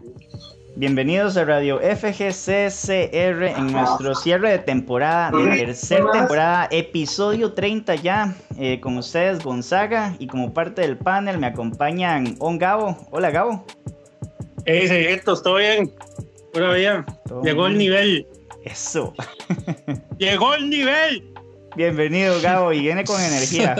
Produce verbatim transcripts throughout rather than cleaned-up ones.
Bienvenidos a Radio F G C C R en nuestro cierre de temporada, de tercera temporada, episodio treinta ya, eh, con ustedes Gonzaga, y como parte del panel me acompañan On Gabo. Hola Gabo. Hey, seguiditos, ¿todo bien? Pura vida. Llegó el nivel. Eso. Llegó el nivel. Bienvenido Gabo, y viene con energía.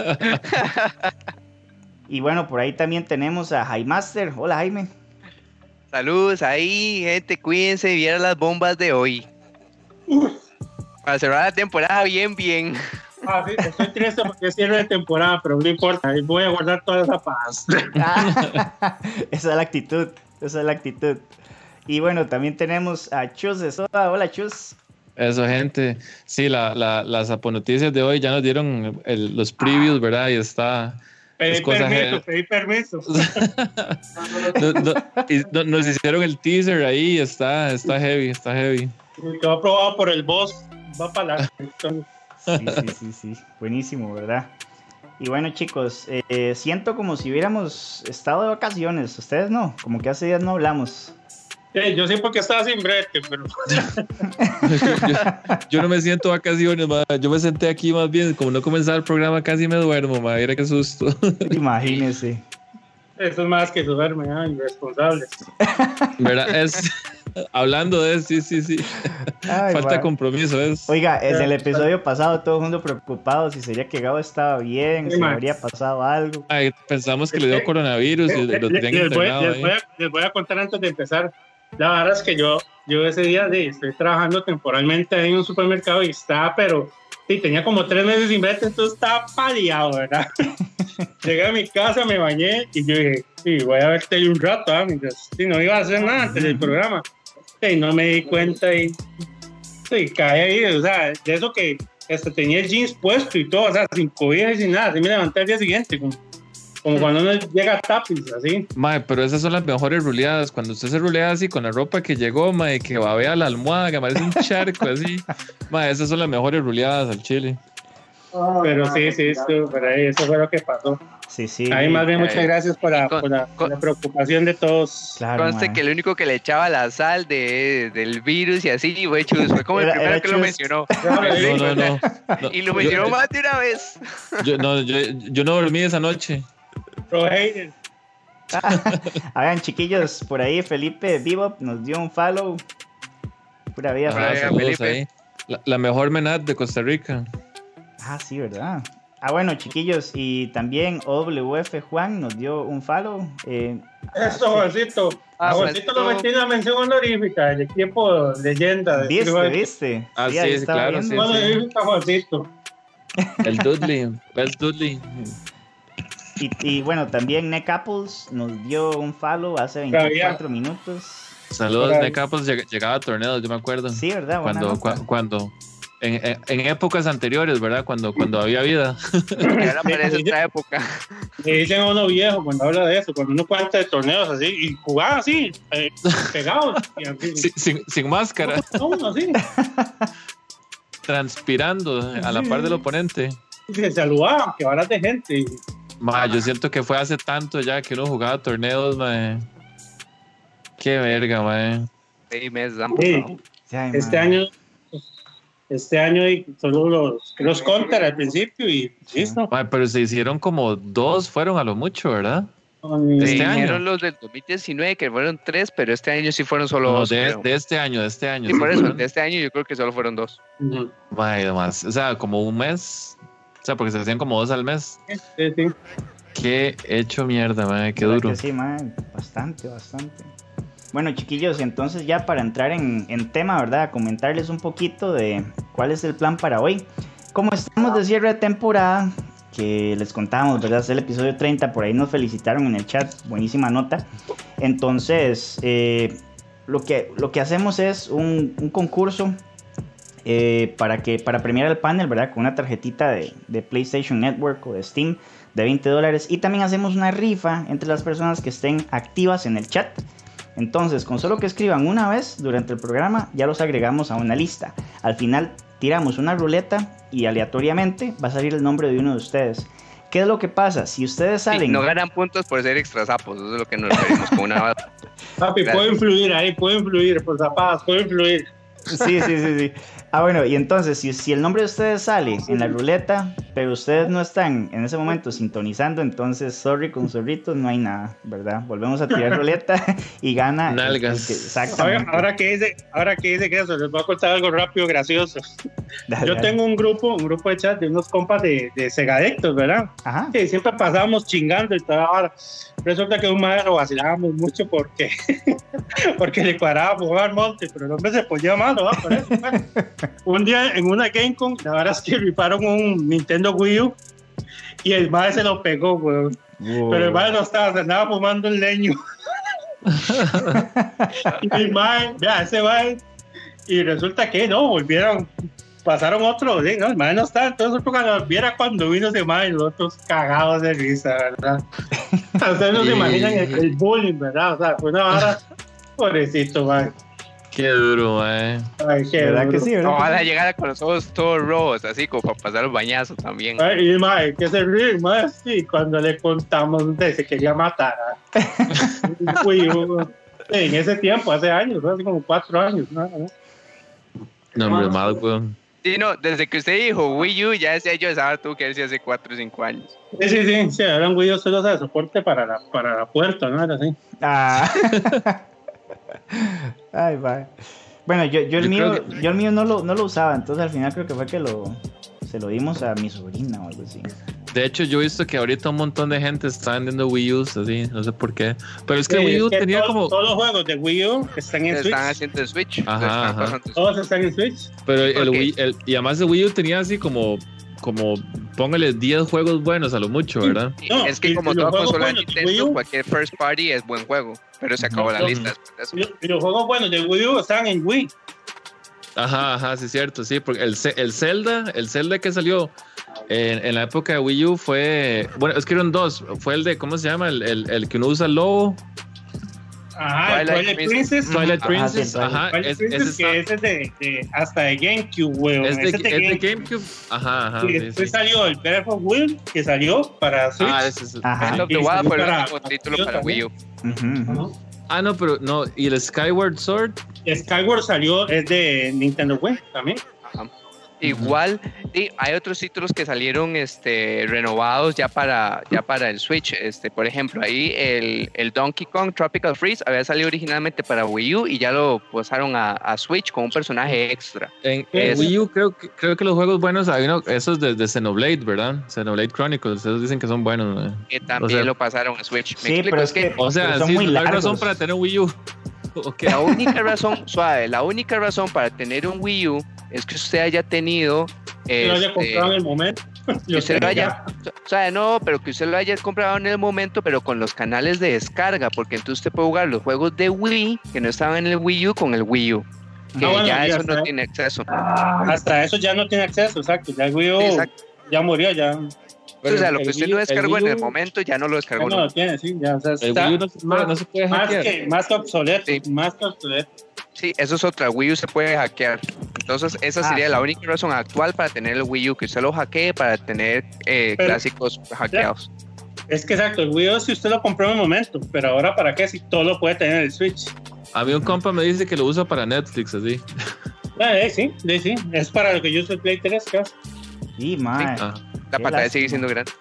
Y bueno, por ahí también tenemos a Jaimaster. Hola Jaime. Saludos ahí, gente, cuídense y vieran las bombas de hoy. Para cerrar la temporada bien, bien. Ah, sí, estoy triste porque es cierre de temporada, pero no importa, voy a guardar toda esa paz. Ah, esa es la actitud, esa es la actitud. Y bueno, también tenemos a Chus de Soda. Hola Chus. Eso, gente. Sí, la, la, las aponoticias de hoy ya nos dieron el, los previews, ¿verdad? Y está... Pedí permiso, pedí permiso. no, no, y no, nos hicieron el teaser ahí, está, está heavy, está heavy. Quedó aprobado por el boss, va para la... Sí, sí, sí, sí, buenísimo, ¿verdad? Y bueno chicos, eh, siento como si hubiéramos estado de vacaciones, ustedes no, como que hace días no hablamos. Sí, yo sí porque estaba sin brete, pero... yo, yo no me siento vacaciones, ma. Yo me senté aquí más bien, como no comenzaba el programa casi me duermo, ma. Mira qué susto. Imagínese. Eso es más que duerme, ¿eh? Irresponsables. ¿Verdad? Es... Hablando de eso, sí, sí, sí. Ay, falta de compromiso es. Oiga, en el episodio pasado todo el mundo preocupado si sería que Gabo estaba bien, sí, si man. habría pasado algo. Ay, pensamos que le dio coronavirus y lo tenían les, internado voy, les, voy a, les voy a contar antes de empezar. La verdad es que yo, yo ese día sí, estoy trabajando temporalmente en un supermercado y estaba, pero sí, tenía como tres meses sin verte, entonces estaba paliado, ¿verdad? Llegué a mi casa, me bañé y yo dije, sí, voy a verte ahí un rato, ¿eh? Mientras, sí, no iba a hacer nada antes del programa. Sí, no me di cuenta y sí, caí ahí, o sea, de eso que hasta tenía el jeans puesto y todo, o sea, sin cobija y sin nada, así me levanté al día siguiente, como, como cuando uno llega a tapiz, así. Mae, pero esas son las mejores ruleadas, cuando usted se rulea así con la ropa que llegó, mae, que babea la almohada, que parece un charco, así, mae, esas son las mejores ruleadas al chile. Pero sí, sí, eso, pero ahí, eso fue lo que pasó. Sí, sí. Ahí más bien muchas gracias por la, con, por la, por la preocupación de todos. Claro, conste que el único que le echaba la sal de, del virus y así fue Chus, fue como el era, primero era que Chus. Lo mencionó. No, no, no, no. Y lo mencionó yo, más de una vez. Yo no, yo, yo no dormí esa noche. Pro hater. Hagan chiquillos, por ahí Felipe Bebop nos dio un follow. Pura vida, ah, Felipe. Ahí. La, la mejor menat de Costa Rica. Ah, sí, ¿verdad? Ah, bueno, chiquillos, y también O W F Juan nos dio un follow. Eh, Eso, Juancito. A Juancito lo metí en la mención honorífica, el equipo leyenda. ¿Viste, de viste? Ah, sí, sí, sí claro. Sí, sí. Juancito. El Dudley, el Dudley. Y, y bueno, también Neck Apples nos dio un follow hace veinticuatro minutos. Saludos, Neck Apples, lleg- llegaba a torneos, yo me acuerdo. Sí, ¿verdad? Cuando, cu- cuando en, en, en épocas anteriores, ¿verdad? Cuando, cuando había vida. Ahora parece otra época. Le dicen a uno viejo cuando habla de eso, cuando uno cuenta de torneos así, y jugaba así, eh, pegados. Y así. Sin, sin, sin máscara. No, no, así. Transpirando a la par del oponente. Y se saludaban, que varas de gente. Y... Ma, yo siento que fue hace tanto ya que uno jugaba torneos, ma. Qué verga, ma. Seis meses han pasado. Sí, este año, este año solo los, los counter al principio y listo. Ma, pero se hicieron como dos, fueron a lo mucho, ¿verdad? De este año. Fueron los del dos mil diecinueve, que fueron tres, pero este año sí fueron solo no, dos. De, de este año, de este año. Sí, por eso, de este año yo creo que solo fueron dos. Uh-huh. Ma, además, o sea, como un mes. O sea, porque se hacían como dos al mes. Sí, sí. Qué hecho mierda, man, qué duro. Sí, man, bastante, bastante. Bueno, chiquillos, entonces ya para entrar en, en tema, ¿verdad? Comentarles un poquito de cuál es el plan para hoy. Como estamos de cierre de temporada, que les contábamos, ¿verdad? Es el episodio treinta, por ahí nos felicitaron en el chat, buenísima nota. Entonces, eh, lo, que, lo que hacemos es un, un concurso eh, para, que, para premiar al panel, ¿verdad? Con una tarjetita de, de PlayStation Network o de Steam de veinte dólares. Y también hacemos una rifa entre las personas que estén activas en el chat. Entonces, con solo que escriban una vez durante el programa, ya los agregamos a una lista. Al final tiramos una ruleta y aleatoriamente va a salir el nombre de uno de ustedes. ¿Qué es lo que pasa? Si ustedes salen... Sí, no ganan puntos por ser extra sapos, eso es lo que nos referimos con una... Papi, Gracias. puede influir ahí, puede influir, por zapadas, puede influir. Sí, sí, sí, sí. Ah, bueno, y entonces, si, si el nombre de ustedes sale en la ruleta, pero ustedes no están en ese momento sintonizando, entonces, sorry con zorritos, no hay nada, ¿verdad? Volvemos a tirar ruleta y gana. el- Nalgas. el que- Ahora, exactamente. ahora que dice, ahora que dice que eso, les voy a contar algo rápido, gracioso. Dale, Yo dale. tengo un grupo, un grupo de chat de unos compas de, de Segadictos, ¿verdad? Ajá. Que siempre pasábamos chingando y toda hora. Resulta que un madre lo vacilábamos mucho porque, porque le cuadraba jugar monte, pero el hombre se ponía malo, ¿va? Por eso, pues. Un día en una GameCon, la verdad es que rifaron un Nintendo Wii U y el madre se lo pegó, weón. Wow. Pero el madre no estaba, se andaba fumando el leño. Y el madre, vea, ese madre, y resulta que no, volvieron, pasaron otro, ¿sí? No, el madre no está, entonces cuando viera cuando vino ese madre, los otros cagados de risa, ¿verdad? Ustedes no se Sí. imaginan el, el bullying, ¿verdad? O sea, fue una vara, pobrecito, madre. Qué duro, mae. Ay, qué ¿Verdad que duro. sí, verdad? que Ojalá sí? llegara con los ojos todos rojos, así como para pasar los bañazos también. Ay, y el madre, que se ríe, madre, sí, cuando le contamos de se quería matar. ¿ah? Uy, uh, en ese tiempo, hace años, ¿no? Hace como cuatro años, ¿no? No, hombre, mal, weón. Sí, no, desde que usted dijo Wii U, ya decía yo, esa tuvo que decir hace cuatro o cinco años. Sí, sí, sí, sí, era un Wii U solo de soporte para la, para la puerta, ¿no? Era así. Ah. Ay, va. Bueno, yo, yo el Yo mío, creo que- yo el mío no lo, no lo usaba, entonces al final creo que fue que lo se lo dimos a mi sobrina o algo así. De hecho, yo he visto que ahorita un montón de gente está vendiendo Wii U's así, no sé por qué. Pero es que Sí, Wii U es que tenía todos, como. todos los juegos de Wii U están en Se Switch. están haciendo en Switch. Ajá, se están ajá. pasando en Todos están en Switch. Pero el ¿Por qué? Wii, el- y además de Wii U tenía así como. Como, póngale diez juegos buenos a lo mucho, ¿verdad? Switch. No, Es que y- como y los toda juegos consola de buenos de Nintendo, Wii U- cualquier first party es buen juego. Pero se acabó la No, lista después de eso. Y, y los juegos buenos de Wii U están en Wii. Ajá, ajá, sí, cierto, sí. Porque el, Ce- el Zelda, el Zelda que salió en, en la época de Wii U fue. Bueno, es que eran dos. Fue el de, ¿cómo se llama? El, el, el que uno usa el lobo. Ajá, el Twilight Twilight Princess. Princess. Twilight Ajá, Princess. sí, Ajá, Twilight es, Princess, ese que está- ese es de, de- hasta de GameCube, weón. es de, Ese es de GameCube. GameCube. Ajá, ajá. Y Sí, después sí. salió el Breath of Wild, que salió para Switch. Ah, ese es. Ajá. Breath of the Y Wild salió fue el para- último título para Wii U. Ujú, ujú. Ajá. Ah, no, pero no. ¿Y el Skyward Sword? Skyward salió, es de Nintendo Wii también. Ajá. Igual, sí, hay otros títulos que salieron este, renovados ya para, ya para el Switch. Este, por ejemplo, ahí el, el Donkey Kong Tropical Freeze había salido originalmente para Wii U y ya lo pasaron a, a Switch con un personaje extra. En, en Es- Wii U creo que, creo que los juegos buenos, hay uno, esos de, de Xenoblade, ¿verdad? Xenoblade Chronicles, esos dicen que son buenos. ¿no? Que también O sea- lo pasaron a Switch. ¿Me Sí, explico? pero Es que O sea, Pero son sí, muy no hay razón largos. para tener un Wii U. Ok. la única razón, suave, la única razón para tener un Wii U es que usted haya tenido. Que lo haya este, comprado en el momento. que usted lo haya, o sea, no, pero que usted lo haya comprado en el momento, pero con los canales de descarga, porque entonces usted puede jugar los juegos de Wii que no estaban en el Wii U con el Wii U. Que Ah, bueno, ya ya eso está. no tiene acceso. Hasta eso ya no tiene acceso, exacto. Ya el Wii U Sí, exacto. ya murió, ya, o sea, lo el que usted Wii- lo descargó el en el Wii U- momento ya no lo ya descargó. no nunca. lo tiene, sí, ya, o sea, El está Wii U no se puede, no se puede más, hackear. que, más que obsoleto, Sí. más que obsoleto. Sí, eso es otra. Wii U se puede hackear. Entonces, esa Ah, sería sí. la única razón actual para tener el Wii U, que usted lo hackee para tener eh, Pero- clásicos hackeados. Es que exacto, el Wii U si usted lo compró en el momento, pero ahora para qué si todo lo puede tener el Switch. A mí un compa me dice que lo usa para Netflix, así. Ah, eh, sí, sí, sí, es para lo que yo uso el Play tres, casi. Y mae, Ah, La Qué pantalla lástima. sigue siendo grande.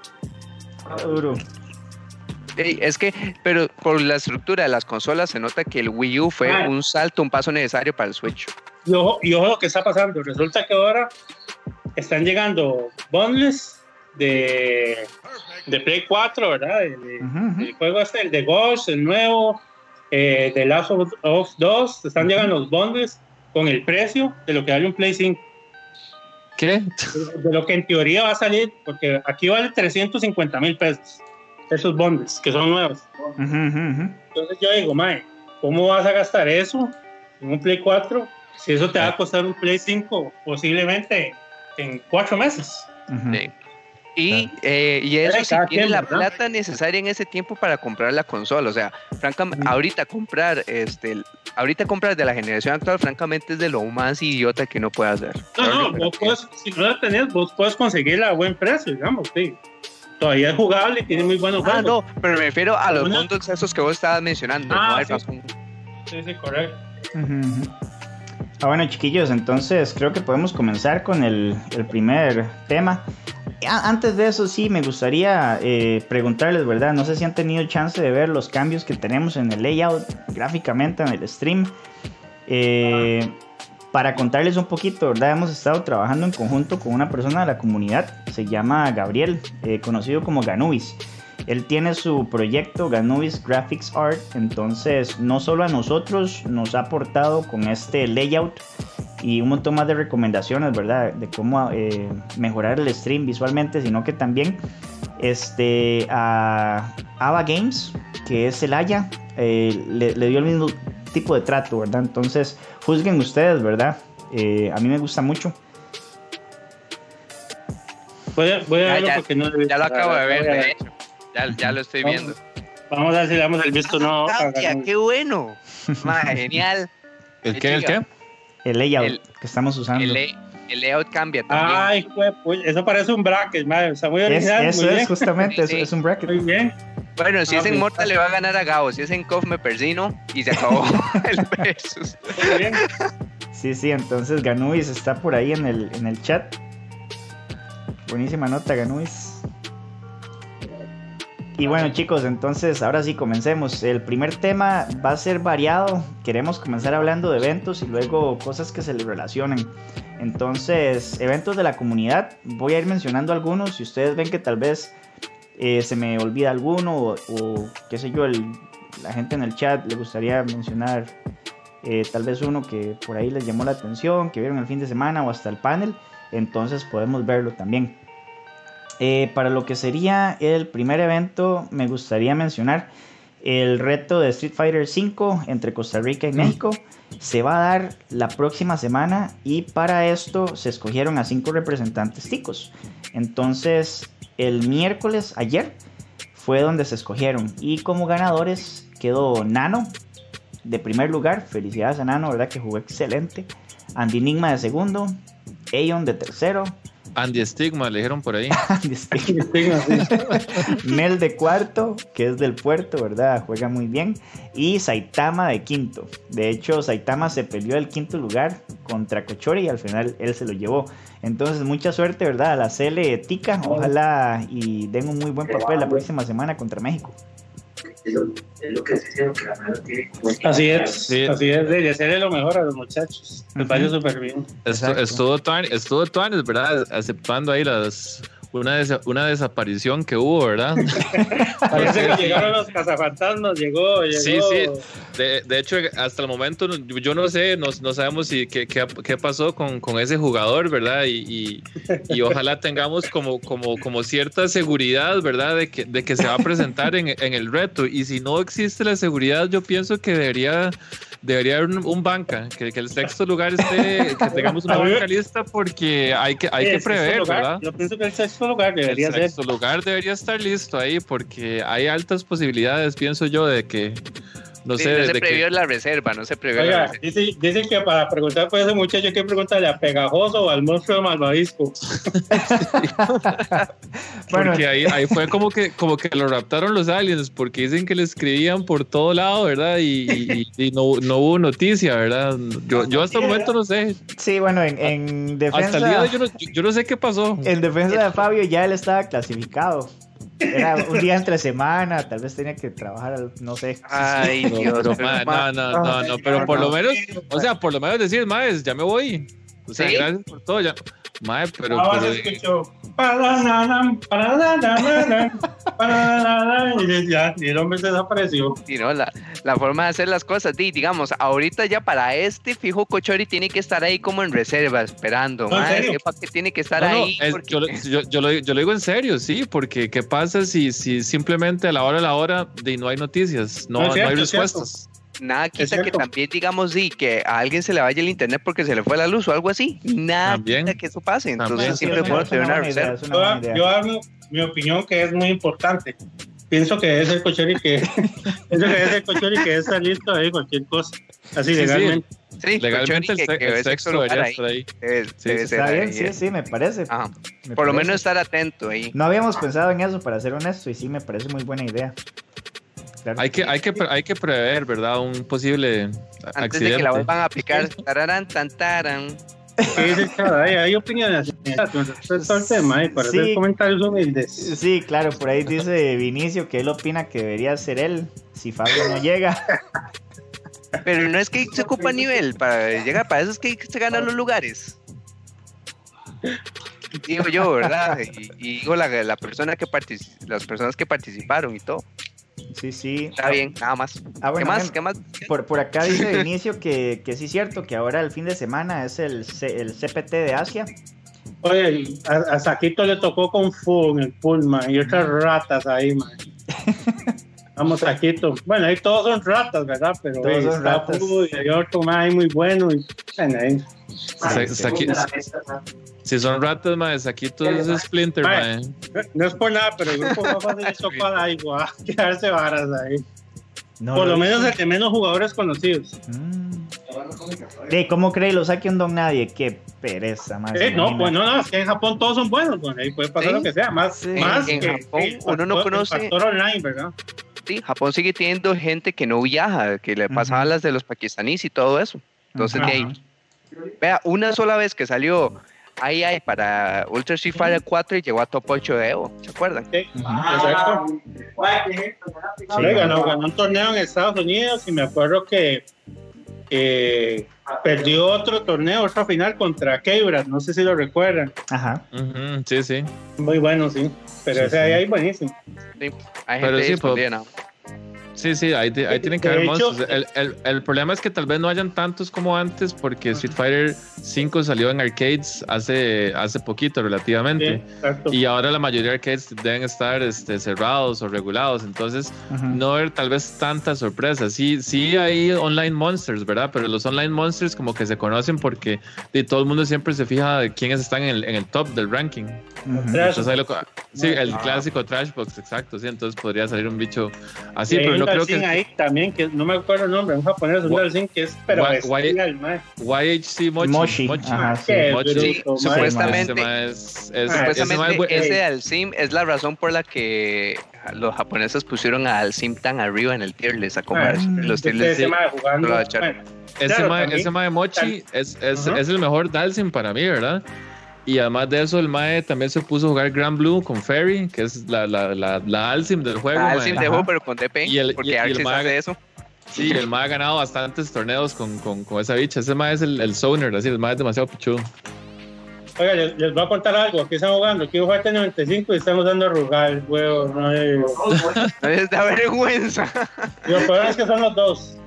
duro. Ey, es que, pero por la estructura de las consolas se nota que el Wii U fue Ah. un salto, un paso necesario para el Switch. Y ojo, y ojo lo que está pasando. Resulta que ahora están llegando bundles de, de Play cuatro, ¿verdad? De- de- Ujú, ujú. El juego este, el de Ghost, el nuevo, eh, de Last of Us dos, están llegando los bundles con el precio de lo que vale un Play cinco. ¿Qué? De lo que en teoría va a salir, porque aquí vale trescientos cincuenta mil pesos esos bundles, que son nuevos. Ujú, ujú, ujú. Entonces yo digo, mae, ¿cómo vas a gastar eso en un Play cuatro si eso te va a costar un Play cinco posiblemente en cuatro meses? Ujú. Sí. Y, eh, y eso Cada si quien, tiene la ¿verdad? plata necesaria en ese tiempo para comprar la consola. O sea, francamente, ahorita comprar, este, ahorita comprar de la generación actual, francamente, es de lo más idiota que uno puede hacer. No, Sorry, no, pero vos puedes, si no la tenés, vos puedes conseguirla a buen precio, digamos, sí. todavía es jugable y tiene muy buenos Ah, juegos. no, pero me refiero a los ¿Una? mundos esos que vos estabas mencionando. Ah, no hay sí. razón. Sí, sí, correcto. Ujú, ujú. Ah, bueno, chiquillos, entonces creo que podemos comenzar con el, el primer tema. A- Antes de eso, sí, me gustaría eh, preguntarles, ¿verdad? No sé si han tenido chance de ver los cambios que tenemos en el layout gráficamente en el stream. Eh, para contarles un poquito, ¿verdad? Hemos estado trabajando en conjunto con una persona de la comunidad, se llama Gabriel, eh, conocido como Ganubis. Él tiene su proyecto Ganubis Graphics Art, entonces no solo a nosotros nos ha aportado con este layout y un montón más de recomendaciones, ¿verdad? De cómo eh, mejorar el stream visualmente, sino que también este, a Ava Games, que es el Aya, eh, le, le dio el mismo tipo de trato, ¿verdad? Entonces, juzguen ustedes, ¿verdad? Eh, a mí me gusta mucho. Voy a, voy a Ya, verlo ya, porque no lo he visto. Ya lo acabo de ver, Voy a de hecho. Ya, ya lo estoy Vamos. viendo. Vamos a ver si le damos el visto no. Ah, tía, qué bueno. Ma, genial. ¿El qué? ¿El qué? El layout El- que estamos usando. El, lay- el layout cambia también. Ay, jue- pues, eso parece un bracket, madre. Está muy Es- original. eso muy es bien. justamente, Sí, es, sí. es un bracket. Muy bien. Bueno, si Ah, es en ok. Mortal le va a ganar a Gabo, si es en K O F me persino y se acabó el versus. Muy bien. Sí, sí, entonces Ganubis está por ahí en el, en el chat. Buenísima nota, Ganubis. Y bueno, chicos, entonces ahora sí comencemos. El primer tema va a ser variado. Queremos comenzar hablando de eventos y luego cosas que se le relacionen. Entonces, eventos de la comunidad. Voy a ir mencionando algunos. Si ustedes ven que tal vez eh, se me olvida alguno o, o qué sé yo, el, la gente en el chat le gustaría mencionar eh, tal vez uno que por ahí les llamó la atención, que vieron el fin de semana o hasta el panel, entonces podemos verlo también. Eh, para lo que sería el primer evento, me gustaría mencionar el reto de Street Fighter cinco entre Costa Rica y México. Se va a dar la próxima semana y para esto se escogieron a cinco representantes ticos. Entonces, el miércoles, ayer, fue donde se escogieron y como ganadores quedó Nano de primer lugar. Felicidades a Nano, verdad que jugó excelente. Andy Enigma de segundo, Aeon de tercero, Andy Stigma, le dijeron por ahí. Estigma, sí. Mel de cuarto, que es del puerto, ¿verdad? Juega muy bien. Y Saitama de quinto. De hecho, Saitama se peleó el quinto lugar contra Kochori y al final él se lo llevó. Entonces, mucha suerte, ¿verdad? A la C L Tica. Ojalá y den un muy buen papel la próxima semana contra México. Es lo, es lo que se dice, que la mano tiene como... Así es. Sí. Así es. De hacerle lo mejor a los muchachos. Les Ujú. vaya súper bien. Estu- Exacto. Estuvo Tuanis, estuvo Tuanis, ¿verdad? Aceptando ahí las una, desa- una desaparición que hubo, ¿verdad? Parece que llegaron los cazafantasmas. Llegó, llegó. Sí, sí. De, de hecho, hasta el momento no- yo no sé, no, no sabemos si qué, qué, qué pasó con, con ese jugador, ¿verdad? Y, y, y ojalá tengamos como, como, como cierta seguridad, ¿verdad? De que, de que se va a presentar en, en el reto. Y si no existe la seguridad, yo pienso que debería, debería haber un, un banca, que, que el sexto lugar esté, que tengamos una banca lista porque hay que, hay Sí, que el sexto prever, lugar, ¿verdad? Yo pienso que el sexto lugar debería El ser. sexto lugar debería estar listo ahí porque hay altas posibilidades, pienso yo, de que, no Sí, sé, no de se que... previó la reserva, no se previó la Oiga, reserva. dice, dice que para preguntar por ese muchacho hay que preguntarle a Pegajoso o al monstruo de Malvavisco. Bueno, Porque ahí, ahí fue como que, como que lo raptaron los aliens, porque dicen que le escribían por todo lado, ¿verdad? Y, y- y no, no hubo noticia, ¿verdad? Yo, yo hasta el momento no sé. sí, bueno, en, en Hasta el día de hoy defensa, yo no, yo- yo no sé qué pasó. en defensa de Fabio ya él estaba clasificado. Era un día entre semana, tal vez tenía que trabajar, al- no sé. Ay, No, Dios. pero, pero, ma, ma, no, no, no, no, pero por lo menos, o sea, por lo menos decir, maes, ya me voy. O sea, ¿Sí? gracias por todo, ya. Mae, pero, Ahora pero, se escuchó. Parananam, parananam, parananam, Y ya, y el hombre se desapareció. sí, ¿no? la, la forma de hacer las cosas, di, digamos, ahorita ya para este fijo Kochori tiene que estar ahí como en reserva, esperando. No, ¿en Madre, serio? sepa que tiene que estar No, no, ahí. es- porque- yo, lo- yo, yo lo, yo lo digo en serio, sí, porque ¿qué pasa si, si simplemente a la hora a la hora de no hay noticias, no, No, es no cierto, hay es cierto. respuestas? Nada quita que cierto. también, digamos, sí, que a alguien se le vaya el internet porque se le fue la luz o algo así. Nada También. quita que eso pase. También. Entonces Sí, siempre es puedo una tener una buena idea, reserva. es una Yo, buena idea. yo hago mi opinión que es muy importante. pienso que es el cochero y que pienso que es el cochero y que está listo ahí cualquier cosa, así Sí, sí. legalmente. Sí, Legalmente el, que, se- que el debe sexto lugar debería ahí. estar ahí. Debe- Sí, debe sí, ser Está bien, ahí, sí, eh. sí, me parece. Ajá. Me Por lo parece. menos estar atento ahí. No habíamos pensado en eso, para ser honesto, y sí me parece muy buena idea. Claro. Hay que, hay, que, pre- hay que prever, ¿verdad? Un posible Antes accidente. de que la vuelvan a aplicar. Tararán, tan, taran. ¿Qué dice el chaval? Hay, hay opiniones con respecto al tema y para Sí. hacer comentarios humildes. Sí, claro, por ahí dice Vinicio que él opina que debería ser él si Fabio no llega. Pero no es que se ocupa nivel para llegar, para eso es que se ganan los lugares. Digo yo, ¿verdad? Y, y digo la, la persona que partici- las personas que participaron y todo. Sí, sí. Está bien, nada más. Ah, bueno, ¿Qué más? men, ¿Qué más? Por, por acá dice Vinicio que, que sí es cierto, que ahora el fin de semana es el, C- el C P T de Asia. Oye, a, a Saquito le tocó con Fu en el Pullman y otras ratas ahí, man. Vamos, Saquito. Bueno, ahí todos son ratas, ¿verdad? Pero Todos ahí son está ratas. Fu y hay otro más ahí muy bueno. Y, bueno, ahí. Sa- sí. Saqui- si son ratas, mae, Saquito es Splinter, Mae. mae. No es por nada, pero el grupo más fácil es tocó al agua, a quedarse varas ahí. No, Por lo no. menos el de menos jugadores conocidos. Mm. Ey, ¿cómo cree lo saque un don nadie? Qué pereza, más. Eh, no, pues no, no, es que en Japón todos son buenos, pues ahí puede pasar Sí. lo que sea, más, Sí. más En- en que Japón que el uno no factor- conoce- el factor online, ¿verdad? Sí, Japón sigue teniendo gente que no viaja, que le pasaba Ujú. las de los pakistaníes y todo eso. Entonces, Ajá. de ahí, vea, una sola vez que salió ahí hay para Ultra Street Fighter cuatro y llegó a top ocho de Evo, ¿se acuerdan? Sí, exacto. Sí. Sí, ganó, ganó un torneo en Estados Unidos y me acuerdo que eh, perdió otro torneo, otra final contra Kebras, no sé si lo recuerdan. Ajá. Ujú, sí, sí. Muy bueno, sí. Pero Sí, ese ahí, sí. ahí buenísimo. Sí, hay Pero gente sí, escondida, ¿no? Sí, sí, ahí, te- ahí tienen que De haber hecho- monstruos. El, el, el problema es que tal vez no hayan tantos como antes porque Street Fighter cinco salió en arcades hace, hace poquito Sí, relativamente. exacto. Y ahora la mayoría de arcades deben estar este, cerrados o regulados, entonces Ujú. no haber tal vez tantas sorpresas. Sí, sí hay online monsters, ¿verdad? Pero los online monsters como que se conocen porque de, todo el mundo siempre se fija de quiénes están en el, en el top del ranking. Ujú. Trash. Entonces ahí lo- sí, el Ah. clásico Trashbox, exacto, sí, entonces podría salir un bicho Y así, hay pero un no creo Dalsin que... ahí también, que no me acuerdo el nombre, un japonés, un Gua- Dalsin que es, pero Gua- es Guay- el mae. Y H C Mochi. Mochi, Mochi. ajá, sí. Qué Mochi. bruto, Sí, mae. supuestamente- Ese mae es- es- Ah, ese mae Supuestamente es bu- ese Alcim es la razón por la que los japoneses pusieron a Alcim tan arriba en el tier list, a comparar Ah, los tier Ese lists. ese mae jugando. Lo va a echar. Bueno, ese claro, mae- también. ese mae Mochi es, es, Ajá. es el mejor Dalsim para mí, ¿verdad? Y además de eso, el mae también se puso a jugar Grand Blue con Fairy, que es la, la, la, la Alcim del juego. Ah, mae. Alcim Ajá. dejó, pero con D P, Y el- y- porque y el Arceus mag- hace eso. Sí, el mae ha ganado bastantes torneos con, con, con esa bicha. Ese mae es el, el Zoner, así, el mae es demasiado pichudo. Oiga, les, les voy a contar algo. Aquí están jugando. Aquí juega T noventa y cinco y están usando Rugal, huevo. No hay... No les da vergüenza. Lo peor es que son los dos.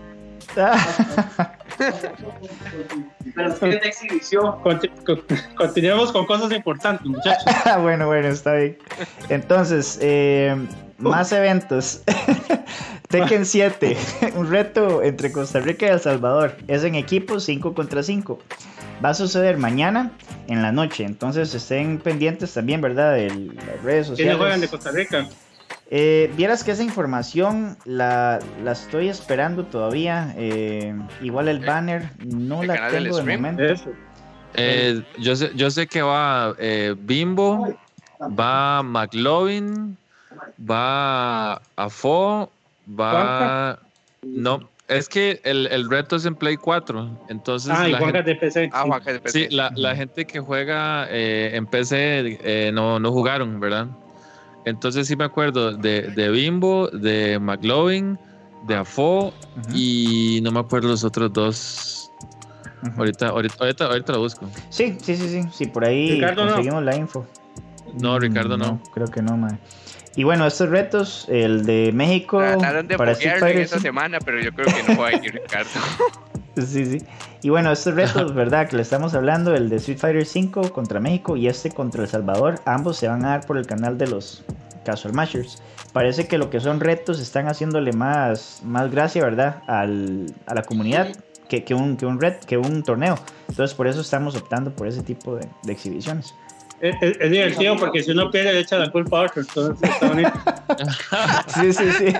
Pero es que es una exhibición. Conti- con- continuemos con cosas importantes, muchachos. Bueno, bueno, está bien. Entonces, eh, más eventos. Tekken siete, un reto entre Costa Rica y El Salvador. Es en equipo cinco contra cinco. Va a suceder mañana en la noche. Entonces estén pendientes también, ¿verdad? De las redes ¿Quiénes juegan de sociales. Costa Rica? Eh, vieras que esa información la, la estoy esperando todavía. Eh, igual el banner no el la canal del tengo de stream. momento. Eso. Eh, yo, sé, yo sé que va eh, Bimbo, va McLovin, va Afo, va... No, es que el, el reto es en Play cuatro, entonces Ah, y la Juancas gente, de P C. Ah, Juanca de P C. sí, la, la gente que juega eh, en P C eh, no, no jugaron, ¿verdad? Entonces sí me acuerdo de, de Bimbo, de McLovin, de Afo Ujú, y no me acuerdo los otros dos. ujú. Ahorita, ahorita, ahorita, ahorita lo busco. Sí, sí, sí, sí, sí, por ahí Ricardo, no. conseguimos la info. No, Mm, Ricardo, no. Creo que no, man. Y bueno, estos retos, el de México Trataron de para Street foguearlo en Fighter esta cinco. semana, pero yo creo que no va a ir Ricardo. Sí, sí. Y bueno, estos retos, ¿verdad? Que le estamos hablando, el de Street Fighter cinco contra México y este contra El Salvador, ambos se van a dar por el canal de los Casual Mashers. Parece que lo que son retos están haciéndole más, más gracia, ¿verdad? Al, a la comunidad que, que, un, que, un ret, que un torneo. Entonces por eso estamos optando por ese tipo de, de exhibiciones. es, es, es divertido porque si uno pierde le echa la culpa a otro, entonces está bonito. Sí, sí, sí.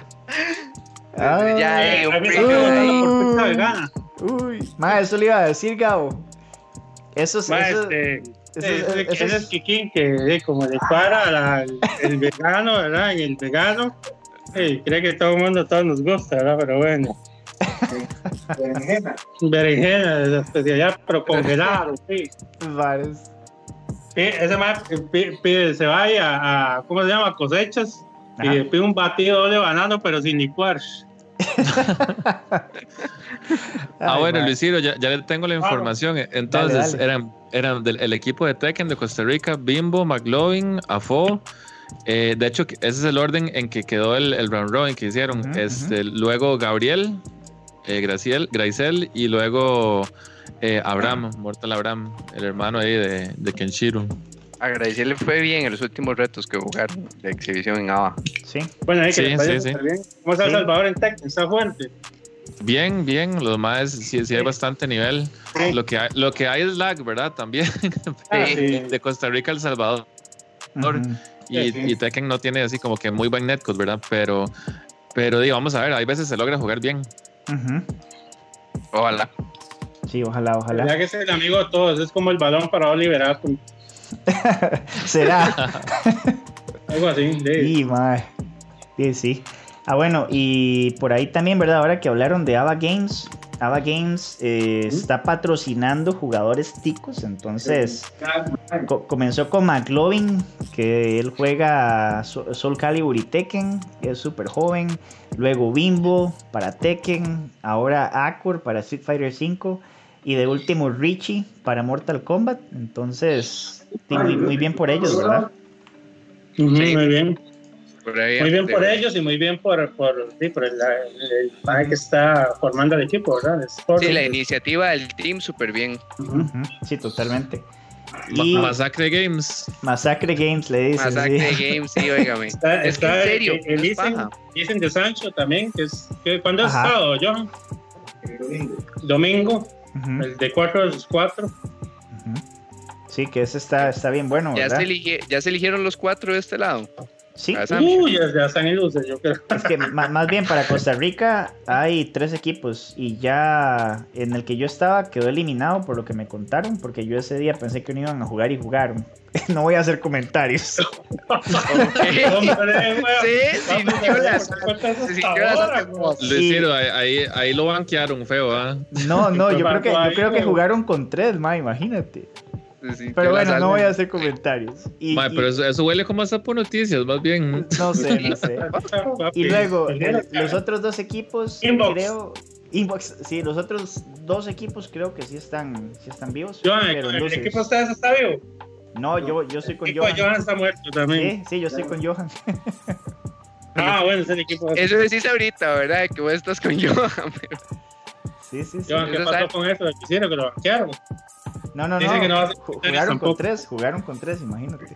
Ah, Ya, Eh, eh, un a mí se premio me ahí. gusta por pizza vegana. uy, ma, eso le iba a decir, Gabo. Eso es. Ma, Eso, este, eso- eh, eso ¿quién es- es Kikín? Que eh, como le para la- el vegano, ¿verdad? Y el vegano, eh, cree que todo el mundo, todos nos gusta, ¿verdad? Pero bueno, Berenjena. berenjena de la especialidad, pero congelado, sí. Vares. Sí, ese más pide, se va ahí a, a, ¿cómo se llama? Cosechas y Ajá. le pide un batido de banano, pero sin licuar. Ah, Ay, bueno, ma. Luis Ciro, ya, ya le tengo la información. Entonces, Dale, dale. eran, eran del el equipo de Tekken de Costa Rica, Bimbo, McLovin, Afo. Eh, de hecho, ese es el orden en que quedó el, el round robin que hicieron. Ujú, este, Luego Gabriel, eh, Graciel, Graicel y luego eh, Abraham, Mortal Abraham, el hermano ahí de, de Kenshiro. Agradecerle fue bien en los últimos retos que jugaron de exhibición en A B A. Sí. Bueno, ahí que Sí, les vaya sí, sí. súper bien. ¿Cómo está El Sí. Salvador en Tekken? ¿Está fuerte? Bien, bien, los más sí, sí hay bastante nivel. Sí. Lo que hay, lo que hay es lag, ¿verdad? También Ah, Sí. sí. de Costa Rica a El Salvador. Ujú. Y, Sí, sí. y Tekken no tiene así como que muy buen netcode, ¿verdad? Pero, pero digo, vamos a ver, hay veces se logra jugar bien. Ujú. Ojalá. Sí, ojalá, ojalá. Ya que es el amigo de todos, es como el balón para Oliver Atom. Será. Algo así. Sí. Sí, mae. Sí, sí. Ah, bueno, y por ahí también, ¿verdad? Ahora que hablaron de Ava Games, Ava Games eh, está patrocinando jugadores ticos, entonces co- comenzó con McLovin, que él juega So- Soul Calibur y Tekken, que es súper joven, luego Bimbo para Tekken, ahora Acor para Street Fighter cinco, y de último Richie para Mortal Kombat, entonces sí, muy, muy bien por ellos, ¿verdad? Ujú, Sí. Muy bien. Por ahí, Muy bien de- por ellos y muy bien por, por, sí, por el, el, el mae que está formando el equipo, ¿verdad? El Sport. Sí, la iniciativa del team súper bien. Ujú. Ujú, sí, totalmente. Ma- Y Masacre Games. Masacre Games le dicen. Masacre sí. Games, sí, óigame. Está, Es que está en serio, el, el no es Isen, paja. Isen de Sancho también, que es, que, ¿cuándo has Ajá. estado, Johan? El domingo. Domingo, Ujú, el de cuatro a los cuatro. ujú. Sí, que ese está, está bien bueno, Ya ¿verdad? se, elige- ya se eligieron los cuatro de este lado. Sí, Ah, Sancho. Uy, ya, ya están en luces, yo creo. es que ma- más bien para Costa Rica hay tres equipos y ya en el que yo estaba quedó eliminado por lo que me contaron, porque yo ese día pensé que no iban a jugar y jugaron. No voy a hacer comentarios. Hombre, weón. Sí, sí, Vamos a yo ver las- por qué cuentas sí, hasta yo las- ahora, weón. Luis Ciro, ahí, ahí, ahí lo banquearon feo, ¿ah? No, no, yo creo que, yo Ahí, creo que weón. jugaron con tres, ma, imagínate. Sí, Pero yo las bueno, no algo- voy a hacer comentarios. Y, Ma, y- pero eso, eso huele como a sapo noticias, más bien. no sé, no sé. Y luego, El- el- los otros dos equipos, Inbox. creo... Inbox, sí, los otros dos equipos creo que sí están, sí están vivos. Johan, pero el, en el luces. equipo de ustedes está vivo. No, yo, yo estoy El con equipo de Johan. Johan está muerto también. Sí, sí, yo estoy con Johan. Ah, bueno, es el equipo de Eso decís ahorita, ¿verdad? Que vos estás con Johan. pero- Sí, sí, sí. Johan, ¿qué Eso pasó sabe. con eso? Lo que hicieron, que lo banquearon. No, no, Dice no. que no va a hacer Ju- comentarios jugaron con tampoco. tres, jugaron con tres, imagínate.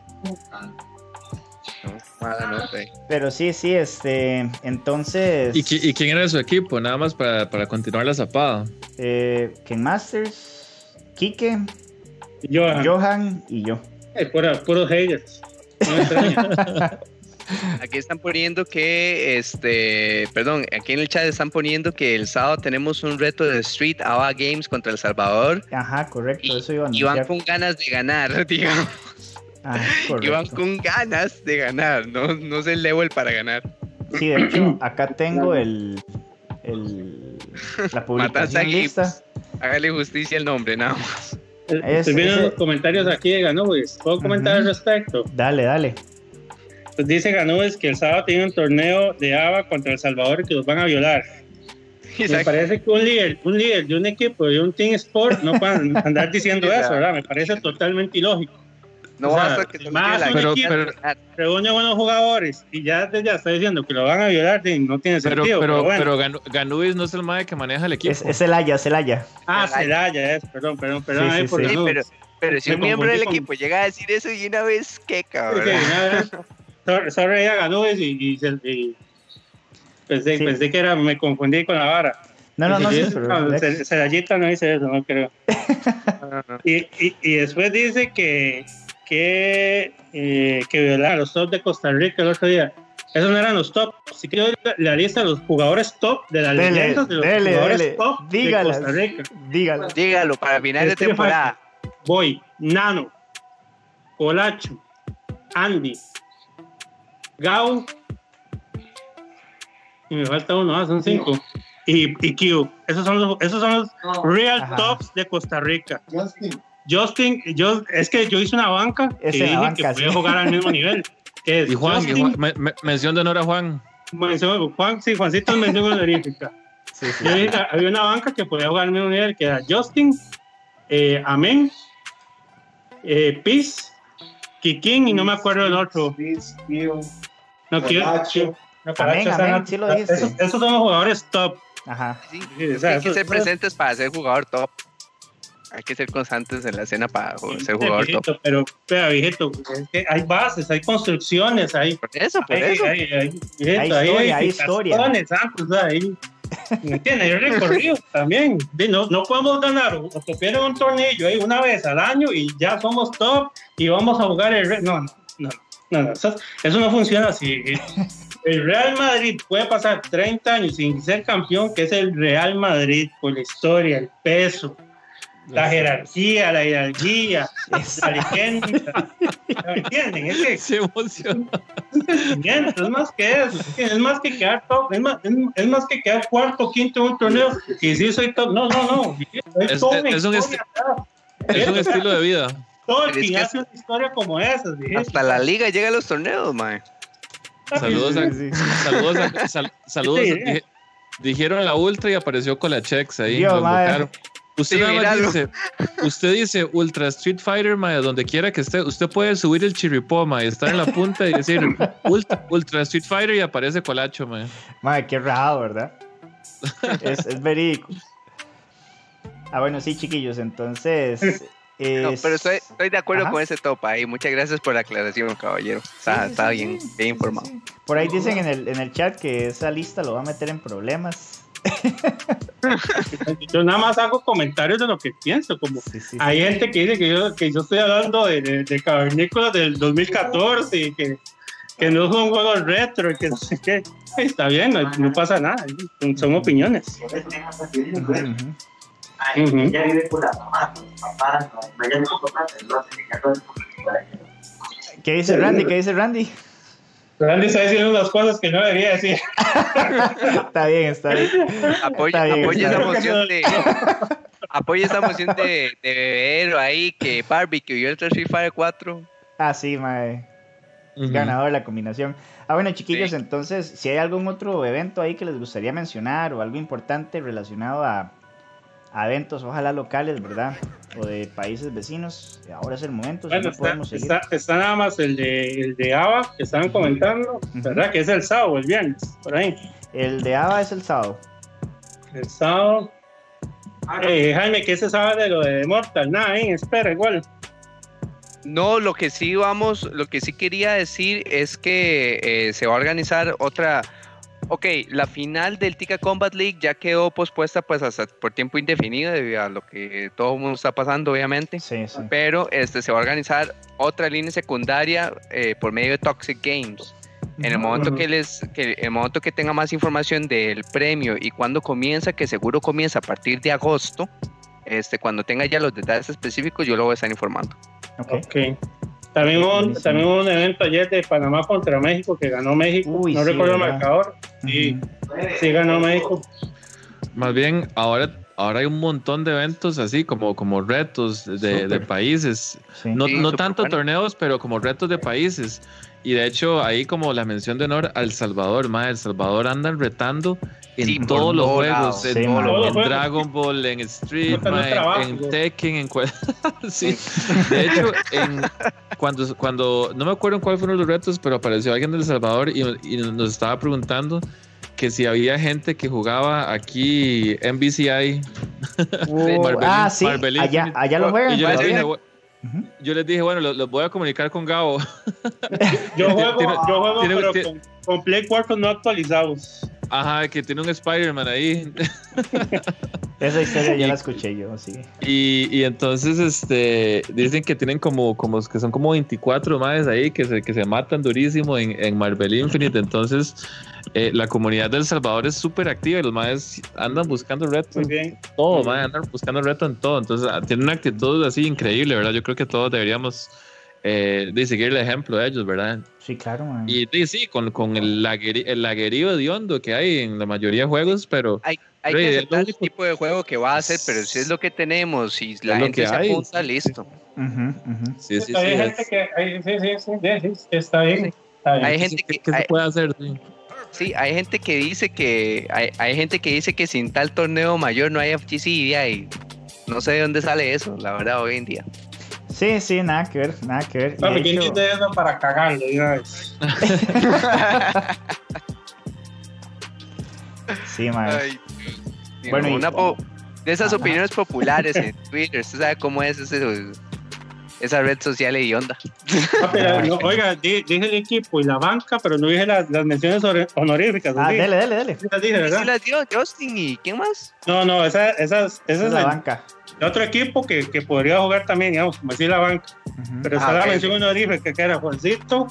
No, mala nota ahí. Pero sí, sí, este, entonces... ¿Y, qui- y quién era su equipo? Nada más para, para continuar la zapada. Eh, Ken Masters, Kike, Johan, Johan y yo. eh, pura, puros haters. No me extraña. Aquí están poniendo que, este, perdón, aquí en el chat están poniendo que el sábado tenemos un reto de Street A B A Games contra El Salvador. Ajá, correcto, Y, eso iba a y van anunciar. con ganas de ganar, digamos. Ah, Y van correcto. con ganas de ganar, no, no es el level para ganar. Sí, de hecho, acá tengo el, el la publicación aquí. lista. Hágale justicia el nombre, nada más. Ese- Estoy viendo ese- los comentarios aquí de Ganubis. ¿Puedo comentar al Ujú. respecto? Dale, dale. Pues dice Ganubis que el sábado tiene un torneo de A B A contra El Salvador y que los van a violar. Me Exacto. parece que un líder, un líder de un equipo, de un team sport, no pueden andar diciendo eso, ¿verdad? Me parece totalmente ilógico. No o sea, basta que más la un Pero- equipo pero- reúne buenos jugadores y ya desde ya está diciendo que lo van a violar, sí, no tiene Pero, sentido. Pero, pero, bueno. pero Ganu- Ganubis no es el mae que maneja el equipo. Es, es el Haya, es el Haya. Ah, Celaya es, perdón, perdón, perdón, Sí, ahí sí, por sí. Sí, Ganubis. pero, pero si Me un miembro del confundí con- equipo llega a decir eso y una vez, qué Sí, cabrón. sí, una vez, sorry, sorry, ya ganó y, y, se- y pensé, Sí. pensé que era, me confundí con la vara. No, no, no, sí, Dice, pero no, Lex. Ce- Celayita no dice eso, no creo. No, no. Y, y, y después dice que, que, eh, que violaron los top de Costa Rica el otro día. Esos no eran los top. Así que doy la, la lista de los jugadores top, de las Dele, leyendas de los dele, jugadores dele. top Dígalas, de Costa Rica. Dígalo. Dígalo, para final de Este temporada. Voy, Nano, Colacho, Andy, Gao, y me falta uno, ah, son cinco. Y, y Q. Esos son los, esos son los real Ajá. tops de Costa Rica. Justin. Justin, yo, es que yo hice una banca que Ese en dije la banca, que podía sí. jugar al mismo nivel. Que es Y Juan, y Justin, Juan me- me- mención de honor a Juan. mención- Juan, sí, Juancito es mención honorífica. Sí, sí, Yo sí. dije, había una banca que podía jugar al mismo nivel, que era Justin, eh, Amén, eh, Piz, Kikín y no me acuerdo del otro. Luis, Kio, No quiero. Colacho. No, Amén, Colacho, Amén, esa- sí lo dijiste. Esos, esos son los jugadores top. Ajá. Sí, Sí, o sí, sea, hay que eso- ser eso- presentes para ser jugador top. Hay que ser constantes en la escena para jo- ser Sí, jugador viejito, top. pero, pero, viejito, es que hay bases, hay construcciones, hay. Por eso, por Hay, eso. hay, hay, viejito, Hay historia, hay historia. edificaciones, ah, pues, ahí. ¿Me entiendes? Hay recorrido también. De, No, no podemos ganar o, o copiar un tornillo ahí una vez al año y ya somos top y vamos a jugar el. Re- No, no, no, no, no, eso, eso no funciona así. El Real Madrid puede pasar treinta años sin ser campeón, que es el Real Madrid, por la historia, el peso, la jerarquía, la jerarquía, la leyenda. ¿Me entienden? Es que Se emociona. es más que eso, es más que quedar top, es más, es, es más que quedar cuarto, quinto en un torneo, y sí soy top, no, no, no, soy Es- toda una es un historia, Es un estilo de vida. todo el Es que que es- hace una historia como esa, ¿sí? Hasta la liga llega a los torneos, mae. Saludos a, Sí, sí. saludos a- sal- saludos. Sí, dije- dijeron la ultra y apareció con la Chex ahí. Dios, lo madre. invocaron. Usted Sí, nada más míralo. dice, usted dice Ultra Street Fighter, mae, donde quiera que esté, usted puede subir el chiripó, mae, estar en la punta y decir Ultra, Ultra Street Fighter y aparece Colacho, mae. Madre, qué raro, ¿verdad? Es, es verídico. Ah, bueno, sí, chiquillos, entonces. No, es- pero estoy, estoy de acuerdo Ajá. con ese top ahí. Muchas gracias por la aclaración, caballero. Está, Sí, sí, está sí, bien, sí, bien sí, informado. sí. Por ahí dicen en el, en el chat que esa lista lo va a meter en problemas. Yo nada más hago comentarios de lo que pienso, como Sí, sí, sí. hay gente que dice que yo, que yo estoy hablando de, de, de cavernícolas del dos mil catorce y que, que no son juegos retro y que no sé qué. Está bien, no, no pasa nada, son opiniones. Por eso tengo que pedir Ujú, inglés. ujú. Ay, Ujú. ella vive con la mamá, con los papás, no, vaya con los papás, entonces ya todo es complicado. ¿Qué dice Randy? ¿Qué dice Randy? Randy está diciendo unas cosas que no debería decir. Está bien, está bien. Apoya, Está bien, apoya está esa bien. moción de. Apoya esa moción de, de bebero ahí, que Barbecue y Ultra Street Fighter cuatro. Ah, sí, mae. Ujú. Ganador la combinación. Ah, bueno, chiquillos, Sí. entonces, si hay algún otro evento ahí que les gustaría mencionar o algo importante relacionado a, a eventos, ojalá locales, ¿verdad? O de países vecinos, ahora es el momento, si Bueno, no está, podemos seguir. está, está nada más el de, el de Ava que estaban comentando, ¿verdad? Que es el sábado o el viernes, por ahí. El de A B A es el sábado. El sábado. Eh, Jaime, que ese sábado de lo de Mortal, nada, ¿eh? Espera, igual. No, lo que sí vamos, lo que sí quería decir es que eh, se va a organizar otra. Ok, la final del Tika Combat League ya quedó pospuesta pues hasta por tiempo indefinido debido a lo que todo el mundo está pasando, obviamente. Sí, sí. Pero este se va a organizar otra línea secundaria eh, por medio de Toxic Games. En el momento Ujú. que les, que el momento que tenga más información del premio y cuándo comienza, que seguro comienza a partir de agosto, este, cuando tenga ya los detalles específicos, yo lo voy a estar informando. Ok. Ok. También hubo, un, Buenísimo. también hubo un evento ayer de Panamá contra México que ganó México. Uy, no sí, recuerdo el ¿verdad? marcador. Sí, Ujú. sí ganó México. Más bien, ahora, ahora hay un montón de eventos así, como, como retos de, de Súper. países. Sí. No, Sí, no súper tanto bueno. torneos, pero como retos de países. Y de hecho, ahí como la mención de honor al Salvador, ma, El Salvador andan retando en Sí, por todos los todos juegos, lados. en, Sí, en ma. Todos los juegos. Dragon Ball, en Street, Puta, no ma, en- trabajo, en, güey. Tekken, en cual- sí. De hecho, en, cuando, cuando, no me acuerdo en cuál fueron los retos, pero apareció alguien del Salvador y, y nos estaba preguntando que si había gente que jugaba aquí en B C I. Uh, Marvel- ah, sí, Marvel allá, Infinite. allá lo juegan Y yo les, todavía. dije, bu- Ujú. yo les dije, bueno, los, los voy a comunicar con Gabo. Yo juego, Tiene- yo juego tiene- pero tiene- con, con Play cuatro no actualizados. Ajá, que tiene un Spider-Man ahí. Esa historia ya la escuché yo, sí. Y, y entonces este dicen que tienen como, como que son como veinticuatro maes ahí que se, que se matan durísimo en, en Marvel Infinite. Entonces eh, la comunidad de El Salvador es súper activa y los maes andan buscando retos. Muy bien. Todo, Muy mae, bien. andan buscando reto en todo. Entonces ah, tienen una actitud así increíble, ¿verdad? Yo creo que todos deberíamos eh, de seguir el ejemplo de ellos, ¿verdad? Sí, claro, man. Y, y sí, con, con el, lagueri- el laguerío hediondo que hay en la mayoría de juegos, pero Hay, hay Pero, que y es aceptar lo el único- tipo de juego que va a hacer, pero si es lo que tenemos, si la Es lo gente que se hay. apunta, listo. Ujú, ujú. sí, sí, sí. hay gente es- que. Hay, sí, sí, sí, sí, sí, está bien. Sí. Está bien. Hay ¿qué- gente qué- que qué se hay- puede hacer? Sí. Sí, hay gente que dice que hay, hay gente que dice que sin tal torneo mayor no hay F G C y ahí no sé de dónde sale eso, la verdad, hoy en día. Sí, sí, nada que ver, nada que ver. Y Papi, de ¿quién hecho- dice eso para cagarlo? de una vez? Sí, man. Ay, Dios. Bueno, y- una po- de esas Ajá. opiniones populares en Twitter, usted sabe cómo es ese- esa red social hedionda. Papi, la- no, oiga, di- dije el equipo y la banca, pero no dije las, las menciones sobre- honoríficas. Ah, ¿sí? dele, dele, dele. Sí las dije, ¿Y ¿verdad? si las dio Justin y quién más? No, no, esa, esas, esa Esa es es la el, banca. el otro equipo que, que podría jugar también, digamos, como decir la banca. Ujú. Pero está Ah, la ok, mención ok. honorífica que era Juancito.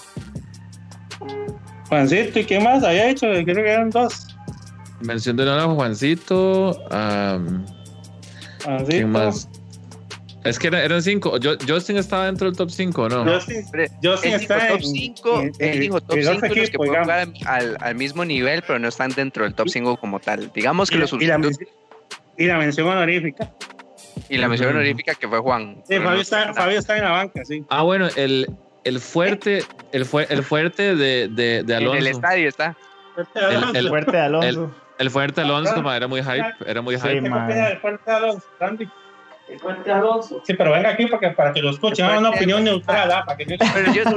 Juancito, ¿y quién más había hecho? Creo que eran dos. Mención de honor a Juancito. am, Juancito. ¿Quién más? Es que era- eran cinco. Yo- Justin estaba dentro del top cinco, ¿no? Justin, Hombre, Justin Él dijo está top en- cinco, en- él dijo top en los cinco los que equipos, pueden digamos. jugar al, al mismo nivel, pero no están dentro del top cinco como tal. Digamos que Y, los y la, últimos. men- y la mención honorífica. Y la mención Ujú. honorífica que fue Juan. Sí, pero Fabio, no está, sé Fabio está en la banca, sí. Ah, bueno, el, el fuerte, el, fue, el fuerte de, de, de En el Alonso. estadio está. El- el- Fuerte de Alonso. El fuerte de Alonso, ma, era muy hype, era muy Sí, hype. ¿Qué man. opina del fuerte de Alonso, Randy? El fuerte Alonso. Sí, pero venga aquí para que, para que lo escuchen. El Haga una fuerte opinión de- neutral, ¿ah? Para que no- Pero yo.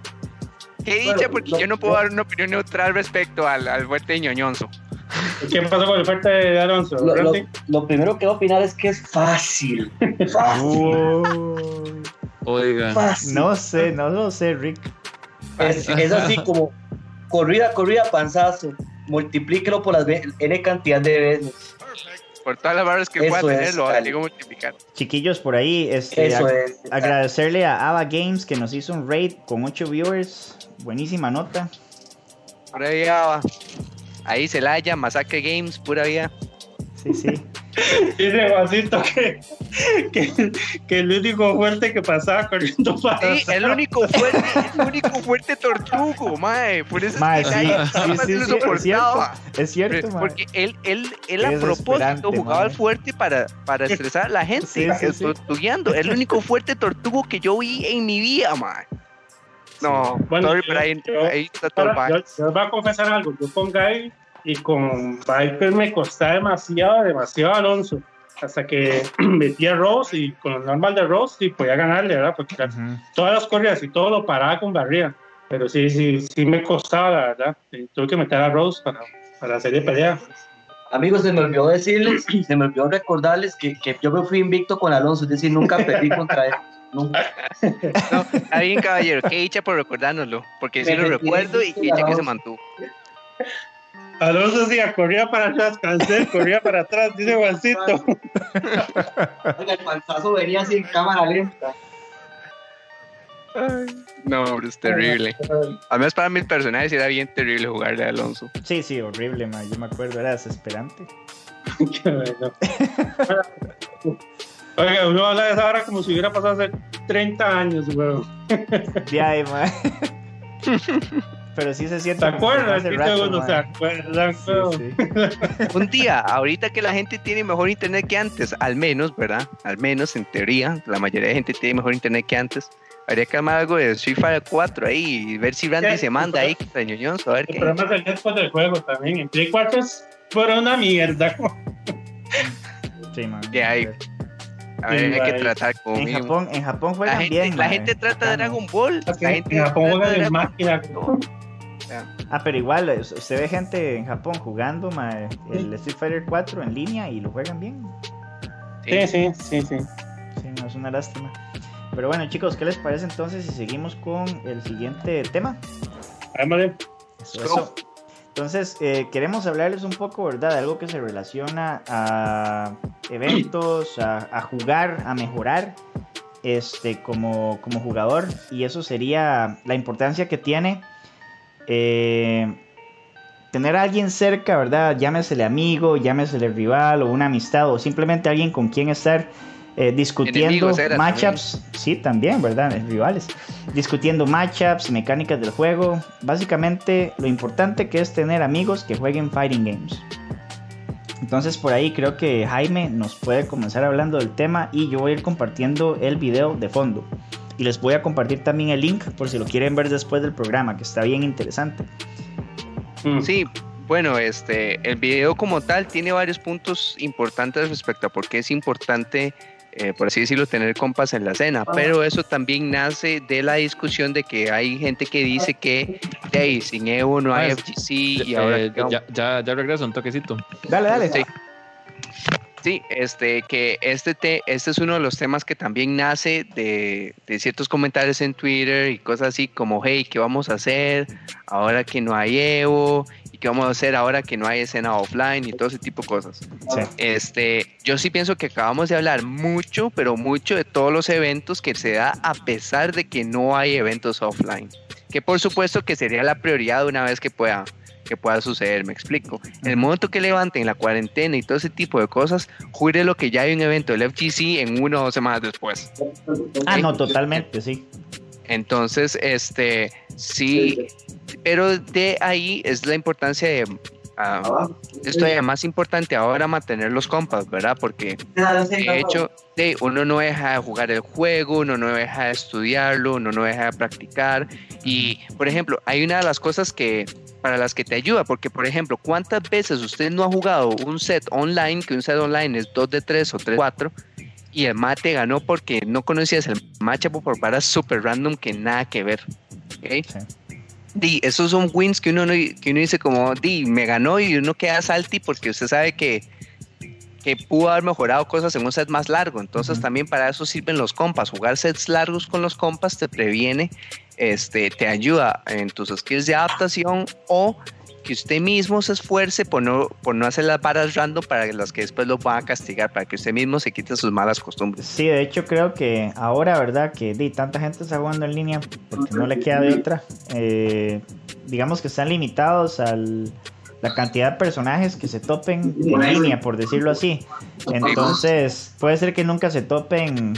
Qué dicha, Bueno, porque lo- yo no puedo lo- dar una opinión neutral respecto al, al fuerte de ñoñonzo. ¿Qué pasó con el fuerte de Alonso? Lo, lo, Randy? lo primero que voy a opinar es que es fácil. Fácil. Uy. Oiga. Fácil. No sé, no lo sé, Rick. Es, es así como corrida, corrida, panzazo. Multiplíquelo por las ve- N cantidad de veces. Por todas las barras que Eso pueda es, tener, lo Cali. digo multiplicar. Chiquillos, por ahí, este, Eso ag- es. agradecerle a Ava Games que nos hizo un raid con ocho viewers. Buenísima nota. Pura vida va. Ahí Celaya, Masacre Games, pura vida. Sí, sí. Dice Juancito que, que, que el único fuerte que pasaba corriendo para Sí, el único fuerte, el único fuerte tortugo, mae. Por eso Mae, es que sí, nadie sí, jamás sí, lo sí, es cierto. soportaba. Es cierto, man. Porque él, él, él Qué a propósito desesperante, jugaba mae. al fuerte para, para estresar a la gente, Sí, sí, sí. tortugueando. El único fuerte tortugo que yo vi en mi vida, mae. No, Bueno, sorry, yo- pero ahí, yo- ahí está todo el Ahora, yo, back. yo les voy a confesar algo. Yo con Guy y con Viper me costaba demasiado, demasiado Alonso. Hasta que metí a Rose y con el normal de Rose y podía ganarle, ¿verdad? Porque la- Ujú. todas las corridas y todo lo paraba con barrida. Pero sí, sí, sí me costaba, la verdad. Y tuve que meter a Rose para, para hacer de pelea. Amigos, se me olvidó decirles, se me olvidó recordarles que, que yo me fui invicto con Alonso, es decir, nunca perdí contra él. Nunca. No, está bien, caballero. Qué dicha por recordárnoslo. Porque sí Me lo retiré, recuerdo y sí, qué dicha que Alonso. se mantuvo. Alonso decía, corría para atrás, cansé, corría para atrás, dice Juancito. Oiga, el panzazo venía así en cámara lenta. No, pero es terrible. Al menos para mis personajes era bien terrible jugarle a Alonso. Sí, sí, horrible, man. Yo me acuerdo, era desesperante. Qué bueno. Oiga, uno habla de esa hora como si hubiera pasado hace treinta años, weón. De ahí, man. Pero sí se siente. ¿Se como que fue acuerdan? hace Sí, rato, uno man. se acuerdan, Sí, weón. sí. Un día, ahorita que la gente tiene mejor internet que antes, al menos, ¿verdad? Al menos en teoría, la mayoría de gente tiene mejor internet que antes. Habría que armar algo de Street Fighter cuatro ahí y ver si Randy ¿Qué? se manda ahí contra Ñoñonzo, a ver El qué. problema es el después del juego también. En Play cuatro es fuera una mierda. Sí, man. ¿Qué hay? A ver, Sí, hay que right. tratar como En mínimo. Japón, en Japón La juegan gente, bien, la man. gente trata de Bacano. Dragon Ball. Porque La gente en Japón trata juegan de en Dragon máquina. Ah, pero igual, es- usted ve gente en Japón jugando ma, el Street Fighter cuatro en línea y lo juegan bien. Sí, sí, sí, sí. Sí, no es una lástima. Pero bueno, chicos, ¿qué les parece entonces si seguimos con el siguiente tema? Además, Eso, Let's go. eso. Entonces, eh, queremos hablarles un poco, ¿verdad? De algo que se relaciona a eventos, a, a jugar, a mejorar este, como, como jugador. Y eso sería la importancia que tiene eh, tener a alguien cerca, ¿verdad? Llámesele amigo, llámesele rival o una amistad o simplemente alguien con quien estar eh, discutiendo matchups. También. Sí, también, ¿verdad? Rivales. Discutiendo matchups, mecánicas del juego. Básicamente, lo importante que es tener amigos que jueguen fighting games. Entonces, por ahí creo que Jaime nos puede comenzar hablando del tema y yo voy a ir compartiendo el video de fondo. Y les voy a compartir también el link por si lo quieren ver después del programa, que está bien interesante. Sí, bueno, este, el video como tal tiene varios puntos importantes respecto a por qué es importante, eh, por así decirlo, tener compas en la escena, pero eso también nace de la discusión de que hay gente que dice que hey, sin Evo no hay F G C y eh, ahora... ya, ya, ya regreso, un toquecito. Dale, dale. Sí. Sí, este, que este, te, este es uno de los temas que también nace de, de ciertos comentarios en Twitter y cosas así como, hey, ¿qué vamos a hacer ahora que no hay Evo? ¿Y qué vamos a hacer ahora que no hay escena offline? Y todo ese tipo de cosas. Sí. Este, yo sí pienso que acabamos de hablar mucho, pero mucho de todos los eventos que se da a pesar de que no hay eventos offline. Que por supuesto que sería la prioridad una vez que pueda... que pueda suceder, me explico. En el momento que levanten la cuarentena y todo ese tipo de cosas, jure lo que ya hay un evento del F G C en una o dos semanas después. Ah, no, totalmente, sí. Entonces, este, sí, pero de ahí es la importancia de, uh, esto es más importante ahora mantener los compas, ¿verdad? Porque de hecho, de, uno no deja de jugar el juego, uno no deja de estudiarlo, uno no deja de practicar. Y, por ejemplo, hay una de las cosas que para las que te ayuda, porque por ejemplo, ¿cuántas veces usted no ha jugado un set online, que un set online es dos de tres o tres de cuatro, y el mate ganó porque no conocías el matchup por varas super random que nada que ver? ¿Okay? Sí. Y esos son wins que uno, no, que uno dice como, di, me ganó y uno queda salty porque usted sabe que, que pudo haber mejorado cosas en un set más largo. Entonces uh-huh. también para eso sirven los compas. Jugar sets largos con los compas te previene, este, te ayuda en tus skills de adaptación o que usted mismo se esfuerce por no, por no hacer las varas random para las que después lo van a castigar, para que usted mismo se quite sus malas costumbres. Sí, de hecho creo que ahora, ¿verdad? Que di, tanta gente está jugando en línea porque no le queda de otra. Eh, digamos que están limitados al... la cantidad de personajes que se topen en línea, por decirlo así. Entonces, puede ser que nunca se topen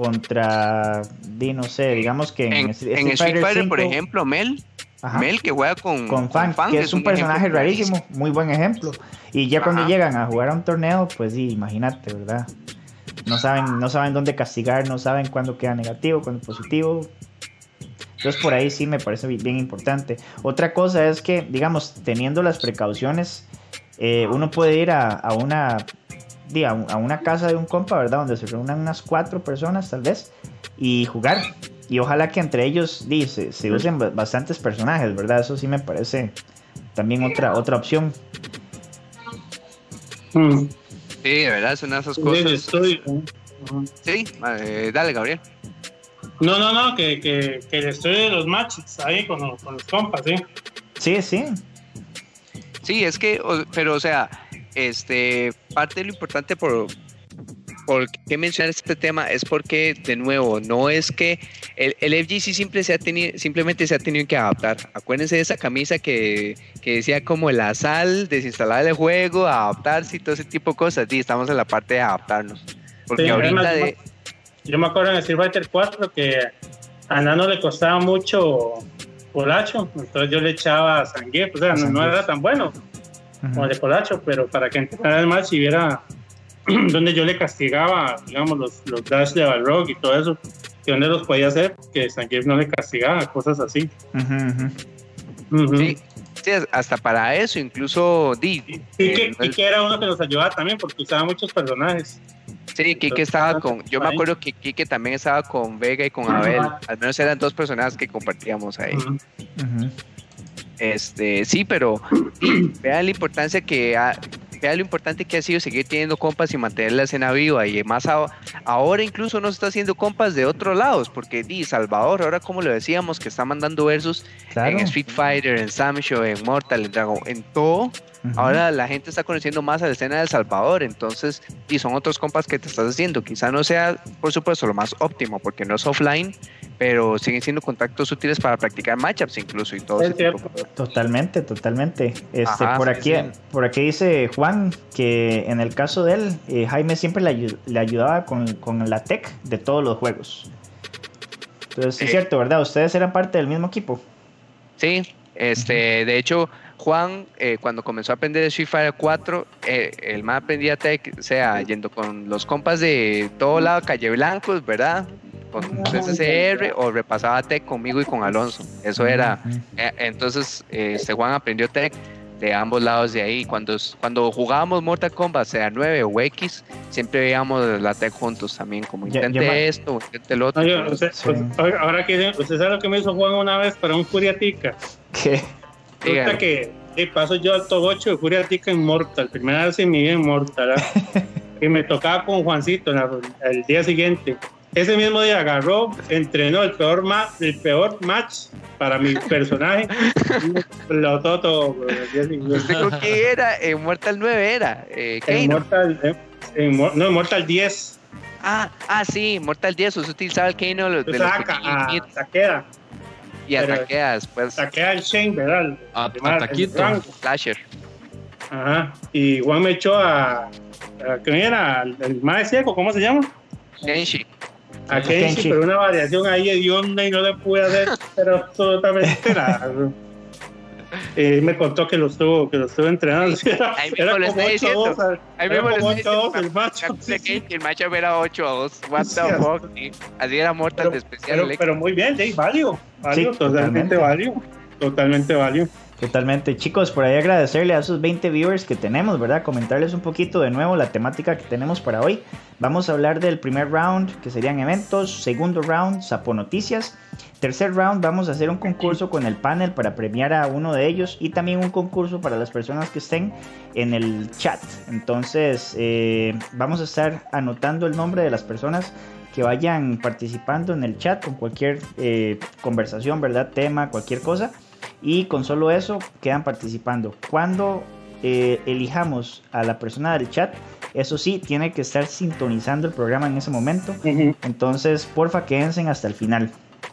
contra, di, no sé, digamos que en, en, Street, en Street Fighter cinco, por ejemplo, Mel, ajá, Mel que juega con, con Fang, con Fang que es un, un personaje rarísimo, rarísimo, muy buen ejemplo. Y ya ajá. cuando llegan a jugar a un torneo, pues sí, imagínate, ¿verdad? No saben, no saben dónde castigar, no saben cuándo queda negativo, cuándo positivo. Entonces por ahí sí me parece bien importante. Otra cosa es que, digamos, teniendo las precauciones, eh, uno puede ir a, a una a una casa de un compa, ¿verdad? Donde se reúnan unas cuatro personas tal vez y jugar. Y ojalá que entre ellos di, se, se usen bastantes personajes, ¿verdad? Eso sí me parece también otra, otra opción. Sí, de verdad, es una de esas cosas. Sí, estoy... sí eh, dale, Gabriel. No, no, no, que, que, que el estudio de los matches ahí con, con los compas, ¿sí? Sí, sí. Sí, es que, pero o sea, este, parte de lo importante por, por qué mencionar este tema es porque, de nuevo, no es que el, el F G C siempre se ha tenido, simplemente se ha tenido que adaptar. Acuérdense de esa camisa que, que decía como la sal, desinstalar el juego, adaptarse y todo ese tipo de cosas. Sí, estamos en la parte de adaptarnos. Porque sí, ahorita además, de... Yo me acuerdo en Street Fighter cuatro que a Nano le costaba mucho Polacho, entonces yo le echaba Zangief, o sea, no, no era tan bueno uh-huh. como el de Polacho, pero para que entrara el match y viera donde yo le castigaba, digamos, los, los dash de Balrog y todo eso, que donde los podía hacer, que Zangief no le castigaba, cosas así. Uh-huh. Uh-huh. Sí. Sí, hasta para eso, incluso Di. Y, y, que, y que era uno que nos ayudaba también, porque usaba muchos personajes. Sí, Kike estaba con, yo me acuerdo que Kike también estaba con Vega y con Abel, al menos eran dos personajes que compartíamos ahí. Uh-huh. Uh-huh. Este, sí, pero sí, vean la importancia que, ha, vea lo importante que ha sido seguir teniendo compas y mantener la escena viva, y más a, ahora incluso no se está haciendo compas de otros lados, porque di Salvador, ahora como lo decíamos, que está mandando versus claro. en Street Fighter, en Samsho, en Mortal, en Dragon, en todo. Uh-huh. Ahora la gente está conociendo más a la escena de El Salvador, entonces, y son otros compas que te estás haciendo. Quizá no sea, por supuesto, lo más óptimo, porque no es offline, pero siguen siendo contactos útiles para practicar matchups incluso y todo ese tipo. Totalmente, totalmente. Este, Ajá, por sí, aquí, sí. por aquí dice Juan que en el caso de él, eh, Jaime siempre le, ayu- le ayudaba con, con la tech de todos los juegos. Entonces, eh. es cierto, ¿verdad? Ustedes eran parte del mismo equipo. Sí, este, uh-huh. de hecho, Juan, eh, cuando comenzó a aprender Street Fighter cuatro, eh, el más aprendía tech, o sea, yendo con los compas de todo lado, Calle Blancos, ¿verdad? Con C C C R, o repasaba tech conmigo y con Alonso. Eso era. Eh, entonces, eh, este Juan aprendió tech de ambos lados de ahí. Cuando, cuando jugábamos Mortal Kombat, sea nueve o X, siempre veíamos la tech juntos también, como intente ya, ya esto, intente el otro. Oye, usted, sí. usted, ahora que usted sabe lo que me hizo Juan una vez para un Furiatica. ¿Qué? Resulta que de paso yo al top ocho de Furiatica en Mortal, primera vez en mi vida en Mortal, ¿eh? Y me tocaba con Juancito la, el día siguiente. Ese mismo día agarró, entrenó el peor, ma- el peor match para mi personaje. Lo todo, todo. ¿Usted con qué era? En Mortal nueve era. Eh, en Mortal, en, en, no, en Mortal diez. Ah, ah, sí, Mortal diez. Usted utilizaba el Kano de los Saca, a Taqueda. Y ataquea después. Ataquea el Shane, ¿verdad? A, a Taquito. Flasher. Ajá. Y Juan me echó a. a ¿Quién era? ¿El más ciego? ¿Cómo se llama? Kenshi. A Kenshi, pero una variación ahí hedionda y no le pude hacer pero absolutamente nada. Eh, me contó que lo estuvo, que lo estuvo entrenando. Sí, era ahí mismo le estoy diciendo. Ahí mismo le estoy diciendo. El macho. Sí, sí. El macho era ocho a dos. What the fuck. Sí. Así era Mortal pero, de especial. Pero, pero muy bien, sí, válido. Válido, sí, totalmente válido. Totalmente válido. Totalmente, chicos, por ahí agradecerle a esos veinte viewers que tenemos, ¿verdad? Comentarles un poquito de nuevo la temática que tenemos para hoy. Vamos a hablar del primer round, que serían eventos. Segundo round, Sapo Noticias. Tercer round, vamos a hacer un concurso con el panel para premiar a uno de ellos. Y también un concurso para las personas que estén en el chat. Entonces, eh, vamos a estar anotando el nombre de las personas que vayan participando en el chat con cualquier eh, conversación, ¿verdad? Tema, cualquier cosa. Y con solo eso quedan participando. Cuando eh, elijamos a la persona del chat, eso sí, tiene que estar sintonizando el programa en ese momento. Uh-huh. Entonces, porfa, quédense hasta el final.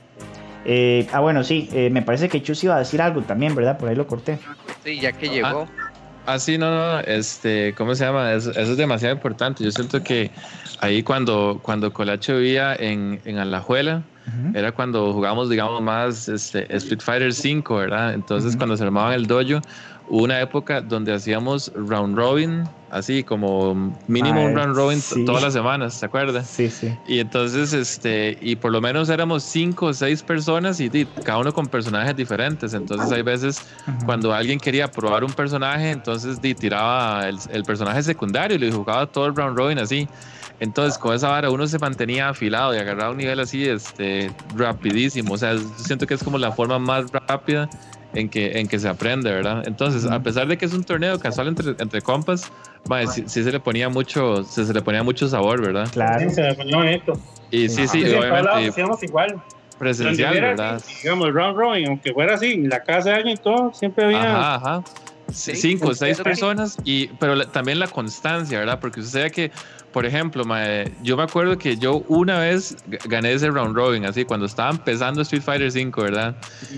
Eh, ah, bueno, sí, eh, me parece que Chus iba a decir algo también, ¿verdad? Por ahí lo corté. Sí, ya que llegó. Ah, ah sí, no, no, este, ¿cómo se llama? Eso, eso es demasiado importante. Yo siento que ahí cuando, cuando Colacho vivía en, en Alajuela, uh-huh. era cuando jugábamos, digamos, más este, Street Fighter cinco, ¿verdad? Entonces, uh-huh. cuando se armaban el dojo, hubo una época donde hacíamos round robin, así como mínimo Ay, un round robin sí. todas las semanas, ¿te acuerdas? Sí, sí. Y entonces, este, y por lo menos éramos cinco o seis personas y, y cada uno con personajes diferentes. Entonces, hay veces uh-huh. cuando alguien quería probar un personaje, entonces y, tiraba el, el personaje secundario y le jugaba todo el round robin así. Entonces, con esa vara uno se mantenía afilado y agarraba un nivel así, este, rapidísimo. O sea, yo siento que es como la forma más rápida en que, en que se aprende, ¿verdad? Entonces, uh-huh. a pesar de que es un torneo casual entre, entre compas, madre, sí, sí se le ponía mucho, se, se le ponía mucho sabor, ¿verdad? Claro. Sí, se le ponía bonito. Y sí, sí, sí obviamente. Hacíamos igual. Presencial, ¿verdad? Digamos, round robin, aunque fuera así, en la casa de alguien y todo, siempre había. Ajá, ajá. Sí, cinco o seis personas, y, pero la, también la constancia, ¿verdad? Porque usted sabe que, por ejemplo, mae, yo me acuerdo que yo una vez gané ese round robin, así, cuando estaba empezando Street Fighter cinco, ¿verdad?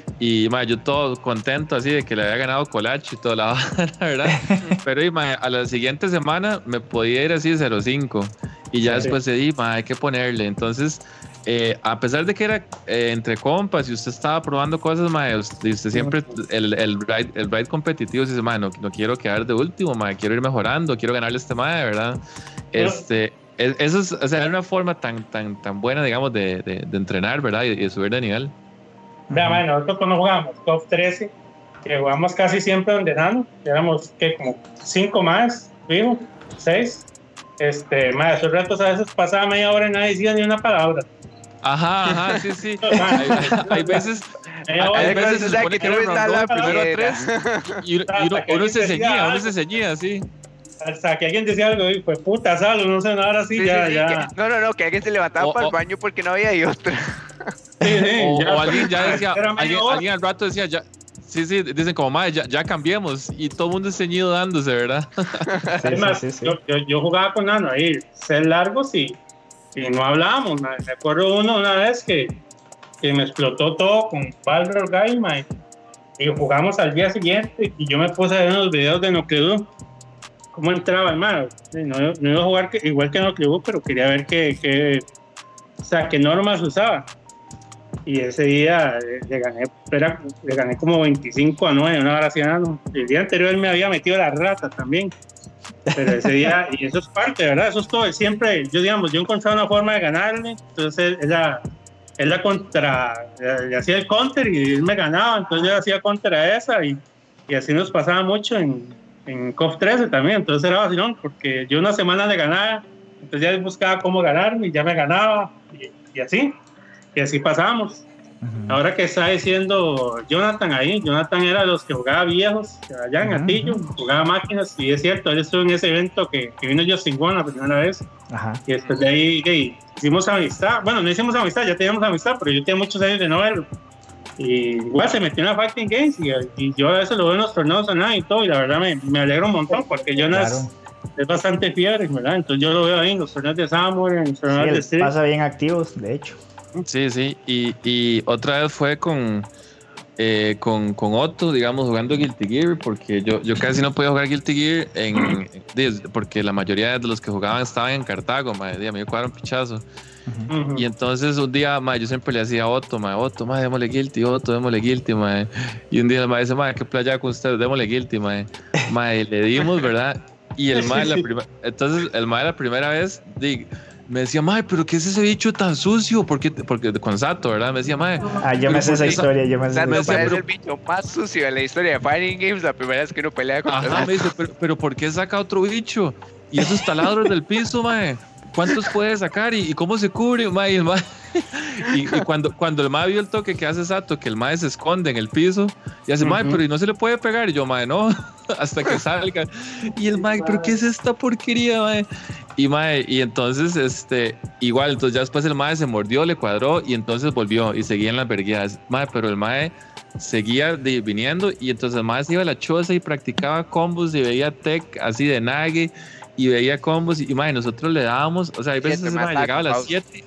Y mae, yo todo contento, así, de que le había ganado Colacho y toda la vara, ¿verdad? Pero y, mae, a la siguiente semana me podía ir así cero cinco, y ya sí. después se di, mae, hay que ponerle. Entonces, Eh, a pesar de que era eh, entre compas y usted estaba probando cosas, mae, usted, usted siempre el, el, ride, el ride competitivo dice, mae, no, no quiero quedar de último, mae, quiero ir mejorando, quiero ganarle a este mae, ¿verdad? Este, es, eso es, o sea, era una forma tan, tan, tan buena, digamos, de, de, de entrenar, ¿verdad? Y, y de subir de nivel. Vea, mae, nosotros cuando jugamos top trece, que jugamos casi siempre donde nano, éramos que como cinco más, vivo, seis, este, mae, esos ratos a veces pasaba media hora y nadie decía ni una palabra. Ajá, ajá, sí, sí. hay, hay veces, hay, hay veces se supone que era el round primero a tres y, y uno, uno se ceñía, uno se ceñía, sí. hasta que alguien decía algo y fue puta, Salo, no sé nada así, Sí, ya, sí, sí, ya. que- no, no, no, que alguien se levantaba O- para o- el baño porque no había de otra. Sí, sí, O, ya, o alguien ya decía, era media alguien, hora. alguien al rato decía, ya, sí, sí, dicen como, madre, ya, ya cambiemos. Y todo el mundo ceñido dándose, ¿verdad? Sí, Es más, sí, sí, sí. Yo, yo, yo jugaba con Nano ahí, ser largos y, y no hablábamos. Ma. Me acuerdo uno una vez que, que me explotó todo con Baldur Guy, ma, y jugamos al día siguiente y yo me puse a ver unos videos de Nocledu, cómo entraba el mar. No, no iba a jugar que, igual que Nocledu, pero quería ver qué, qué, o sea, qué normas usaba. Y ese día eh, le gané, espera, le gané como veinticinco a nueve, una hora así, Nano. El día anterior él me había metido la rata también. Pero ese día, y eso es parte, ¿verdad? Eso es todo. Siempre, yo digamos, yo encontraba una forma de ganarle, entonces él la, él la contra, le, le hacía el counter y él me ganaba, entonces yo hacía contra a esa y, y así nos pasaba mucho en, en C O F trece también, entonces era vacilón, porque yo una semana le ganaba, entonces ya buscaba cómo ganarme y ya me ganaba y, y así, y así pasábamos. Ujú. Ahora que está diciendo Jonathan ahí, Jonathan era de los que jugaba viejos, allá en Ujú, Atillo, ujú. jugaba máquinas, y es cierto, él estuvo en ese evento que, que vino Justin Wong la primera vez, Ajá. y después de ahí, de, hicimos amistad, bueno, no hicimos amistad, ya teníamos amistad, pero yo tenía muchos años de no verlo, y igual se metió en la Fighting Games, y, y yo a veces lo veo en los torneos y todo, y la verdad me, me alegra un montón, porque Jonas Claro. es bastante fiebre, ¿verdad? Entonces yo lo veo ahí en los torneos de Samurai, en los Sí, torneos de él Street. pasa bien activos, de hecho. Sí, sí. Y, y otra vez fue con, eh, con, con Otto, digamos, jugando Guilty Gear, porque yo, yo casi no podía jugar Guilty Gear en, porque la mayoría de los que jugaban estaban en Cartago, madre, a mí me cuadra un pichazo. Ujú. Ujú. Y entonces un día, madre, yo siempre le decía a Otto, madre, Otto, madre, démosle Guilty, Otto, démosle Guilty, madre. Y un día el madre dice, madre, qué playa con ustedes, démosle Guilty, madre. Madre, le dimos, ¿verdad? Y el madre, la primera, entonces el madre la primera vez, di, me decía, madre, pero ¿qué es ese bicho tan sucio? Porque, porque con Sato, ¿verdad? Me decía, madre. Ah, yo me sé esa historia, yo me sé esa Santo decía, historia. parece pero- el bicho más sucio de la historia de Fighting Games, la primera vez que uno pelea contra Ajá, Santo. me dice, pero, pero ¿por qué saca otro bicho? Y esos taladros del piso, mae, ¿cuántos puede sacar? ¿Y, y cómo se cubre, mae? Y, el mae- y, y cuando, cuando el mae vio el toque que hace Sato, que el mae se esconde en el piso, y hace, mae, Ujú. pero ¿y no se le puede pegar? Y yo, mae, no, hasta que salga. Y el mae, ¿pero qué es esta porquería, mae? Y mae, y entonces, este, igual, entonces ya después el mae se mordió, le cuadró, y entonces volvió, y seguía en las verguidas. Mae, pero el mae seguía de- viniendo, y entonces el mae se iba a la choza y practicaba combos, y veía tech así de Nage, y veía combos, y, y mae, nosotros le dábamos, o sea, hay veces Siete, ese mae, mae llegaba a las pausa. siete,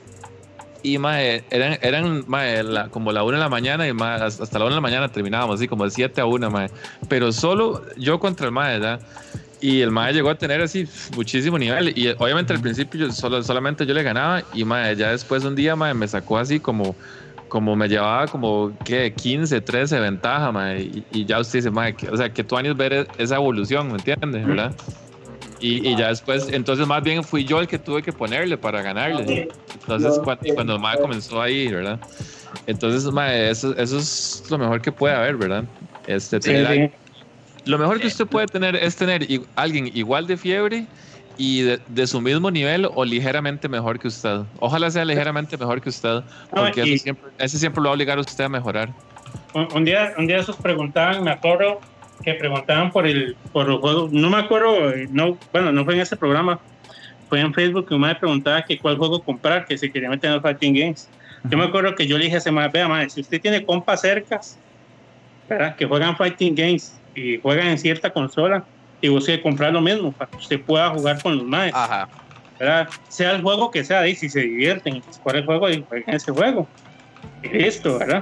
y mae, eran, eran mae, la- como la una de la mañana, y mae, hasta la una de la mañana terminábamos, así como de siete a una, mae, pero solo yo contra el mae, ¿verdad? Y el mae llegó a tener así muchísimo nivel, y obviamente al principio yo solo, solamente yo le ganaba, y mae, ya después un día mae, me sacó así como como me llevaba como que quince, trece de ventaja, mae, y, y ya usted dice, mae, que- o sea, que tú años ver esa evolución, ¿me entiendes? ¿Verdad? Y, y ya después, entonces más bien fui yo el que tuve que ponerle para ganarle. Entonces, cuando, cuando el mae comenzó ahí, ¿verdad? Entonces, mae, eso, eso es lo mejor que puede haber, ¿verdad? Este, Sí, tener sí. al- Lo mejor que usted puede tener es tener i- alguien igual de fiebre y de, de su mismo nivel o ligeramente mejor que usted. Ojalá sea ligeramente mejor que usted, porque y- eso siempre, ese siempre lo va a obligar a usted a mejorar. Un, un día, un día esos preguntaban, me acuerdo que preguntaban por el, por los juegos, no me acuerdo, eh, no, bueno, no fue en ese programa, fue en Facebook que un me preguntaba que cuál juego comprar, que si quería meter en los Fighting Games. Yo me acuerdo que yo le dije a ese mae, vea, mae, si usted tiene compas cercas, ¿verdad? Que juegan Fighting Games y juegan en cierta consola, y busque comprar lo mismo para que usted pueda jugar con los maes, Ajá. ¿verdad? Sea el juego que sea, y si se divierten y por el juego, y jueguen ese juego. Y listo, ¿verdad?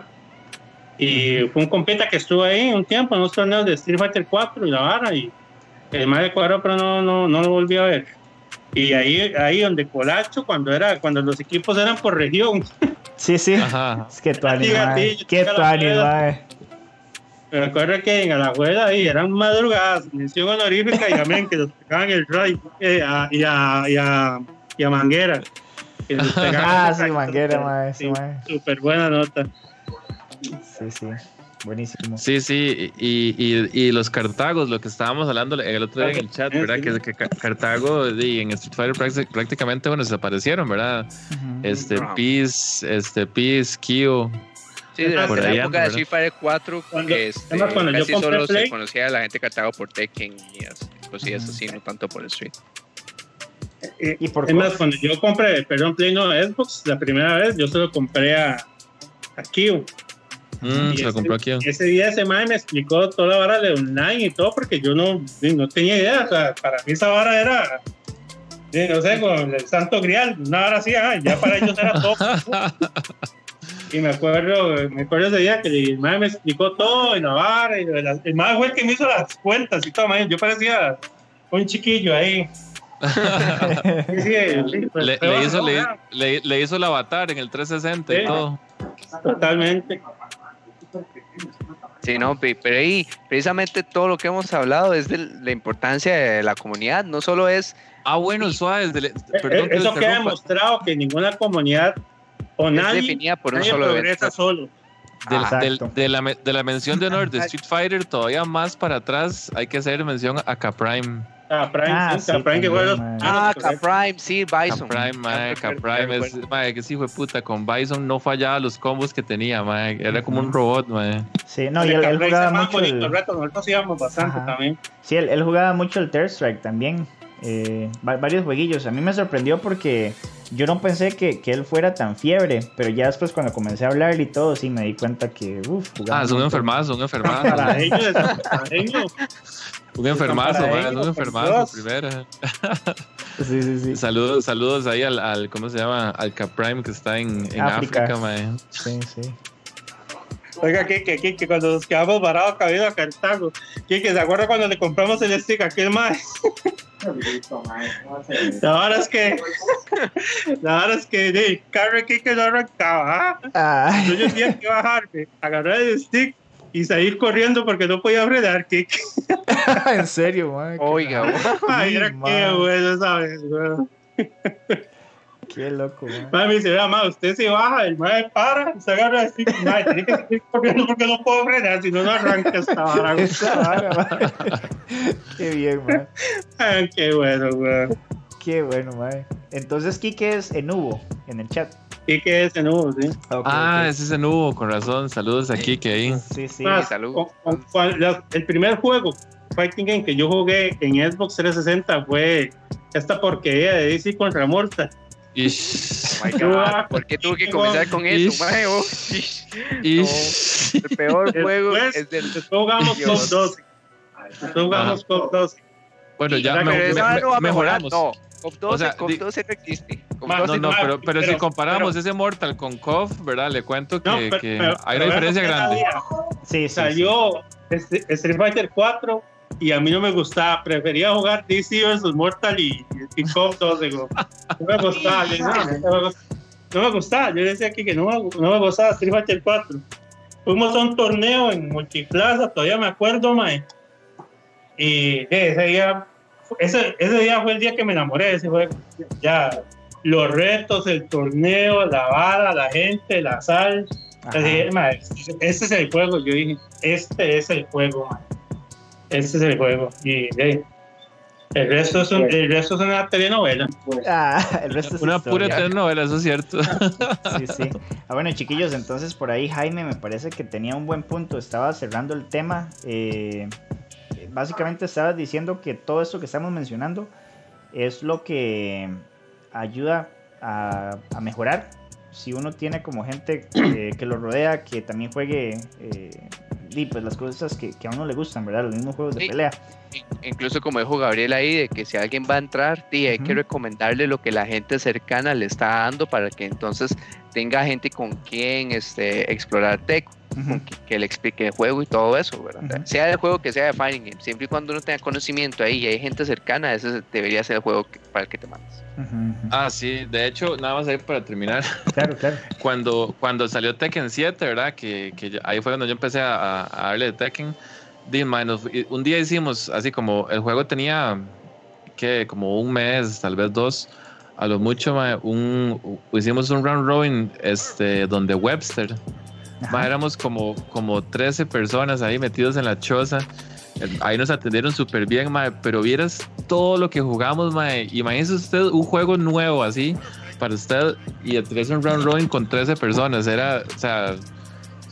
Y fue un compita que estuvo ahí un tiempo en unos torneos de Street Fighter cuatro y la vara, y el mae de cuadro, pero no, no, no lo volví a ver. Y ahí, ahí donde Colacho, cuando era, cuando los equipos eran por región, Sí, sí. Ajá. Es que tu Gatillo, mae. Qué tira tu la ánimo, rueda. mae. me acuerdo que en Alajuela ahí eran madrugadas, mención honorífica y amén, que nos pegaban el Ray eh, a- y, a, y, a, y a Manguera. Que nos pegaban Ah, ese sí, Manguera, super- mae, sí, sí, mae. súper buena nota. Sí, sí. Buenísimo. Sí, sí, y, y, y los Cartagos, lo que estábamos hablando el otro día en el chat, ¿verdad? Que, que Ca- Cartago y en Street Fighter prácti- prácticamente, bueno, desaparecieron, ¿verdad? Ujú. Este, Ajá. Peace, este, Peace, Kyo. Sí, durante Por la ahí época anda, de Street Fighter cuatro, Cuando- que este, además, cuando yo casi compré solo Play- se conocía a la gente Cartago por Tekken y así. pues sí, eso sí, no tanto por Street. Eh, ¿Y por es más, qué? cuando yo compré, perdón, Play no Xbox, la primera vez, yo se lo compré a, a Kyo. Mm, Y se lo ese- compró aquí. Ese día ese mae me explicó toda la vara de online y todo, porque yo no, no tenía idea. O sea, para mí esa vara era, sí, no sé, con el Santo Grial, una vara así, ah, ya para ellos era todo. Y me acuerdo, me acuerdo ese día que el mae me explicó todo y la vara, y la- el mae fue el que me hizo las cuentas y todo, mae, yo parecía un chiquillo ahí. Sí, sí, sí, pues, Le, pero le hizo, no, le, ya, le, le hizo el avatar en el trescientos sesenta y Sí. todo. totalmente. Sí, no, pe- pero ahí precisamente todo lo que hemos hablado es de la importancia de la comunidad, no solo es, Ah, bueno, suave. de- Perdón Eh, que Eso te queda interrumpa. demostrado que ninguna comunidad o es nadie, definida por un nadie solo progresa evento. solo. Del- Exacto. del- de, la, me- de la mención de honor de Street Fighter, todavía más para atrás, hay que hacer mención a K-Prime. Ah, Prime, Ah, sí, sí, Prime que fue los también, primeros, Ah, correcto. K-Prime, sí, Bison. K-Prime, mae, Ah, K-Prime es, recuerdo. mae, que sí fue puta, con Bison no fallaba los combos que tenía, mae, era como un robot, mae. Sí, no, El y él, él K-Prime jugaba es más mucho bonito, el, reto, nosotros íbamos bastante Ajá. también. sí, él, él jugaba mucho el Third Strike también. Eh, va- varios jueguillos. A mí me sorprendió porque yo no pensé que, que él fuera tan fiebre, pero ya después cuando comencé a hablar y todo, sí me di cuenta que, uff, jugaba Ah, es un montón. enfermazo, un enfermazo. Para ellos, es para ellos. Un enfermazo, para mae, es un ellos, enfermazo, Dios. primera. Sí, sí, sí. Saludos, saludos ahí al, al, ¿cómo se llama? Al K-Prime que está en, en África. África, mae. Sí, sí. Oiga, que, que, que, que cuando nos quedamos varados cabido a Cartago, que, que se acuerda cuando le compramos el stick a aquel mae. La verdad es que, la verdad es que de carro que no arrancaba, ¿ah? Ah, Yo tenía que bajarme, agarrar el stick y salir corriendo porque no podía frenar, que en serio, man. Oiga, ay, era Sí, que man. bueno, ¿sabes? Bueno. Qué loco, man. Mae me dice, vea, ma, usted se baja, el mae para, se agarra el stick, mae, tiene que seguir corriendo porque no puedo frenar, si no, no arranca esta vara. Esa vara, man. Qué bien, man. Ay, qué bueno, weón. Qué bueno, man. Entonces, Kike es en Hugo, en el chat. ¿Y qué es ese nuevo, sí? Ok, Ah, ok. ese es el nubo, con razón. Saludos aquí que ahí. Sí, sí. Más, salud. con- con- con la- el primer juego, Fighting Game, que yo jugué en Xbox trescientos sesenta fue esta porquería de D C contra Mortal. Ish. my God, ¿por qué tuve que comenzar con eso, Ish. mae? Oh, Ish. el peor juego Después, es del... después jugamos Dios. COP doce. Después jugamos COP doce. Bueno, ya ¿Verdad me- que me- Pero esa me- no va a mejorar, mejoramos. no. COP doce, O sea, COP di- doce no existe. COP Ma, doce No, no, Ma, pero, pero si pero- comparamos pero- ese Mortal con C O F, ¿verdad? Le cuento que, No, pero, que pero- hay pero una diferencia vean lo que grande. sabía. Sí, sí, sí. Salió este- Street Fighter cuatro y a mí no me gustaba. Prefería jugar D C versus Mortal y, y COP doce. Go. No me gustaba. Yo decía, no, no me gustaba. No me gustaba. Yo decía aquí que no, me- no me gustaba Street Fighter cuatro. Fuimos a un torneo en Multiplaza, todavía me acuerdo, mae. Y eh, ese día, ese, ese día fue el día que me enamoré de ese juego. Ya, los retos, el torneo, la vara, la gente, la sal. Ajá. Así, mae, este es el juego. Yo dije, este es el juego, mae. Este es el juego. Y eh, el, resto es un- el resto es una telenovela. Ah, el resto es Una pura historia. telenovela, eso es cierto. Sí, sí. Ah, bueno, chiquillos, entonces por ahí Jaime me parece que tenía un buen punto. Estaba cerrando el tema. Eh, básicamente estabas diciendo que todo esto que estamos mencionando es lo que ayuda a, a mejorar. Si uno tiene como gente eh, que lo rodea, que también juegue eh, y pues las cosas que, que a uno le gustan, ¿verdad? Los mismos juegos de Sí. pelea. Incluso como dijo Gabriel ahí, de que si alguien va a entrar, tí, hay que Ujú. recomendarle lo que la gente cercana le está dando para que entonces tenga gente con quien este, explorar tech, Ujú. con que, que le explique el juego y todo eso, ¿verdad? Ujú. Sea el juego que sea de Fighting Game, siempre y cuando uno tenga conocimiento ahí y hay gente cercana, ese debería ser el juego que- para el que te mandes. Ujú, ujú. Ah, sí, de hecho, nada más ahí para terminar. Claro, claro. Cuando, cuando salió Tekken siete, ¿verdad? Que, que yo- ahí fue cuando yo empecé a, a darle de Tekken. Di, man, nos- y un día hicimos, así como el juego tenía, que como un mes, tal vez dos, a lo mucho, man, un, u- hicimos un round robin este, donde Webster, Ajá. man, éramos como, como trece personas ahí metidos en la choza. Eh, Ahí nos atendieron súper bien, mae, pero vieras todo lo que jugamos, mae. Imagínese usted un juego nuevo así para usted y atreverse un round robin con trece personas. Era, o sea,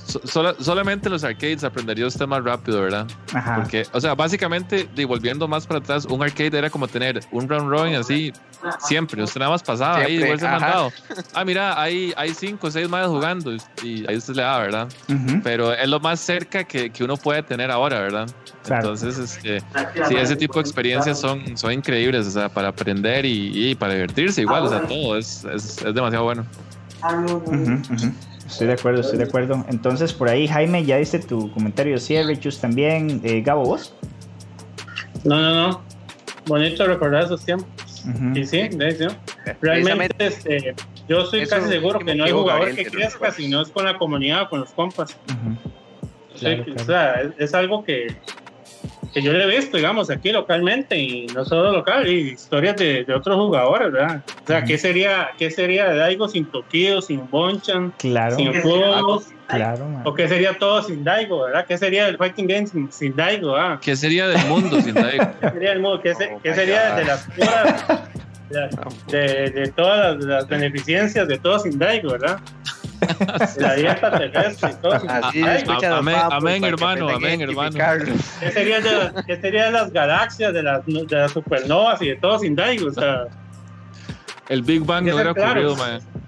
So, sola, solamente en los arcades aprendería usted más rápido, ¿verdad? Ajá. Porque, o sea, básicamente, y volviendo más para atrás, un arcade era como tener un round robin así siempre. Usted nada más pasaba Siempre, ahí, igual se ajá. mandado. Ah, mira, hay, hay cinco o seis más jugando y ahí usted le da, ¿verdad? Ujú. Pero es lo más cerca que, que uno puede tener ahora, ¿verdad? Claro. Entonces, este, sí, ese tipo de experiencias son, son increíbles, o sea, para aprender y, y para divertirse igual, o sea, todo es, es, es demasiado bueno. Ujú, ujú. Estoy de acuerdo, estoy de acuerdo. Entonces, por ahí, Jaime, ya diste tu comentario de cierre, Chus también. Eh, Gabo, ¿vos? No, no, no. Bonito recordar esos tiempos. Ujú. Y sí, de hecho. Realmente, Precisamente, este, yo estoy eso casi seguro que no hay motivó jugador Gabriel que que lo crezca recuerde. si no es con la comunidad o con los compas. Ujú. Sí, Claro, o claro. sea, es, es algo que, que yo le he visto, digamos, aquí localmente y no solo local, y historias de, de otros jugadores, ¿verdad? O sea, Ujú. ¿qué sería, qué sería de Daigo sin Tokido, sin Bonchan, Claro, sin Fuego? claro, man. ¿O qué sería todo sin Daigo, verdad? ¿Qué sería el Fighting Game sin, sin Daigo, ah? ¿Qué sería del mundo sin Daigo? ¿Qué sería el mundo? ¿Qué, se- Oh qué my sería God. de las puras, de, de, de todas las, las beneficencias de todo sin Daigo, ¿verdad? De la dieta terrestre y todo sin Así se Daigo. escuchan los Amén, papos, amén, para que hermano, aprendan a amén, hermano. identificarlos. ¿Qué sería de las, qué sería de las galaxias, de las, de las supernovas y de todo sin Daigo? O sea, El Big Bang Ya no hubiera están ocurrido, claros. man.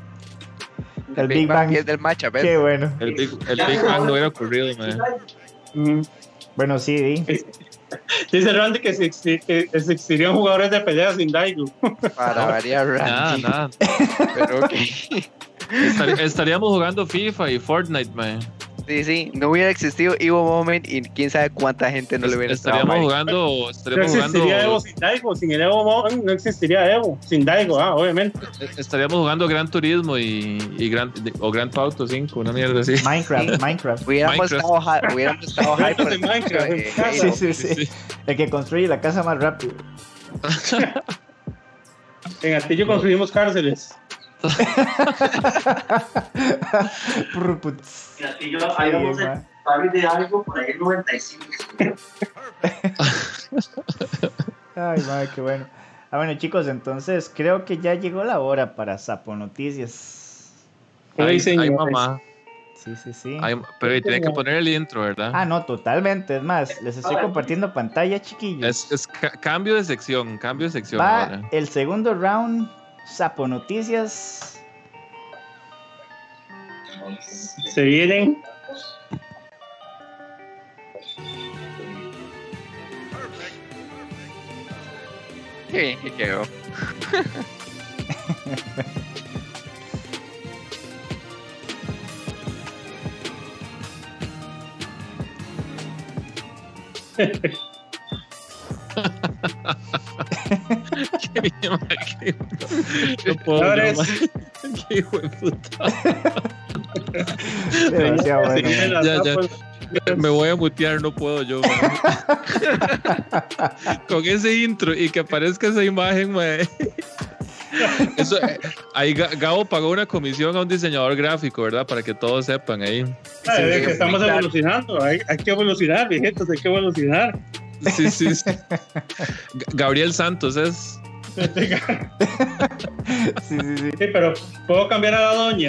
El Big Bang. es del matcha, ¿ves? Qué bueno. El Big, el Big Bang no hubiera ocurrido, man. mm, Bueno, sí, di. dice Randy que, se exi- que existirían jugadores de pelea sin Daigo. Para variar, Nada, Randy. nada. Pero ok. Estar- estaríamos jugando FIFA y Fortnite, man. Sí, sí, no hubiera existido Evo Moment y quién sabe cuánta gente no le hubiera estado Estaríamos mal. jugando, No estaríamos existiría Evo jugando, sin Daigo. Sin el Evo Mo- no existiría Evo. Sin Daigo, ah, obviamente. estaríamos jugando Gran Turismo y, y Gran, o Gran Theft Auto cinco, una mierda así. Minecraft, Minecraft. Hubiéramos Minecraft. estado, hi- hubiéramos estado hype por de el Minecraft, de en Halo. Sí, sí, sí. El que construye la casa más rápido. En Atillo construimos cárceles. Prr, putz. Y así yo, ahí vamos a pagar de algo por ahí el noventa y cinco. Ay, madre, qué bueno. Ah, bueno, chicos, entonces creo que ya llegó la hora para Sapo Noticias. Ay, Ay, ay, señores. mamá. Sí, sí, sí. Ay, pero tiene que poner el intro, ¿verdad? Ah, no, totalmente. Es más, les estoy compartiendo pantalla, chiquillos. Es, es ca- cambio de sección, cambio de sección Va ahora. el segundo round, Sapo Noticias. Se vienen. Qué bien que quedó. Qué bien, ma, qué- No puedo, Ahora no, es- ma. Qué hijo de puta. Demasiado Se bueno. vienen las Ya, ya. Sapos. Me voy a mutear, no puedo yo. ma. Con ese intro y que aparezca esa imagen, ma. Eso, eh, ahí Ga- Gabo pagó una comisión a un diseñador gráfico, ¿verdad? Para que todos sepan ahí. Ah, es que sí, estamos claro. evolucionando. Hay, hay que evolucionar, viejitos, hay que evolucionar. Sí, sí, sí. G- Gabriel Santos es. Sí, sí, sí. Sí, pero puedo cambiar a la doña.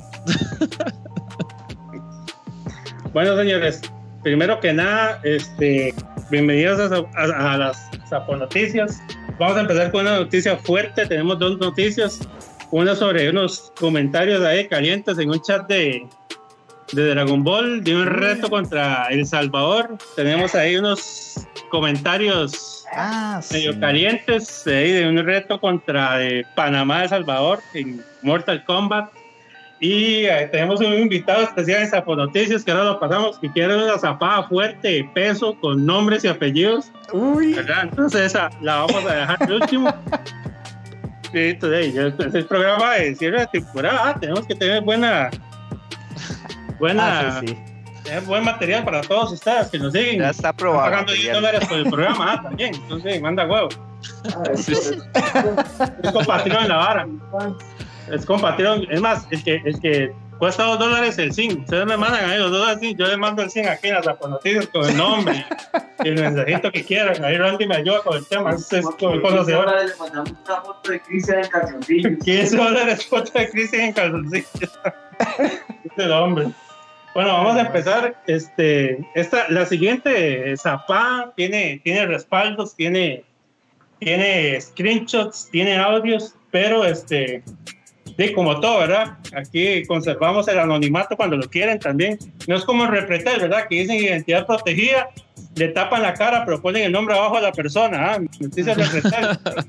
Bueno, señores, primero que nada, este, bienvenidos a, a- a las Sapo Noticias. Vamos a empezar con una noticia fuerte. Tenemos dos noticias. Una sobre unos comentarios ahí calientes en un chat de, de Dragon Ball, de un reto contra El Salvador. Tenemos ahí unos comentarios Ah, sí. medio calientes ahí de un reto contra eh, Panamá El Salvador en Mortal Kombat. Y eh, tenemos un invitado especial en Sapo Noticias que ahora lo pasamos, que quiere una zapada fuerte de peso con nombres y apellidos, Uy. ¿verdad? Entonces esa la vamos a dejar de último. Sí, today, ya es el programa de cierre de temporada. Ah, tenemos que tener buena buena Ah, sí, sí. tener buen material para todos ustedes que nos siguen. Ya está Están aprobado. pagando diez dólares por el programa, ah, también. Entonces, manda huevo. Sí, sí. Es compatrión en la vara. Es compatrión. Es más, el que, el que cuesta dos dólares el zinc. Ustedes me mandan ahí los dos dólares, yo les mando el zinc aquí en las Sapo Noticias con el nombre y el mensajito que quieran. Ahí Randy me ayuda con el tema. Es, es con el conocedor. Ahora le mandamos una foto de Cristian en calzoncillos. quince dólares foto de Cristian en calzoncillos. Este hombre. Bueno, vamos a empezar. Este, esta, la siguiente, Zapá, tiene, tiene respaldos, tiene, tiene screenshots, tiene audios, pero este, sí, como todo, ¿verdad? Aquí conservamos el anonimato cuando lo quieren también. No es como en Repretel, ¿verdad? Que dicen identidad protegida, le tapan la cara, pero ponen el nombre abajo de la persona. ¿Ah? Noticias Repretel.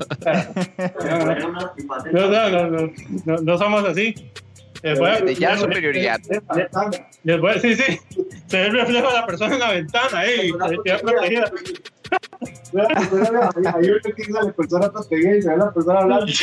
No, no, no, no, no, no somos así. Les voy a, de ya les, superioridad. Les, les, les voy a, sí, sí. Se ve el reflejo de la persona en la ventana, ¿eh? Identidad protegida. Hay uno que dice la persona protegida y se ve la persona hablando. Sí,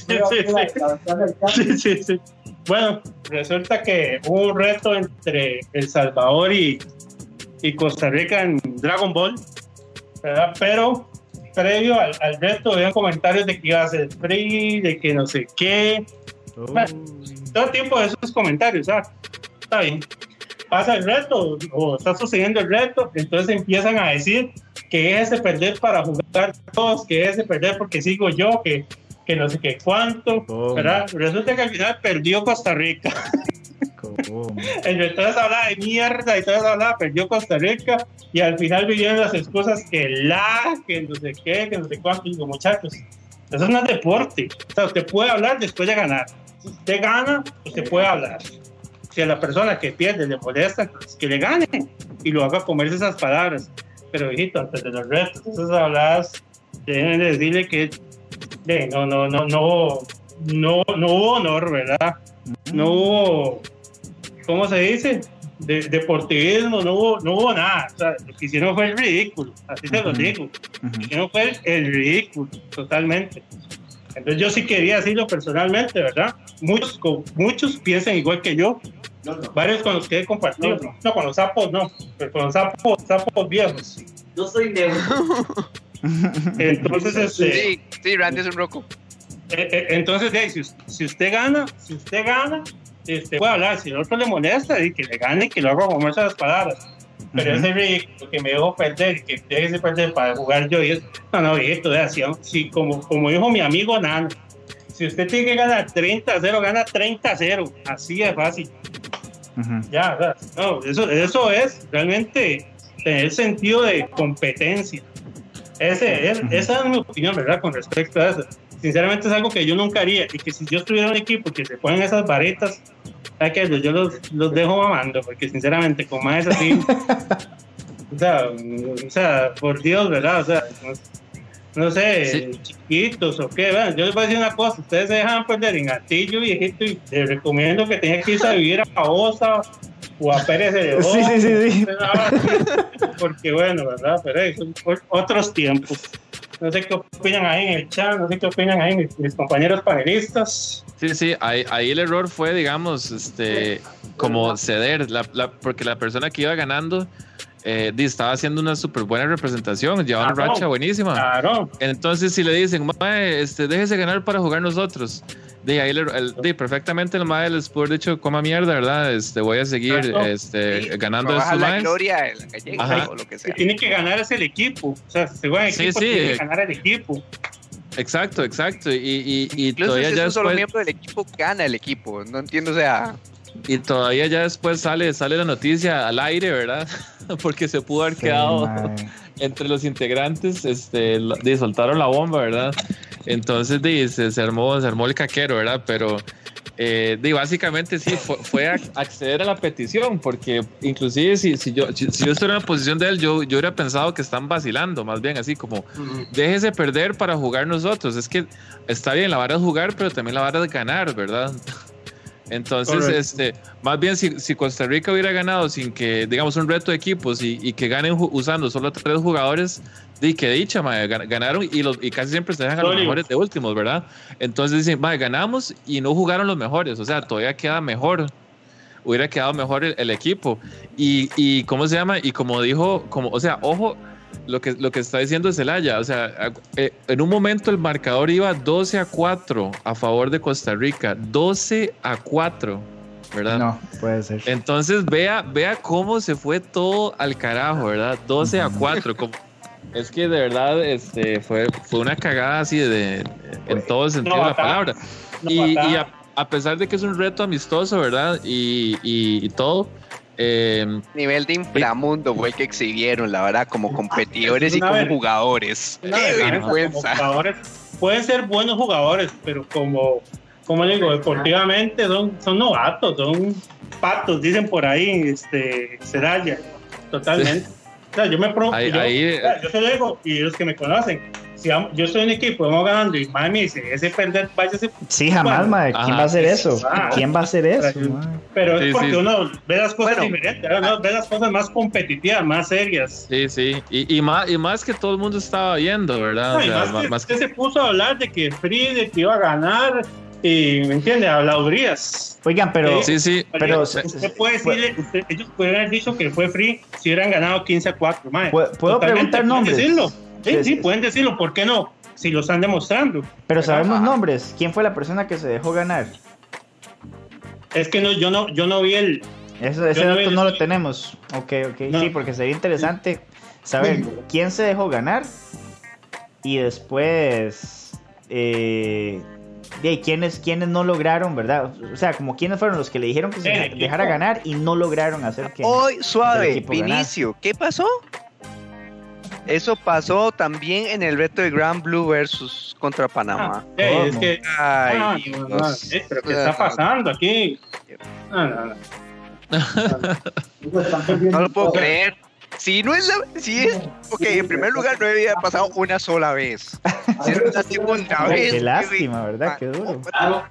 sí, sí, sí. Bueno, resulta que hubo un reto entre El Salvador y, y Costa Rica en Dragon Ball, ¿verdad? Pero previo al, al reto había comentarios de que iba a ser free, de que no sé qué. Bueno, todo el tiempo de esos comentarios, ¿sabes? Está bien. Pasa el reto o está sucediendo el reto, entonces empiezan a decir que es de perder para jugar todos, que es de perder porque sigo yo, que, que no sé qué cuánto, oh, ¿verdad? Resulta que al final perdió Costa Rica. Oh. Entonces hablaba de mierda y todo hablaba, perdió Costa Rica y al final vinieron las excusas que la, que no sé qué, que no sé cuánto. Y digo, muchachos, eso no es deporte. O sea, usted puede hablar después de ganar. Si usted gana, usted puede hablar. Si a la persona que pierde le molesta, pues que le gane y lo haga comerse esas palabras. Pero, hijito, antes de los retos, esas habladas, deben decirle que de, no, no, no, no, no, no hubo honor, ¿verdad? No hubo, ¿cómo se dice? De, deportivismo, no hubo, no hubo nada. O sea, lo que hicieron fue el ridículo, así se lo digo. Lo que hicieron fue el, el ridículo, totalmente. Entonces yo sí quería decirlo personalmente, ¿verdad? Muchos, muchos piensan igual que yo. No, no. Varios con los que he compartido. No, no. no, con los sapos no, pero con los sapos, sapos viejos. Yo soy negro. Entonces, este, sí, sí, Randy es un roco. Eh, eh, entonces, eh, si, si usted gana, si usted gana, este, puede hablar. Si el otro le molesta, y que le gane y que lo haga comerse las palabras. Pero uh-huh. ese ridículo que me dejó perder y que déjese perder para jugar yo y eso. No, no, viejito, así, si, como, como dijo mi amigo Nano, si usted tiene que ganar treinta a cero, gana treinta a cero. Así de fácil. Uh-huh. Ya, ¿verdad? No, eso, eso es realmente tener sentido de competencia. Ese, es, uh-huh. Esa es mi opinión, ¿verdad? Con respecto a eso. Sinceramente es algo que yo nunca haría. Y que si yo estuviera en un equipo que se ponen esas varetas, que yo los, los dejo mamando, porque sinceramente, como es así, o sea, o sea, por Dios, ¿verdad? O sea, no, no sé, sí. Chiquitos o qué, bueno, yo les voy a decir una cosa, ustedes se dejan perder en Gatillo, viejito, y les recomiendo que tengan que irse a vivir a Babosa o a Pérez de Oro. Sí, sí, sí, sí. Porque bueno, ¿verdad? Pero son otros tiempos. No sé qué opinan ahí en el chat, no sé qué opinan ahí mis, mis compañeros panelistas. Sí, sí, ahí, ahí el error fue, digamos, este, como ceder, la, la, porque la persona que iba ganando eh, estaba haciendo una súper buena representación, llevaba claro, una racha buenísima. Claro. Entonces, si le dicen, mae, este, déjese ganar para jugar nosotros, de ahí el, el, de, perfectamente el mae les puede haber dicho, coma mierda, ¿verdad? Este, voy a seguir claro. este, sí, ganando estos la gloria, la gallega, o lo que sea. Tiene que ganar es el equipo, o sea, se va en equipo, sí, sí. Tiene que ganar el equipo. Exacto, exacto. Y, y, y incluso todavía si ya es un solo después, miembro del equipo, gana el equipo. No entiendo, o sea. Y todavía ya después sale, sale la noticia al aire, ¿verdad? Porque se pudo haber sí, quedado man. entre los integrantes, este, de, soltaron la bomba, ¿verdad? Entonces de, se, se, armó, se armó el caquero, ¿verdad? Pero eh, de, básicamente sí, fue, fue a acceder a la petición, porque inclusive si, si, yo, si, si yo estuviera en la posición de él, yo, yo hubiera pensado que están vacilando, más bien así como, uh-huh. déjese perder para jugar nosotros. Es que está bien, la vara es jugar, pero también la vara es ganar, ¿verdad? Entonces, correcto. este, más bien si, si Costa Rica hubiera ganado sin que, digamos, un reto de equipos y, y que ganen ju- usando solo tres jugadores, di que dicha, mae, ganaron y, los, y casi siempre se dejan a los mejores de últimos, ¿verdad? Entonces dicen, mae, ganamos y no jugaron los mejores, o sea, todavía queda mejor, hubiera quedado mejor el, el equipo. Y, y, ¿cómo se llama? Y como dijo, como, o sea, ojo, lo que, lo que está diciendo Celaya, o sea, en un momento el marcador iba doce a cuatro a favor de Costa Rica, doce a cuatro, ¿verdad? No, puede ser. Entonces vea, vea cómo se fue todo al carajo, ¿verdad? doce a cuatro, como, es que de verdad este, fue, fue una cagada así de, en todo el sentido no, de la palabra. No, y, y a, a pesar de que es un reto amistoso, ¿verdad? Y, y, y todo, Eh, Nivel de inframundo fue el que exhibieron, la verdad, como competidores Es y una como ver- jugadores. Una ¡Qué vergüenza, como vergüenza! jugadores, pueden ser buenos jugadores, pero como, como le digo, deportivamente son, son novatos, son patos, dicen por ahí, este, Seraya, totalmente. O sea, yo me pro, Ahí- yo, ahí- o sea, yo se lo digo, y los que me conocen, si vamos- yo estoy en equipo, vamos ganando, y madre me dice, ese perder, váyase. Sí, jamás, mae. ¿Quién Ajá. va a hacer eso? Ah. ¿Quién va a hacer eso, mae? Pero es Sí, porque sí. uno ve las cosas Bueno. diferentes, uno ve las cosas más competitivas, más serias. sí, sí. Y, y, más, y más que todo el mundo estaba viendo, ¿verdad? No, O y sea, más ma- que más usted se puso a hablar de que Free, de que iba a ganar, y me entiende, habladurías. Oigan, pero... Sí, sí. Pero- usted puede decirle, usted- ellos pueden haber dicho que fue Free si hubieran ganado quince a cuatro, mae. ¿Puedo- puedo Totalmente, preguntar pueden nombres? decirlo. Sí, Sí, sí, sí. pueden decirlo, ¿por qué no? Si lo están demostrando. Pero sabemos Ajá. nombres. ¿Quién fue la persona que se dejó ganar? Es que no, yo no, yo no vi el. Eso, ese Yo no dato vi- no lo tenemos. Ok, ok. No. Sí, porque sería interesante saber quién se dejó ganar y después eh, de quiénes, quiénes no lograron, ¿verdad? O sea, como quiénes fueron los que le dijeron que se El equipo. dejara ganar y no lograron hacer que... Hoy, del suave, equipo ganar. Vinicio, ¿qué pasó? Eso pasó también en el reto de Grand Blue versus contra Panamá. Ah, sí, es ¿Cómo? que. Ay, ah, Dios. no, no, eh, pero ¿qué está pasando aquí? No, no, no. No lo puedo creer. Si no es la, si es, ok, en primer lugar no había pasado una sola vez. Si es la segunda vez. Qué lástima, ¿verdad? Qué duro.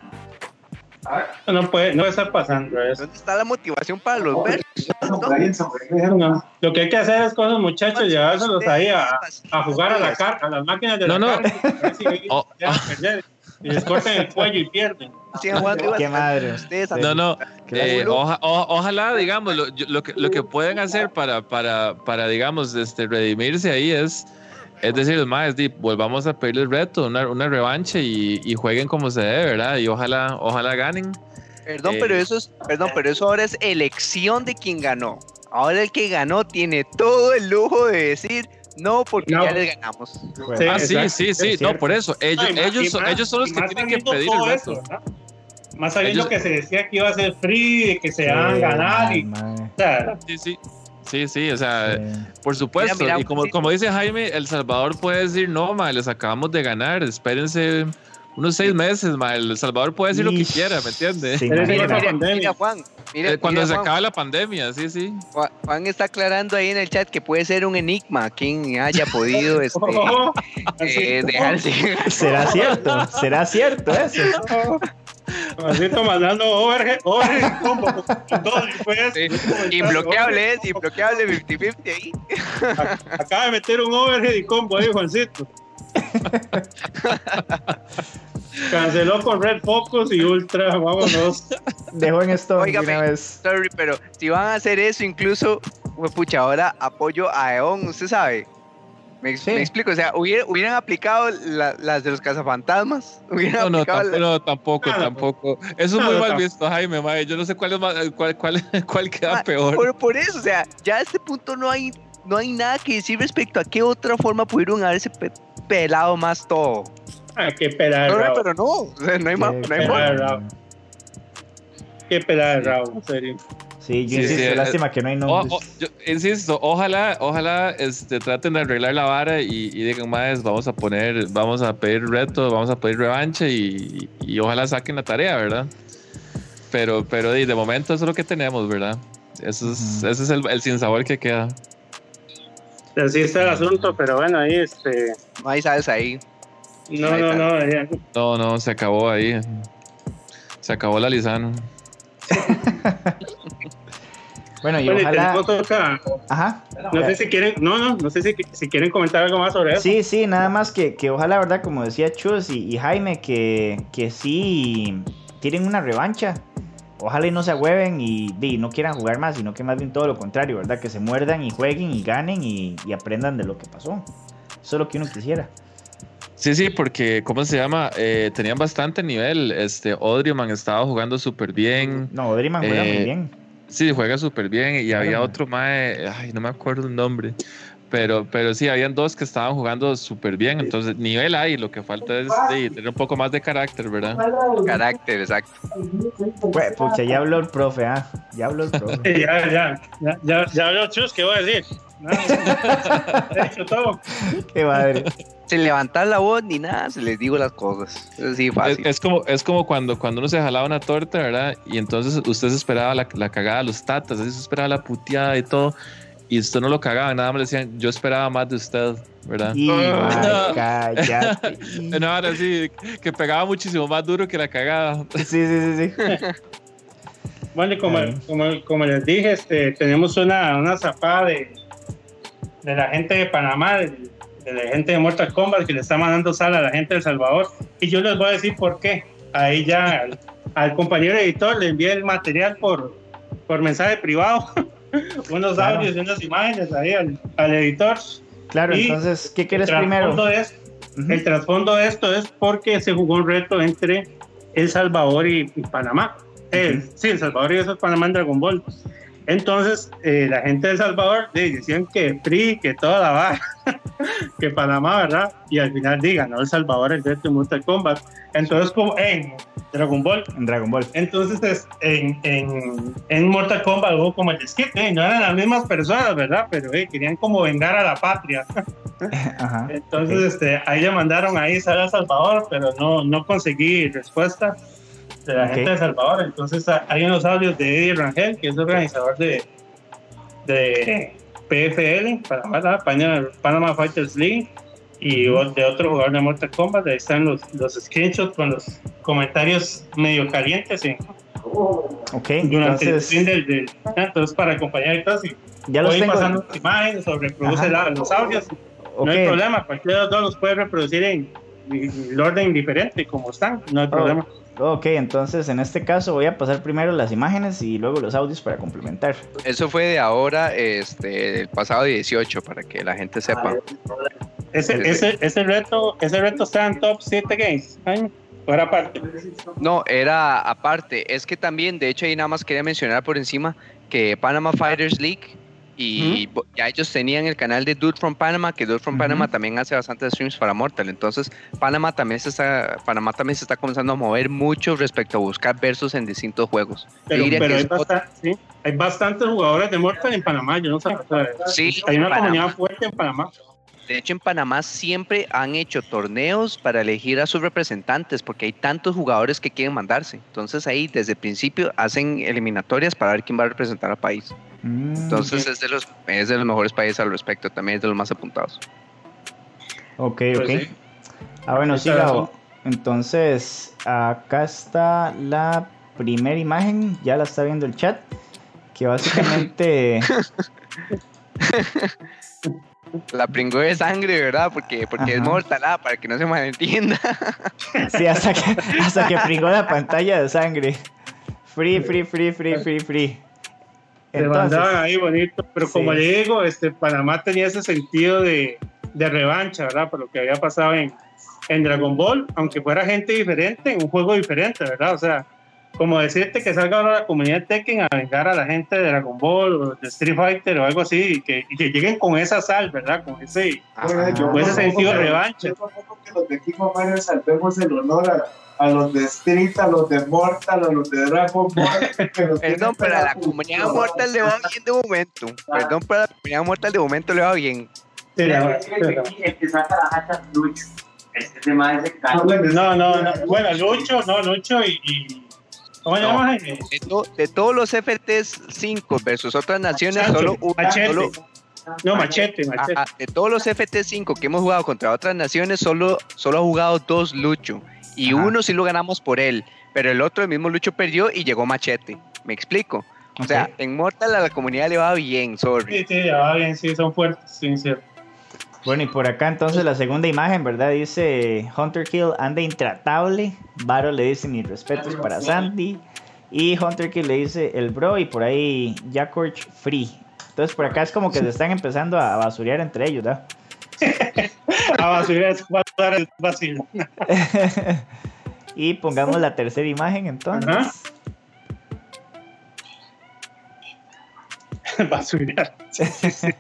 No puede, no puede estar pasando eso. ¿Dónde está la motivación para los versos? No, lo que hay que hacer es con los muchachos llevárselos ahí a, a jugar a la car a las máquinas de No, la no. carne, a ver si Oh. ya perder, y les cortan el cuello y pierden. Sigan jugando Qué igual. madre. Ustedes No, no. Qué eh, oja- o- ojalá, digamos, lo, yo- lo que, lo que pueden hacer para, para, para digamos, este, redimirse ahí es, es decir, más, volvamos a pedirle el reto, una, una revancha y, y jueguen como se debe, ¿verdad? Y ojalá, ojalá ganen. Perdón, Eh. pero eso es, perdón, pero eso ahora es elección de quien ganó. Ahora el que ganó tiene todo el lujo de decir no porque No. ya les ganamos. Bueno, Sí. Ah, sí, exacto, sí, sí, es no, cierto. por eso. Ellos, No, y más- ellos, y son- más- ellos son los y que más tienen que sabiendo pedir el todo reto. eso, ¿verdad? Más sabiendo Ellos- que se decía que iba a ser free, de que se van a sí, ganar y, mae, o sea, Sí, sí. Sí, sí, o sea, sí. por supuesto. Mira, mira, y como, sí. como dice Jaime, El Salvador puede decir, no, ma, les acabamos de ganar, espérense unos seis meses, ma. El Salvador puede decir lo que Ish, quiera, ¿me entiendes? se Pero Mira, esa imagina. mira, pandemia. mira, Juan. Mira, Eh, Cuando mira, se Juan. acabe la pandemia, sí, sí. Juan, Juan está aclarando ahí en el chat que puede ser un enigma quien haya podido este, oh, así, eh, dejarse. ¿Será cierto? ¿Será cierto eso? así mandando overhead, overhead combo con todo, y fue eso. Sí. Imbloqueable es, imbloqueable cincuenta cincuenta ahí. Acaba de meter un overhead y combo ahí, Juancito. Canceló con Red Focus y Ultra, vámonos. Dejó en esto de Óigame. una vez. Sorry, pero si van a hacer eso, incluso, pues, pucha, ahora apoyo a Eon, usted sabe. Me, Sí. me explico, o sea, hubiera- hubieran aplicado la- las de los cazafantasmas. Hubieran No, no, aplicado tampoco, la- no, tampoco, Nada, tampoco. Eso es Nada, muy mal tampoco. visto, Jaime, ma. Yo no sé cuál es más, cuál, cuál, cuál queda Ah, peor. Por, por eso, o sea, ya a este punto no hay, no hay nada que decir respecto a qué otra forma pudieron haberse pe- pelado más todo. Ah, qué pelada de No, no, rabo. pero no, o sea, no hay, más, no hay Qué forma. mal. Rabo. Qué pelada de rabo, en serio. Sí, yo Sí, insisto, sí, eh, lástima que no hay O- nombres. o- yo insisto, ojalá, ojalá este, traten de arreglar la vara y, y digan más, vamos a poner, vamos a pedir reto, vamos a pedir revancha y, y ojalá saquen la tarea, ¿verdad? Pero, pero de, de momento eso es lo que tenemos, ¿verdad? Eso es, Ujú. ese es el, el sinsabor que queda. Así está el asunto, pero bueno, ahí este. No hay salsa ahí. No, no, no. ya. No, no, se acabó ahí. Se acabó la Lizano. Bueno, y Bueno, y ojalá... tenemos otra- Ajá. No sé si quieren, no, no, no sé si, si quieren comentar algo más sobre eso. Sí, sí, nada más que, que ojalá, ¿verdad? Como decía Chus y, y Jaime, que, que sí tienen una revancha. Ojalá y no se agüeven y, y no quieran jugar más, sino que más bien todo lo contrario, ¿verdad? Que se muerdan y jueguen y ganen y, y aprendan de lo que pasó. Eso es lo que uno quisiera. Sí, sí, porque, ¿cómo se llama? Eh, tenían bastante nivel. Este, Odrioman estaba jugando súper bien. No, Odriman juega Eh, muy bien. Sí, juega súper bien. Y había Claro. otro mae, ay, no me acuerdo el nombre. Pero, pero sí, habían dos que estaban jugando súper bien, entonces nivel hay, lo que falta es de, tener un poco más de carácter, ¿verdad? Carácter, exacto. Pues, pucha, ya habló el profe, ah, ya habló el profe. Sí, ya, ya, ya, ya, ya habló Chus, ¿qué voy a decir? No, he hecho todo. Qué madre. Sin levantar la voz ni nada, se les digo las cosas. Es así Es, fácil. es como, es como cuando, cuando uno se jalaba una torta, ¿verdad? Y entonces usted se esperaba la, la cagada de los tatas, así se esperaba la puteada y todo, y usted no lo cagaba, nada más le decían, yo esperaba más de usted, ¿verdad? Y, ay, cállate. No, ahora sí, que pegaba muchísimo más duro que la cagada. Sí, sí, sí, sí. Bueno, y como, como, como les dije, este, tenemos una, una zapada de, de la gente de Panamá, de, de la gente de Mortal Kombat, que le está mandando sal a la gente de El Salvador. Y yo les voy a decir por qué. Ahí ya al, al compañero editor le envié el material por, por mensaje privado, unos Claro. audios y unas imágenes ahí al, al editor. Claro, Y entonces, ¿qué quieres el primero? trasfondo es- Ujú. El trasfondo de esto es porque se jugó un reto entre El Salvador y, y Panamá. Eh, Ujú. Sí, El Salvador y eso es Panamá en Dragon Ball. Entonces, eh, la gente de El Salvador eh, decían que Free, que toda la baja, que Panamá, ¿verdad? Y al final digan, no, El Salvador el reto de Mortal Kombat. Entonces, como en Dragon Ball. En Dragon Ball. Entonces, es, en, en, en Mortal Kombat hubo como el skip, eh, no eran las mismas personas, ¿verdad? Pero eh, querían como vengar a la patria. Ajá. Entonces, ok. este, ahí le mandaron ahí sal a Salvador, pero no, no conseguí respuesta de la Ok. gente de Salvador. Entonces, a- hay unos audios de Eddie Rangel, que es organizador de, de P F L, Panamá, Panama, Panama Fighters League, y o- de otro jugador de Mortal Kombat. Ahí están los, los screenshots con los comentarios medio calientes en- Ok, durante el entonces, stream del, del- entonces para acompañar y todo. Y ya los voy tengo. pasando las imágenes o reproduce Ajá. la- los audios. Ok. No hay problema, cualquiera de los dos los puede reproducir en, en el orden diferente, como están, no hay Oh. problema. Ok, entonces en este caso voy a pasar primero las imágenes y luego los audios para complementar. Eso fue de ahora, este, el pasado dieciocho, para que la gente sepa. Ese, Sí, sí. ese, ese, reto, ese reto está en top siete games, Jaime, fuera aparte. No, era aparte. Es que también, de hecho, ahí nada más quería mencionar por encima que Panama Fighters League y bo- ya ellos tenían el canal de Dude from Panama, que Dude from Ujú. Panama también hace bastantes streams para Mortal. Entonces, Panamá también se está, Panamá también se está comenzando a mover mucho respecto a buscar versus en distintos juegos. Yo Pero, diría pero que hay, es otro- bastante, sí, hay bastantes jugadores de Mortal en Panamá, yo no sé. O sea, Sí, hay una Panamá. comunidad fuerte en Panamá. De hecho, en Panamá siempre han hecho torneos para elegir a sus representantes, porque hay tantos jugadores que quieren mandarse. Entonces ahí desde el principio hacen eliminatorias para ver quién va a representar al país. Mm, Entonces es de los es de los mejores países al respecto, también es de los más apuntados. ok, Pues ok. sí. Ah, bueno, Ahí sí, está Gabo. eso. Entonces, acá está la primera imagen, ya la está viendo el chat, que básicamente... La pringó de sangre, ¿verdad? Porque, porque es Ajá. mortal, ah, para que no se malentienda. Sí, hasta que, hasta que pringó la pantalla de sangre. Free, free, free, free, free, free. Se mandaban Entonces, ahí bonito, pero sí. como le digo, este, Panamá tenía ese sentido de, de revancha, ¿verdad? Por lo que había pasado en, en Dragon Ball, aunque fuera gente diferente, en un juego diferente, ¿verdad? O sea, como decirte que salga ahora la comunidad de Tekken a vengar a la gente de Dragon Ball o de Street Fighter o algo así, y que, y que lleguen con esa sal, ¿verdad? Con ese, Ajá. Yo con ese propongo sentido de que- revancha. Yo propongo que los de King of Fighters salvemos el honor a, a los de Street, a los de Mortal, a los de Dragon Ball. que nos Perdón, tienen pero a la pegados. comunidad mortal le va bien de momento. Perdón, pero a la comunidad mortal de momento le va bien. Sí, la- El que saca la hacha, Lucho. Este tema es de Ah, bueno, no, no, no. Bueno, Lucho, no, Lucho y. y ¿Cómo se No. llama? Eh, De, to- de todos los F Ts cinco versus otras naciones, Sancho, solo uno. Machete. Solo, No, Machete, Machete. ajá, de todos los F T cinco que hemos jugado contra otras naciones, solo, solo ha jugado dos Lucho. Y Ajá. uno sí lo ganamos por él. Pero el otro, el mismo Lucho, perdió y llegó Machete. ¿Me explico? O sea, Ok. en Mortal a la comunidad le va bien, sorry. Sí, sí, ya va bien, sí, son fuertes, sí, cierto. Bueno, y por acá entonces la segunda imagen, ¿verdad? Dice Hunter Kill anda intratable. Varo le dice mis respetos para Sandy. Y Hunter Kill le dice el bro. Y por ahí Jackorch free. Entonces por acá es como que se están empezando a basurear entre ellos, ¿verdad? A basurar, va a dar el vacío. Y pongamos la tercera imagen entonces. Ajá. Basurear. Sí, sí, sí.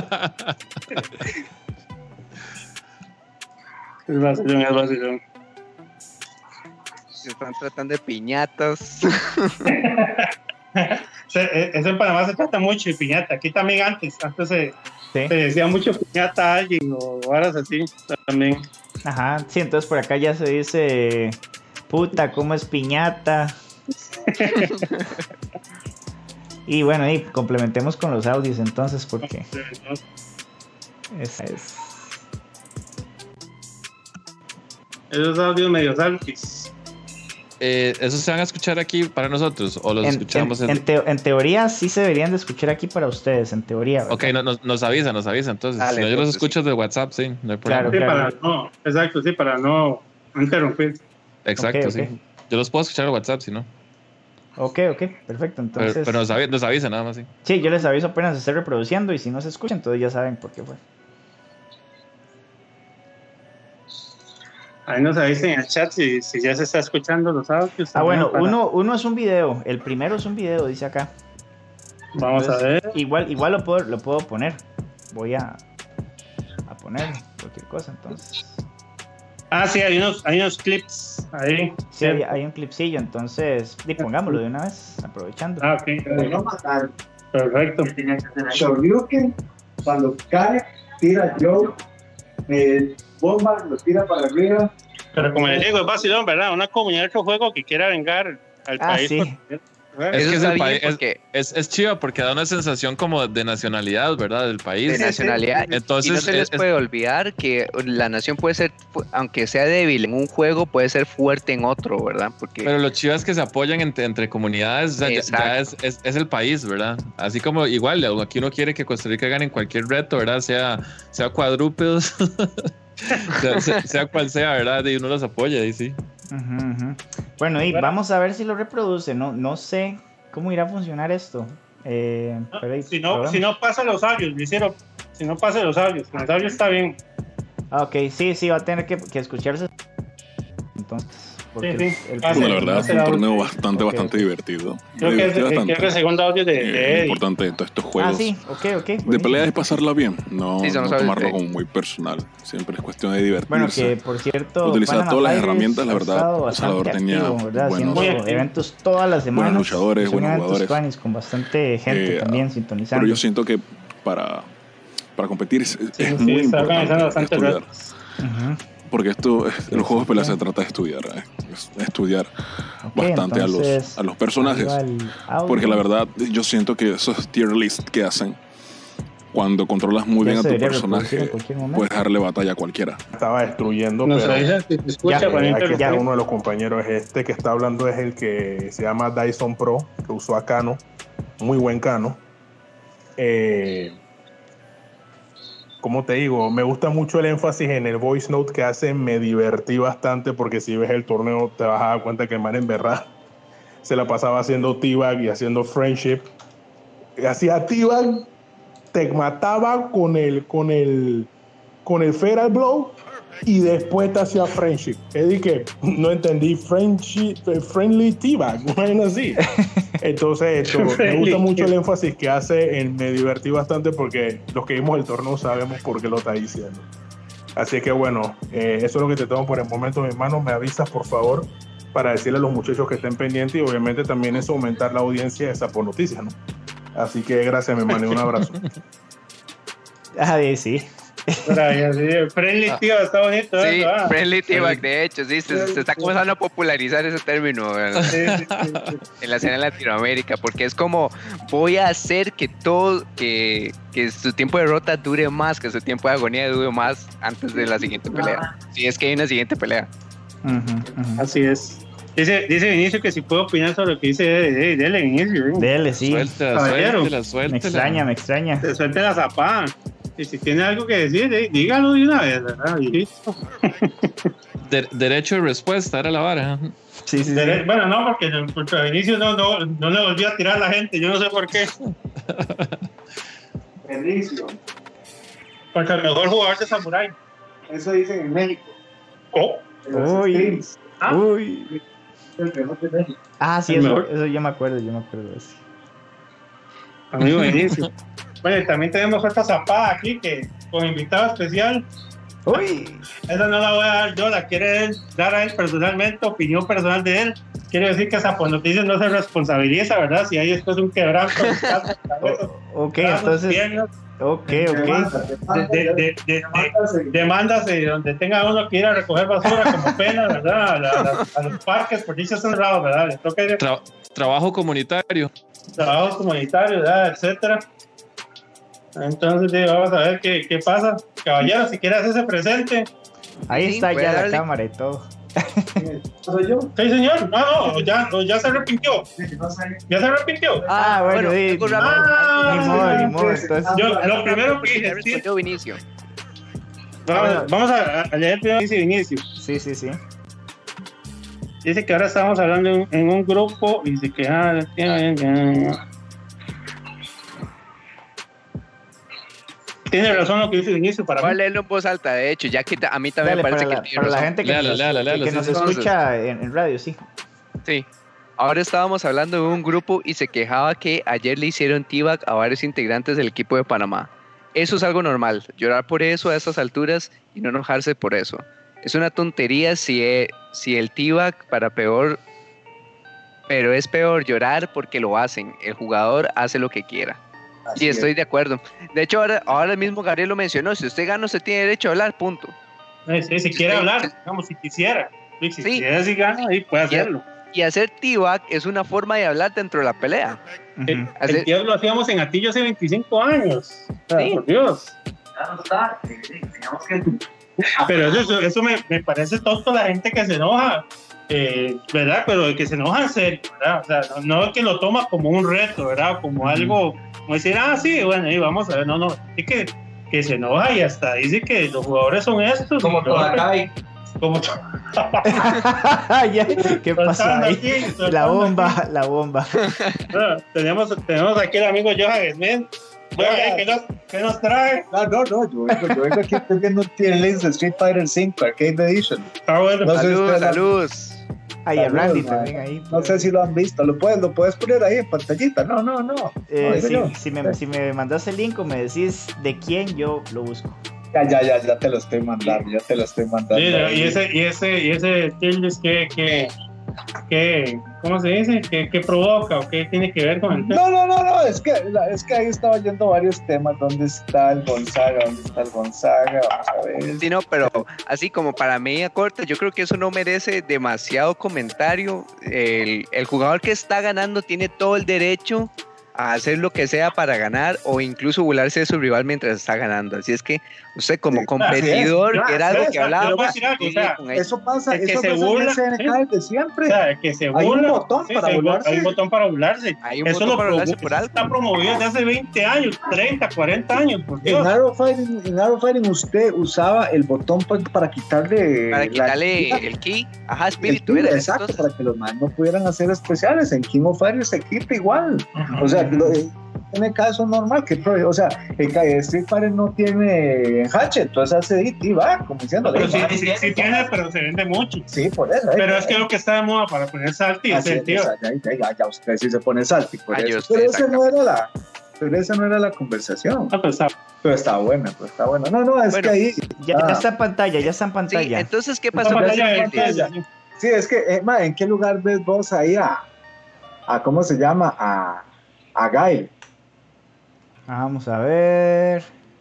Es vacilón, es vacilón. Se están tratando de piñatas. Eso en Panamá se trata mucho de piñata. Aquí también antes, antes se, Sí. se decía mucho piñata a alguien o varas así también. Ajá, sí, entonces por acá ya se dice, puta, ¿cómo es piñata? Y bueno, y complementemos con los audios entonces, porque esa es. Esos audios medio saltis. Eh, ¿Esos se van a escuchar aquí para nosotros o los En, escuchamos en, en...? en teo- en teoría sí se deberían de escuchar aquí para ustedes, en teoría, ¿verdad? Ok, no, nos, nos avisa, nos avisa. Entonces, Dale, si no, yo los entonces, escucho de WhatsApp, sí, no hay problema. Claro. Sí, para no, exacto, sí, para no interrumpir. Exacto, Ok, ok. sí. Yo los puedo escuchar en WhatsApp, si no. Ok, ok, perfecto, Pero, entonces... pero nos, avisa, nos avisa nada más, sí. Sí, yo les aviso apenas se esté reproduciendo y si no se escucha, entonces ya saben por qué fue. Ahí nos avisen en el chat si, si ya se está escuchando los audios. Ah, bueno, para- uno, uno es un video, el primero es un video, dice acá. Vamos Entonces, a ver. Igual, igual lo puedo, lo puedo poner. Voy a, a poner cualquier cosa, entonces. Ah, sí, hay unos, hay unos clips ahí. Sí, hay, hay un clipsillo, entonces di, pongámoslo de una vez, aprovechando. Ah, ok. Pero no matar. Perfecto. ¿Qué tenía que hacer ahí? Shoryuken, cuando cae, tira Joe, eh, bomba, lo tira para arriba. Pero como les digo, es vacilón, ¿verdad? Una comunidad de otro juego que quiera vengar al Ah, país. sí. por- Es Eso que es está el bien país, es, porque es, es chiva porque da una sensación como de nacionalidad, ¿verdad? Del país. de nacionalidad. Entonces, y no se les es- es- puede olvidar que la nación puede ser, fu- aunque sea débil en un juego, puede ser fuerte en otro, ¿verdad? Porque Pero lo chido es que se apoyan entre, entre comunidades, o sea, ya, ya es, es, es el país, ¿verdad? Así como igual, aquí uno quiere que Costa Rica gane en cualquier reto, ¿verdad? Sea, sea cuadrúpedos, sea, sea, sea cual sea, ¿verdad? Y uno los apoya, y sí. Ujú, ujú. Bueno, y vamos a ver si lo reproduce. No, no sé cómo irá a funcionar esto. Eh, pero ahí Si no, probemos. si no pasa los audios, lo hicieron. Si no pasa los audios, con los audios está bien. Ah, ok, sí, sí, va a tener que, que escucharse. Entonces, porque Sí, el- sí. el- Ah, sí. Bueno, la verdad no fue se un da- torneo bastante, Ok, bastante ok. divertido. Creo Me que es, divertí creo que es el bastante. segundo audio de, de Eh, lo Eddie. importante de todos estos Ah, juegos sí, ok, ok. de buenísimo. pelea es pasarla bien, no, Sí, son no los audios tomarlo de- como muy personal. Siempre es cuestión de divertirse. Bueno, que por cierto, Utilizar Panama todas las Fighters herramientas, la ha verdad, estado El Salvador bastante tenía activo, ¿verdad? buenos- Haciendo eventos todas las semanas. buenos luchadores, Son buenos eventos jugadores. tuanis con bastante gente Eh, también ah, sintonizando. Pero yo siento que para, para competir es, es Sí, sí, muy está organizando importante bastante estudiar. Ujú. Porque esto, Sí, los juegos de pelea sí. se trata de estudiar, eh, es estudiar Ok, bastante a entonces, los, a los personajes. arriba el audio. Porque la verdad, yo siento que esos tier list que hacen, cuando controlas muy Ya bien a se tu debería reproducir personaje, en cualquier momento. puedes darle batalla a cualquiera. Estaba destruyendo, Nos pero avisa si se escucha Ya, para eh, no aquí está interrumpir. uno de los compañeros. Este que está hablando es el que se llama Dyson Pro, que usó a Kano, muy buen Kano. Eh, como te digo, me gusta mucho el énfasis en el voice note que hace. Me divertí bastante porque si ves el torneo te vas a dar cuenta que el man en verdad se la pasaba haciendo T-Bag y haciendo friendship. Hacía T-Bag, te mataba con el, con el, con el Fatal Blow y después te hacía friendship. Es decir, que no entendí friendship, friendly T-Bag, no es así. Entonces, esto, me gusta mucho el énfasis que hace en me divertí bastante porque los que vimos el torneo sabemos por qué lo está diciendo. Así que bueno, eh, eso es lo que te tengo por el momento, mi hermano. Me avisas, por favor, para decirle a los muchachos que estén pendientes y obviamente también es aumentar la audiencia de Sapo Noticias, ¿no? Así que gracias, mi hermano, y un abrazo. Ah, sí, sí. Por ahí, así, friendly, tío, está bonito. sí, eso, ah. friendly T-Bag, de hecho, sí, se, se está comenzando a popularizar ese término, ¿verdad? Sí, sí, sí, sí. En la escena de Latinoamérica, porque es como voy a hacer que todo, que, que su tiempo de derrota dure más, que su tiempo de agonía dure más antes de la siguiente pelea. Si es que hay una siguiente pelea. Ujú, ujú. Así es. Dice, dice Vinicio que si puedo opinar sobre lo que dice Eddie. Eddie, dele, Vinicio. ven. Dele, sí. Suéltela, Caballero. suéltela, Me suéltela. extraña, me extraña. Te suelte la zapada. Y si tiene algo que decir, eh, dígalo de una vez, ¿verdad? Y listo. De- derecho de respuesta, era la vara. Sí, sí, sí. Dere- Bueno, no, porque el- porque a Vinicio no, no, no le volvió a tirar a la gente. Yo no sé por qué. Benicio. Porque el mejor jugador de Samurai. Eso dicen en México. Oh, En los Uy. streams. ah, Uy. El mejor de México. Ah, sí, El eso, mejor. eso yo me acuerdo, yo me acuerdo de eso. Amigo Vinicio. Bueno, y también tenemos otra zapada aquí que con invitado especial. Uy. Esa no la voy a dar yo, la quiere él, dar a él personalmente, opinión personal de él. Quiere decir que Zapo Noticias no se responsabiliza, ¿verdad? Si hay después un quebranto, ok, entonces. Piernas, ok, ok. De, de, de, de, de, demandas de donde tenga uno que ir a recoger basura como pena, ¿verdad? A, la, a, la, a los parques, por dicho cerrados, ¿verdad? Le toca ir Tra- trabajo comunitario. Trabajos comunitarios, ¿verdad? Etcétera. Entonces, sí, vamos a ver qué, qué pasa. Caballero, si quiere hacerse presente. Ahí Sí, está puede ya la darle. cámara y todo. ¿Soy yo? Sí, señor. No, no, ya, no, ya se arrepintió. No sé. Ya se arrepintió. Ah, bueno, sí. algo rápido. Ah, Ni modo, ni modo. Entonces, Yo, lo primero que Ya dije, sí, respondió Vinicio. vamos, vamos a, a leer primero dice Vinicio. sí, sí, sí. Dice que ahora estamos hablando en, en un grupo y dice que ah, tiene razón lo que dice Vinicio para Voy a mí. leerlo en voz alta, de hecho, ya que ta- a mí también Dale, me parece para, la, que tiene para la razón. gente que Léalo, nos, léalo, léalo, que sí, nos sí, escucha en, en radio, sí. Sí. Ahora estábamos hablando de un grupo y se quejaba que ayer le hicieron T-Bag a varios integrantes del equipo de Panamá. Eso es algo normal, llorar por eso a estas alturas y no enojarse por eso. Es una tontería si, e- si el T-Bag para peor, pero es peor llorar porque lo hacen. El jugador hace lo que quiera. Así Y es. estoy de acuerdo. De hecho, ahora, ahora mismo Gabriel lo mencionó. Si usted gana, usted tiene derecho a hablar, punto. Eh, sí, si quiere Sí. hablar, digamos, si quisiera. Si Sí. quisiera, si gana, ahí puede Ya. hacerlo. Y hacer T-Bag es una forma de hablar dentro de la pelea. El, Ujú. el tío lo hacíamos en Atillo hace veinticinco años. O sea, Sí. por Dios. Ya no está. eh, eh, Teníamos que. Pero eso, eso, eso me, me parece tonto la gente que se enoja, eh, ¿verdad? Pero el que se enoja en serio, ¿verdad? O sea, no, no que lo toma como un reto, ¿verdad? Como algo, como decir, ah, sí, bueno, ahí vamos a ver, no, no. Es que, que se enoja y hasta dice que los jugadores son estos. Como y lo otro. Tolacay. Como Ya, ¿qué pasó Soltando ahí? aquí, La soltando bomba, la bomba. Bueno, tenemos, tenemos aquí el amigo Johan Smith. Johan, ¿qué nos, qué nos trae? No, no, no, yo vengo, yo vengo aquí, estoy viendo un tier list de Street Fighter cinco Arcade Edition. Ah, bueno. No sé Salud, usted- salud. Ay, a Saludos, Randy man. también ahí. No sé si lo han visto, lo puedes, lo puedes poner ahí en pantallita. No, no, no. Eh, No, digo si, yo. si, me, si me mandas el link o me decís de quién, yo lo busco. Ya, ya, ya, ya te lo estoy mandando, ya te lo estoy mandando. Sí, ahí. y ese, y ese, y ese tildes que, que, que, ¿cómo se dice? Que, que provoca o qué tiene que ver con el tema. No, no, no, no, es que, la- es que ahí estaba yendo varios temas. ¿Dónde está el Gonzaga? ¿Dónde está el Gonzaga? Vamos a ver. Sí, no, pero así como para media corta, yo creo que eso no merece demasiado comentario. El, el jugador que está ganando tiene todo el derecho a hacer lo que sea para ganar o incluso burlarse de su rival mientras está ganando. Así es que usted como Sí, competidor, así es. que era algo Sí, que sí, hablaba, pero voy a decir algo, o sea, Eso pasa, el que eso se pasa burla, en S N K sí. desde siempre. O sea, el que se Hay un burla. botón sí, para sí, hay un- burlarse. Hay un botón para burlarse. hay un Eso botón lo para hablarse promu- por eso algo. está promovido desde hace veinte años, treinta, cuarenta años, por En Dios. Arrow Fighting, en Arrow Fighting usted usaba el botón pa- para quitarle Para la- quitarle el ki, ajá, el espíritu. tiro, era, exacto, entonces, para que los más no pudieran hacer especiales. En King of Fighters se quita igual. O sea, lo- en el caso normal, que pro- o sea, el ca- Street Fighter no tiene hatchet, entonces hace it y va, como diciendo. Pero sí, "Va". sí, sí tiene, pero se vende mucho. Sí, por eso. Pero eh, es que lo que está de moda para poner salty es así el es, tío. ya, ya, ya, ya usted sí se pone salty, por Ah, yo eso. sé, Pero esa exacto. no era la, pero esa no era la conversación. Ah, pues, está- Pero está buena, pues está buena. No, no, es Bueno, que ahí, Ya, Ah. ya está en pantalla, ya está en sí, pantalla. entonces, ¿qué está pasó con pantalla ese de tilde? pantalla. sí, es que, eh, ma, ¿en qué lugar ves vos ahí a, a ¿cómo se llama? A, a Gail. Ah, vamos a ver.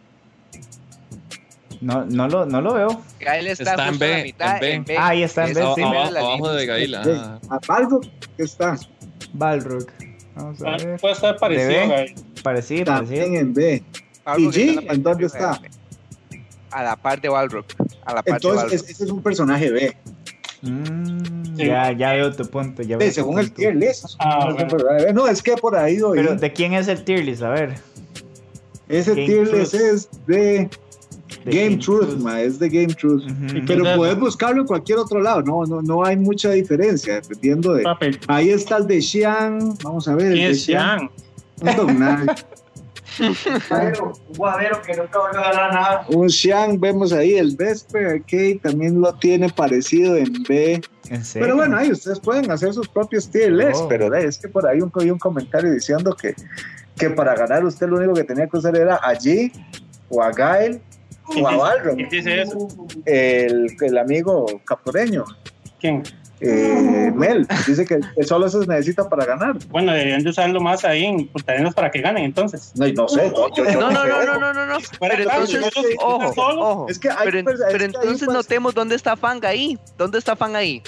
No, no, lo, no lo veo. Gael está, Está en justo a la B, mitad, en B. en B. Ah, ahí está en Es B, el sí. primero Abajo, de la abajo línea. de Gaila. Sí, ajá. a Baldo, ¿qué está? Balrog. Vamos a Ah, ver. puede estar parecido, ¿De B? Gael. Parecido, También parecido. en B. Pablo, ¿Y que G? está la parte ¿En dónde de arriba está? de B. A la par de Balrog. A la par de Entonces, Balrog. ese es un personaje B. Mm, Sí. ya, ya veo tu punto. Ya Sí, veo tu según el punto. tier list. Ah, No, es un bueno. personaje B. No, es que por ahí oí. Pero, ¿de quién es el tier list? A ver. Ese Game tier Truth. list es de De Game Truth, ma, es de Game Truth. Ujú. Pero Ujú. puedes buscarlo en cualquier otro lado, no, no, no hay mucha diferencia, dependiendo de... Papel. Ahí está el de Xian, vamos a ver, el ¿Quién de es Xian? Un Dognai. Guavero, un guavero que nunca volvió a ganar nada. Un Xian, vemos ahí, el Vesper Arcade también lo tiene parecido en B. ¿En serio? Pero bueno, ahí ustedes pueden hacer sus propios tier lists, Oh. pero eh, es que por ahí un, hay un comentario diciendo que, que para ganar usted lo único que tenía que usar era a G o a Gael o a Balrog. ¿Quién dice eso? El, el amigo caporeño. ¿Quién? Eh, Mel dice que solo se necesita para ganar. Bueno, deberían de usarlo más ahí en Puntarenas para que ganen entonces. No, no sé. No, yo, yo No, no, sé no, eso. no, no, no, no. Pero Pero claro, entonces, yo- yo- ojo, solo. ojo. Es que hay Pero, pers- es pero que hay entonces pers- notemos dónde está Fang ahí. ¿Dónde está Fang ahí?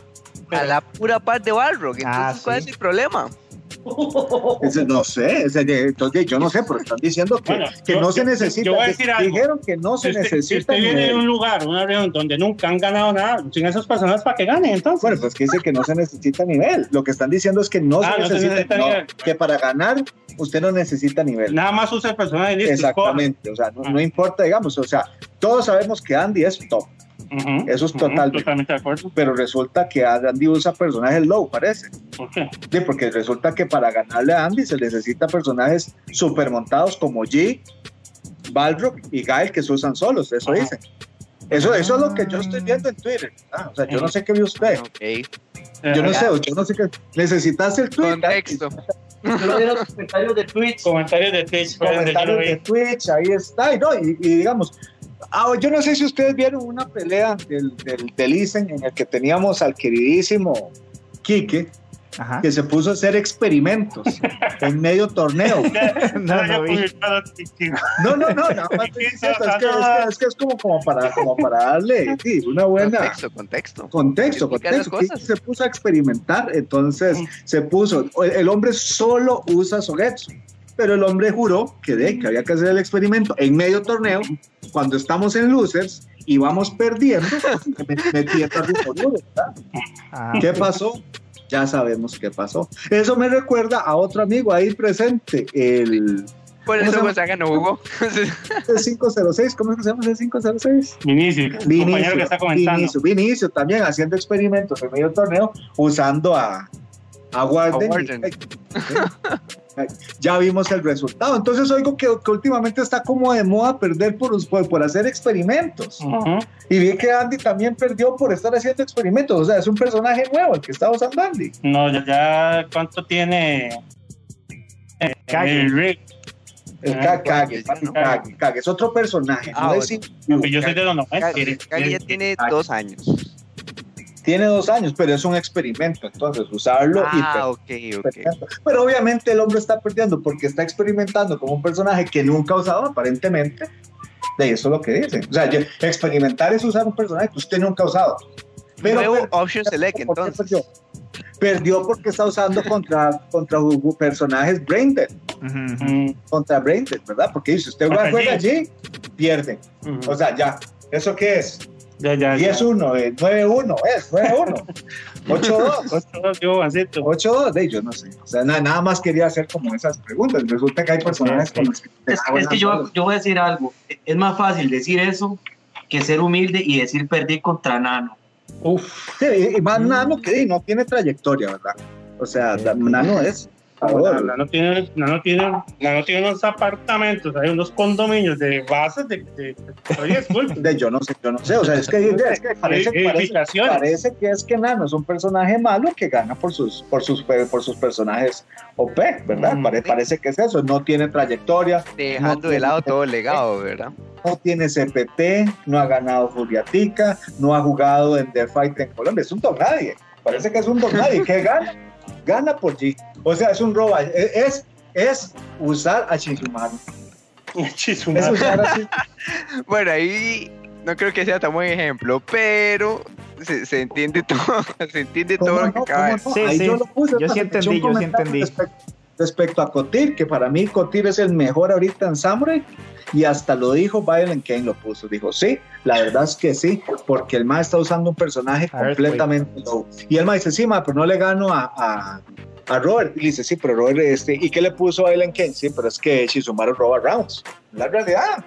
A la pura par de Balrog. Entonces, Ah, ¿cuál sí. es el problema? Ese, no sé, ese, entonces yo no sé, pero están diciendo que, Bueno, que yo- no se yo- necesita. yo voy a decir algo. Dijeron que no se Si usted, si necesita. usted viene de nivel. un lugar, una región donde nunca han ganado nada, sin esas personas para que ganen, entonces. Bueno, pues que dice que no se necesita nivel. Lo que están diciendo es que no, Ah, se, no se necesita, necesita no, nivel. que para ganar usted no necesita nivel. Nada más usa el personaje y listo. Exactamente, o sea, no, no importa, digamos, o sea, todos sabemos que Andy es top, Ujú, eso es ujú, totalmente. totalmente de acuerdo. pero resulta que Andy usa personajes low, parece. ¿Por qué? Sí, porque resulta que para ganarle a Andy se necesita personajes super montados como G, Balrog y Gael que se usan solos, eso Ajá. dicen. Eso, eso es lo que yo estoy viendo en Twitter. Ah, o sea, yo no sé qué vio usted. Ok. Yo no Eh, sé, yo no sé qué. Necesitas el tweet. Contexto. Yo lo vi en los comentarios de Twitch. Comentarios de Twitch. fue donde yo lo Comentarios vi. de Twitch, ahí está. Y, no, y, y digamos, ah, yo no sé si ustedes vieron una pelea del, del, del Isen en el que teníamos al queridísimo Quique, Ajá. que se puso a hacer experimentos en medio torneo. No, no vi. No, no, no, nada más estoy diciendo, es, que, es, que, es que es como, como, para, como para darle sí, una buena Contexto, contexto. contexto, Explicar las contexto. cosas. Se puso a experimentar, entonces se puso, el, el hombre solo usa Sogetsu, pero el hombre juró que, de, que había que hacer el experimento en medio torneo, cuando estamos en losers y vamos perdiendo, metiendo al ritmo duro, ¿verdad? Ah, ¿Qué pasó? Ya sabemos qué pasó. Eso me recuerda a otro amigo ahí presente, el Por ¿Cómo eso se llama? Gonzaga no jugó. C cinco cero seis, ¿cómo es que se llama C cinco cero seis? Vinicio, el compañero que está comentando. Vinicio, Vinicio también haciendo experimentos en medio torneo usando a, a Warden. A Warden. Ya vimos el resultado. Entonces oigo que, que últimamente está como de moda perder por, por, por hacer experimentos. Ujú. Y vi que Andy también perdió por estar haciendo experimentos. O sea, es un personaje nuevo el que está usando Andy. No, ya, ya ¿cuánto tiene? Eh, Kage. el Rick. El Ah, Ka- Kage, sí, papi, ¿no? Kage, Kage. Es otro personaje. Ah, no es bueno. Inju. Porque yo soy de los noventa. Kage Kage ya tiene dos años. Tiene dos años, pero es un experimento. Entonces, usarlo y Ah, ok, ok. pero obviamente el hombre está perdiendo porque está experimentando como un personaje que nunca ha usado aparentemente. De eso es lo que dicen. O sea, yo- experimentar es usar un personaje que usted nunca ha usado. Pero Nuevo per- Option Select, ¿por qué entonces. perdió? Perdió porque está usando contra, contra ju- personajes Braindead, ujú, ujú. Mm, contra Braindead, ¿verdad? Porque si usted Contra juega G. allí, pierde. ujú. O sea, ya. ¿Eso qué es? Ya, ya, ya. diez uno, eh, nueve uno, es nueve uno, ocho dos. Ocho, dos, yo, Juancito. ocho dos, de yo no sé. O sea, na- nada más quería hacer como esas preguntas. Resulta que hay personajes con los que Es, es que yo, yo voy a decir algo. Es más fácil decir eso que ser humilde y decir perdí contra Nano. Uf. Sí, y y más Nano que no tiene trayectoria, ¿verdad? O sea, da- Nano es. No, no, no tiene, no, no tiene, no, no tiene unos apartamentos, hay unos condominios de bases de, de, de, oye, disculpe. De, yo no sé, yo no sé. O sea, es que, es que parece, Eh, parece, edificaciones. parece que es que Nano es un personaje malo que gana por sus, por sus, por sus personajes O P, ¿verdad? Mm. Pare- parece que es eso. No tiene trayectoria, Dejando No de lado tiene- todo el legado, ¿verdad? no tiene C P T, no ha ganado Juliatica, no ha jugado en The Fight en Colombia. Es un don nadie. Parece que es un don nadie. ¿Qué gana? Gana por G. O sea, es un roba. Es, es, es usar a Shizumaru. Es Chizumaro. usar a Shizumaru. Bueno, ahí no creo que sea tan buen ejemplo, pero se, se entiende todo, se entiende todo ¿Cómo lo que no? acaba de ¿Cómo no? Sí, Ahí sí. yo lo puse, Yo sí parce, entendí, un yo sí comentario entendí. Respecto, respecto a Kotir, que para mí Kotir es el mejor ahorita en Samurai, y hasta lo dijo Violent Kane, lo puso. Dijo, sí, la verdad es que sí, porque el ma está usando un personaje A ver, completamente low. Y el ma dice, sí, ma, pero no le gano a, a, a Robert. Y le dice, sí, pero Robert, este, ¿y qué le puso a Violent Kane? Sí, pero es que Shizumaru roba rounds. La realidad.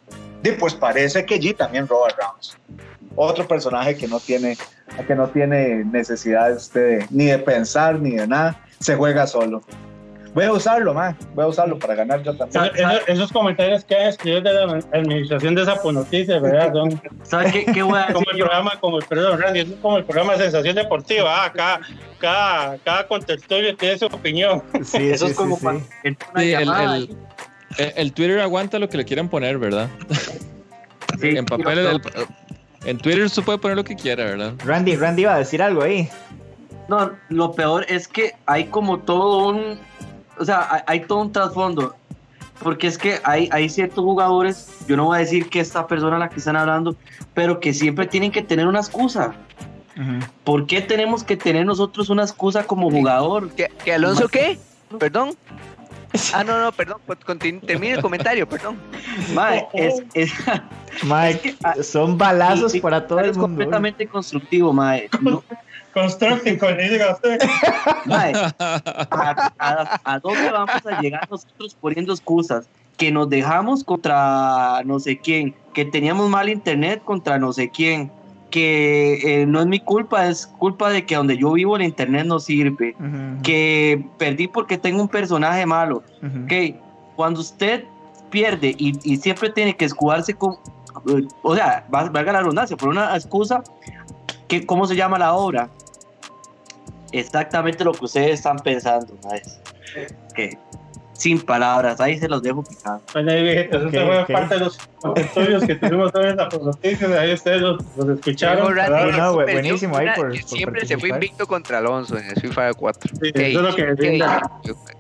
Y pues parece que G también roba rounds. Otro personaje que no tiene, que no tiene necesidad este, ni de pensar ni de nada, se juega solo. Voy a usarlo, man. Voy a usarlo para ganar yo también. Eso- eso- esos comentarios que hay escritos de la administración de Sapo Noticias, ¿verdad? Son ¿Sabes qué, qué voy a decir como el yo? programa, como el, perdón, Randy, es como el programa Sensación Deportiva. Ah, cada, cada, cada contertulio tiene su opinión. Sí, Eso sí, es como sí, cuando sí. entra una Sí, el, llamada el, el- el Twitter aguanta lo que le quieran poner, ¿verdad? y- sí, En papel, y- el- en Twitter usted puede poner lo que quiera, ¿verdad? Randy, Randy iba a decir algo ahí. No, lo peor es que hay como todo un, o sea, hay, hay todo un trasfondo, porque es que hay, hay ciertos jugadores, yo no voy a decir que esta persona a la que están hablando, pero que siempre tienen que tener una excusa. Ujú. ¿Por qué tenemos que tener nosotros una excusa como jugador? ¿Que, que Alonso qué? ¿Perdón? Ah, no, no, perdón. Continu- termine el comentario, perdón. Mae, es, es, Mike, ah, son balazos y- y para todo el es mundo. completamente constructivo, mae. No, Constructing, cuando diga usted. mae, a, a- ¿a dónde vamos a llegar nosotros poniendo excusas? Que nos dejamos contra no sé quién, que teníamos mal internet contra no sé quién, que eh, no es mi culpa, es culpa de que donde yo vivo el internet no sirve, Ujú, que perdí porque tengo un personaje malo. ujú. Ok, cuando usted pierde y, y siempre tiene que escudarse con, eh, o sea, va- valga la redundancia, por una excusa, que, ¿cómo se llama la obra? Exactamente lo que ustedes están pensando, ¿sabes? Que sin palabras, ahí se los dejo picando. Bueno, ahí, viejitos, Ok, esto fue ok. parte de los contertulios que tuvimos hoy en Sapo Noticias. Ahí ustedes los, los escucharon. Luego Randy ¿verdad? Sí, no, bu- perdió buenísimo ahí una por- que por siempre se fue participar. invicto contra Alonso en el Street Fighter cuatro. Sí, Ey, eso es lo que ey, brinda.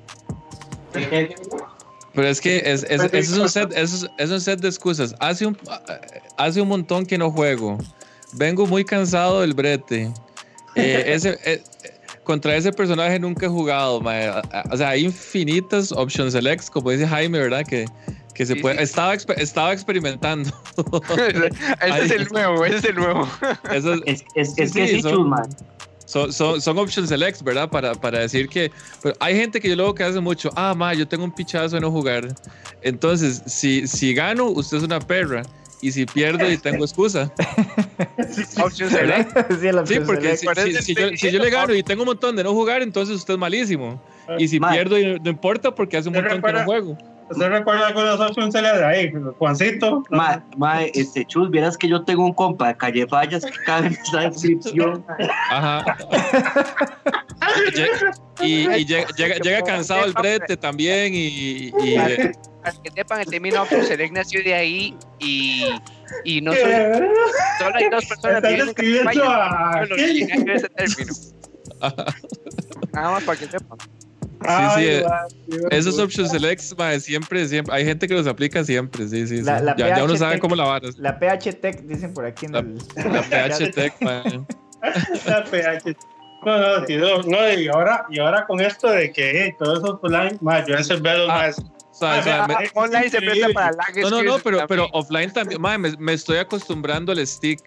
Pero es que es, es, ese es un set, eso es, es un set de excusas. Hace un, hace un montón que no juego. Vengo muy cansado del brete. Eh, ese, eh, contra ese personaje nunca he jugado, mae. O sea, hay infinitas option selects, como dice Jaime, ¿verdad? Que, que se Sí, puede. sí. Estaba, exper- estaba experimentando. ese es el nuevo, ese es el nuevo. Eso es- Es, es, Sí, es que sí, sí, son- Chusman. Son, son, son option selects, ¿verdad? Para, para decir que... Pero hay gente que yo luego que hace mucho, ah, ma, yo tengo un pichazo de no jugar. Entonces, si, si gano, usted es una perra. Y si pierdo y tengo excusa. Option select. Sí, el Sí, option porque select. si, si- si yo, si yo le gano y tengo un montón de no jugar, entonces usted es malísimo. Y si Ma. pierdo, y no importa porque hace un ¿Usted montón que no recuerda? juego. ¿Usted recuerda algunas opciones de ahí? Juancito. Ma, ma, este, Chus, vieras que yo tengo un compa de Calle Fallas que cabe en esta descripción. Ajá. Y, y llega, llega, llega cansado el brete también y... y- Para para que sepan, el término Option Select nació de ahí y, y no soy, solo hay dos personas Estás viviendo en describiendo España, a solo aquel. que llegan a ese término. Nada más para que sepan. Sí, sí, eh, va, esos option selects, mae, siempre, siempre, hay gente que los aplica siempre, sí, sí, sí. La- la ya, ya uno P H sabe Tech. cómo la vara. La P H Tech, dicen por aquí en La- el. La P H Tech, mae. La P H. No, no, sí, no, no, y ahora, y ahora con esto de que eh, todo eso online, más yo ese velo Ah, más. O sea, o sea, me- Ah, Online se presta para lag. no, no, no, skills pero, pero también. offline también, mae, me, me estoy acostumbrando al stick.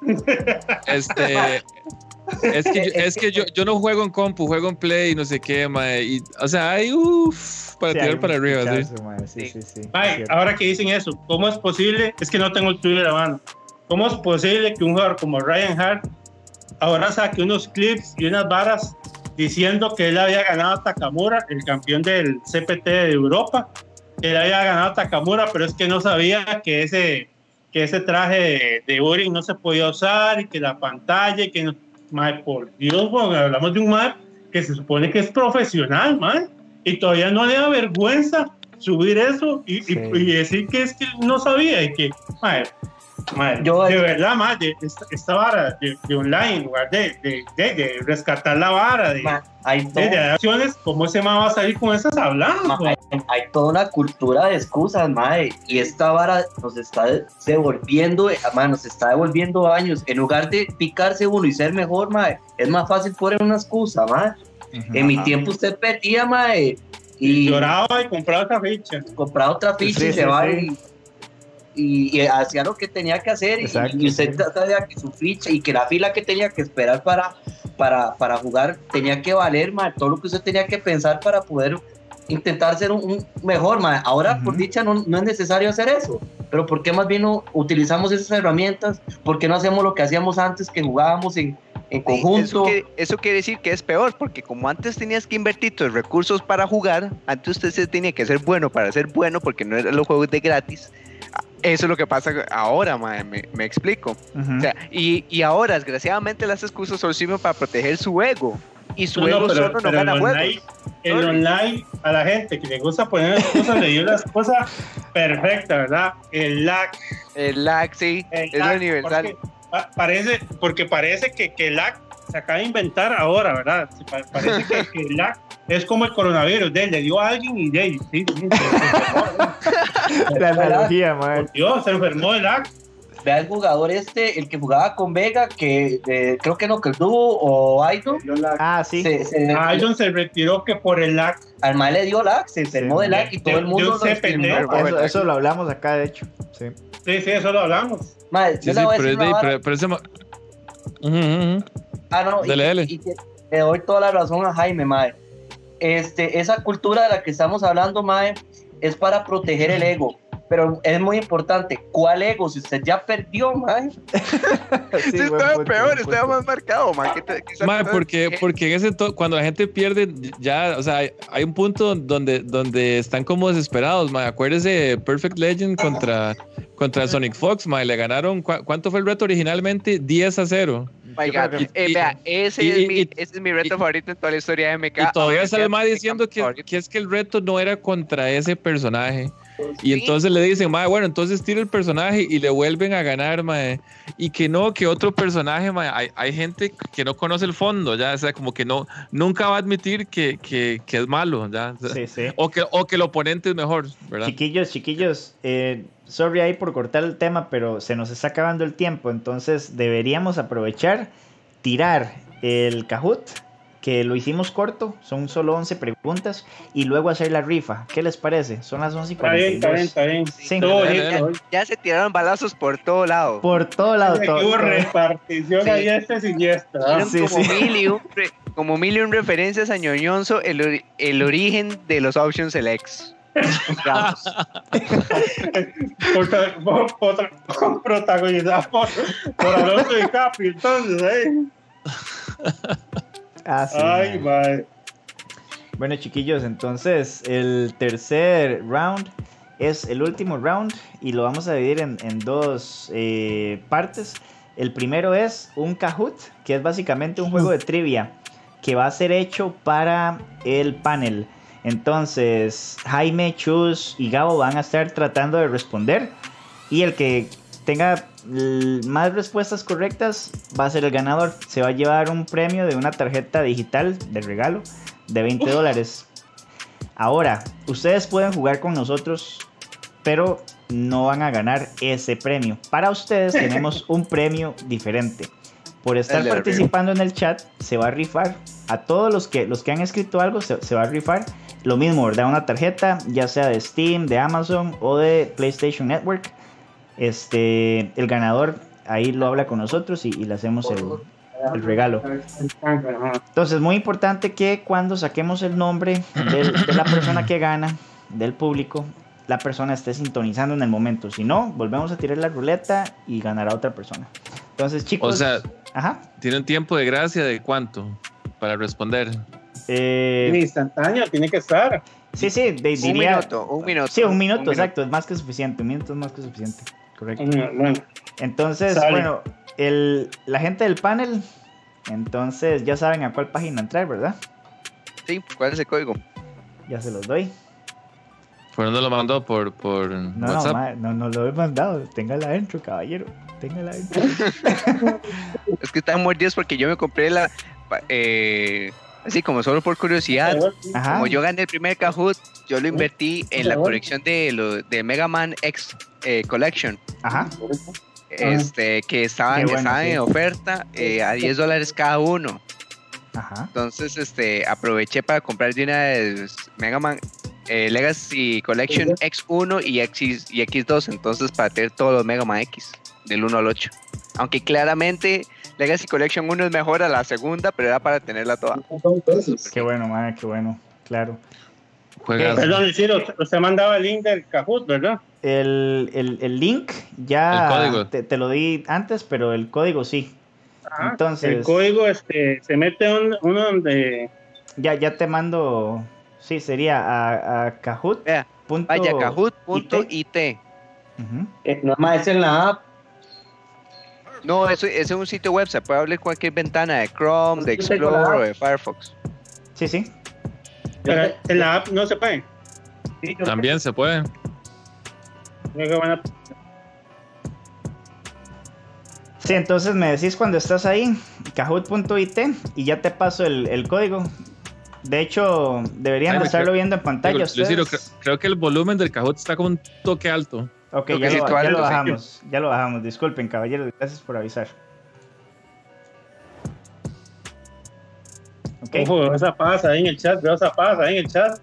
Este, es que, yo, es que yo, yo no juego en compu, juego en play, no sé qué, mae, y, o sea, hay uff para Sí, tirar hay para un arriba, sí. pichazo, mae, sí, sí, sí, Ay, es cierto. ahora que dicen eso, ¿cómo es posible? Es que no tengo el Twitter a mano. ¿Cómo es posible que un jugador como Ryan Hart ahora saque unos clips y unas varas diciendo que él había ganado a Takamura, el campeón del C P T de Europa, que él había ganado a Takamura, pero es que no sabía que ese, que ese traje de, de Uring no se podía usar y que la pantalla y que no... Mae, por Dios, bueno, hablamos de un mae que se supone que es profesional, mae, y todavía no le da vergüenza subir eso y, Sí. y, y decir que es que no sabía y que, mae, mae, Yo- de verdad, mae, de, esta, esta vara de, de online, en lugar de, de, de, de rescatar la vara, de, Ma, hay, todo- de, de acciones, ¿cómo ese mae va a salir con esas hablando? ma, hay, hay toda una cultura de excusas, mae, y esta vara nos está devolviendo, eh, ma, nos está devolviendo años. En lugar de picarse uno y ser mejor, mae, es más fácil poner una excusa, mae. Ujú. En mi Ajá. tiempo usted perdía, mae, y Lloraba y compraba esa ficha. compraba otra ficha Sí, y sí, se va sí. y, y, y hacía lo que tenía que hacer y- Exacto, y, usted sí. sabía que su ficha y que la fila que tenía que esperar para, para, para jugar tenía que valer, mae, todo lo que usted tenía que pensar para poder intentar ser un, un mejor, mae. Ahora Ujú. por dicha no, no es necesario hacer eso, pero ¿por qué más bien no utilizamos esas herramientas? ¿Por qué no hacemos lo que hacíamos antes, que jugábamos en en conjunto. Eso quiere, eso quiere decir que es peor, porque como antes tenías que invertir tus recursos para jugar, antes usted se tenía que ser bueno para ser bueno, porque no eran los juegos de gratis. Eso es lo que pasa ahora, mae, me, me explico. Ujú. O sea, y, y ahora, desgraciadamente, las excusas solo sirven para proteger su ego. Y su No, no, ego pero- solo no pero gana el juegos. online- El online, a la gente que le gusta poner excusas, le dio las cosas perfectas, ¿verdad? El lag. El lag, sí, el es lag, universal. Porque, pa- parece, porque parece que, que el lag se acaba de inventar ahora, ¿verdad? Se pa- Parece que, que el lag es como el coronavirus, de, le dio a alguien y de ahí, sí, sí, se, se enfermó. La analogía, mae. Por Dios, se enfermó el lag. Vea el jugador este, el que jugaba con Vega, que eh, creo que no, que el dúo o Aido. Ah, sí. Se, se, Aidon se retiró que por el lag. Al mal le dio lag, se enfermó Sí, de lag y todo de- el mundo de un lo C P T. discriminó. Eso, eso lo hablamos acá, de hecho. Sí. Sí, sí, eso lo hablamos. Madre, Sí, yo sí, le voy a pero, decir es de- una vara. pero- pero ese ma- Ujú, ujú. Ah, no, y- Dale, dale. y que le doy toda la razón a Jaime, mae. Este, esa cultura de la que estamos hablando, mae, es para proteger el ego. Pero es muy importante, ¿cuál ego? Si usted ya perdió, mae. Sí, Sí, buen estaba punto, peor, buen estaba punto. más marcado, man. ¿Qué te- qué Mae, exacto- porque, qué- porque en ese to- cuando la gente pierde, ya, o sea, hay, hay un punto donde, donde están como desesperados, mae. Acuérdese, Perfect Legend contra, contra Sonic Fox, mae, le ganaron, ¿cu- ¿cuánto fue el reto originalmente? diez a cero. My Yo God. creo que- Eh, y- vea, ese, y- es y- mi, y- ese es mi reto y- favorito en toda la historia de M K. Y todavía Ahora sale ya más es mi diciendo campo que, favorito. que es que el reto no era contra ese personaje. Y Sí. entonces le dicen, mae, bueno, entonces tira el personaje y le vuelven a ganar, mae. Y que no, que otro personaje, mae. Hay, hay gente que no conoce el fondo, ya, o sea, como que no, nunca va a admitir que, que, que es malo, ya. O sea, Sí, sí. O que, o que el oponente es mejor, ¿verdad? Chiquillos, chiquillos, eh, sorry ahí por cortar el tema, pero se nos está acabando el tiempo, entonces deberíamos aprovechar, tirar el Kahoot, que lo hicimos corto, son solo once preguntas, y luego hacer la rifa. ¿Qué les parece? Son las once y Está bien, cuarenta y está bien, dos. está bien. Sí. Estuvo Dale, bonito, dale. hoy. Ya se tiraron balazos por todo lado. Por todo lado. Aquí todo- hubo todo. repartición Sí. ahí este siniestra. ¿ah? Dieron sí, como, sí. Mil y un re- como mil y un referencias a Ñoñonzo, el, ori- el origen de los Option Selects. Digamos. Prota- por- por- Protagonizada por, por Alonso DiCaprio, entonces, ¿eh? Ah, sí, Ay, man. madre. Bueno, chiquillos, entonces el tercer round es el último round y lo vamos a dividir en, en dos eh, partes. El primero es un Kahoot, que es básicamente un juego de trivia que va a ser hecho para el panel. Entonces, Jaime, Chus y Gabo van a estar tratando de responder y el que tenga l- más respuestas correctas va a ser el ganador. Se va a llevar un premio de una tarjeta digital de regalo de veinte dólares. Ahora, ustedes pueden jugar con nosotros, pero no van a ganar ese premio. Para ustedes tenemos un premio diferente. Por estar El de la participando en el chat, se va a rifar. A todos los que, los que han escrito algo, se, se va a rifar lo mismo, ¿verdad? Una tarjeta, ya sea de Steam, de Amazon o de PlayStation Network. Este, el ganador ahí lo habla con nosotros y, y le hacemos el, el regalo. Entonces, muy importante que cuando saquemos el nombre del- de la persona que gana, del público, la persona esté sintonizando en el momento. Si no, volvemos a tirar la ruleta y ganará otra persona. Entonces, chicos. O sea, ajá. ¿tiene un tiempo de gracia de cuánto para responder? eh, Instantáneo, tiene que estar. sí, sí, de- Un diría. minuto, un minuto. Sí, un minuto, exacto. Es más que suficiente. Un minuto es más que suficiente. Correcto. Bueno, Entonces, Sale. bueno, el, la gente del panel, entonces ya saben a cuál página entrar, ¿verdad? Sí, ¿cuál es el código? Ya se los doy. ¿Por dónde lo mandó? ¿Por, por No, WhatsApp? no, ma- no, no lo he mandado. Téngala adentro, caballero. Téngala adentro. Es que están mordidos porque yo me compré la... pa- Eh, así como solo por curiosidad. Ajá. Como yo gané el primer Kahoot, yo lo invertí en la colección de, lo, de Mega Man X eh, Collection. Ajá. Este, que estaban, Qué bueno, estaban sí. en oferta eh, a diez dólares cada uno. Ajá. Entonces, este, aproveché para comprar de una vez Mega Man eh, Legacy Collection X uno y X, y X dos. Entonces, para tener todos los Mega Man X, del uno al ocho. Aunque claramente Legacy Collection uno es mejor a la segunda, pero era para tenerla toda. Qué bueno, madre, qué bueno. Claro. Juegas. Perdón, Ciro, usted mandaba el link del Kahoot, ¿verdad? El, el, el link ya El código. Te, te lo di antes, pero el código sí. Ajá, Entonces- el código este, se mete un- uno donde. Ya, ya te mando. Sí, sería a, a Kahoot. Vea, punto vaya, kahoot punto I it. T. Ujú. Eh, nada más es en la app. No, eso, ese es un sitio web, se puede abrir cualquier ventana de Chrome, de Yo tengo la Explorer o app. de Firefox. Sí, sí. Pero en la app no se puede. Sí, yo- También se puede. Creo que van a- Sí, entonces me decís cuando estás ahí, kahoot punto I T, y ya te paso el, el código. De hecho, deberían Ay, de me estarlo creo- viendo en pantalla Luis Ciro, ustedes. creo, creo que el volumen del Kahoot está como un toque alto. Ok, Creo ya que sí, lo, tú ya algo, lo sí. bajamos, ya lo bajamos. Disculpen, caballeros, gracias por avisar. Ok, Ojo, esa pasa ahí en el chat, veo esa pasa ahí en el chat.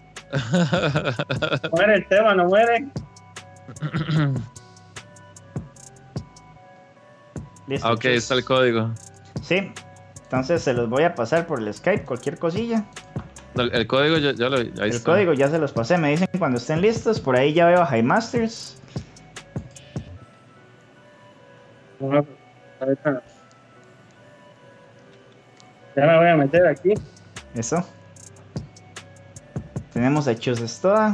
Muere el tema, no muere. listo. Ah, ok, chus. está el código. Sí, entonces se los voy a pasar por el Skype, cualquier cosilla. No, el, el código ya, ya lo ahí El está. código ya se los pasé, me dicen cuando estén listos. Por ahí ya veo a High Masters. Ya me voy a meter aquí. Eso. Tenemos a Chus Estoa.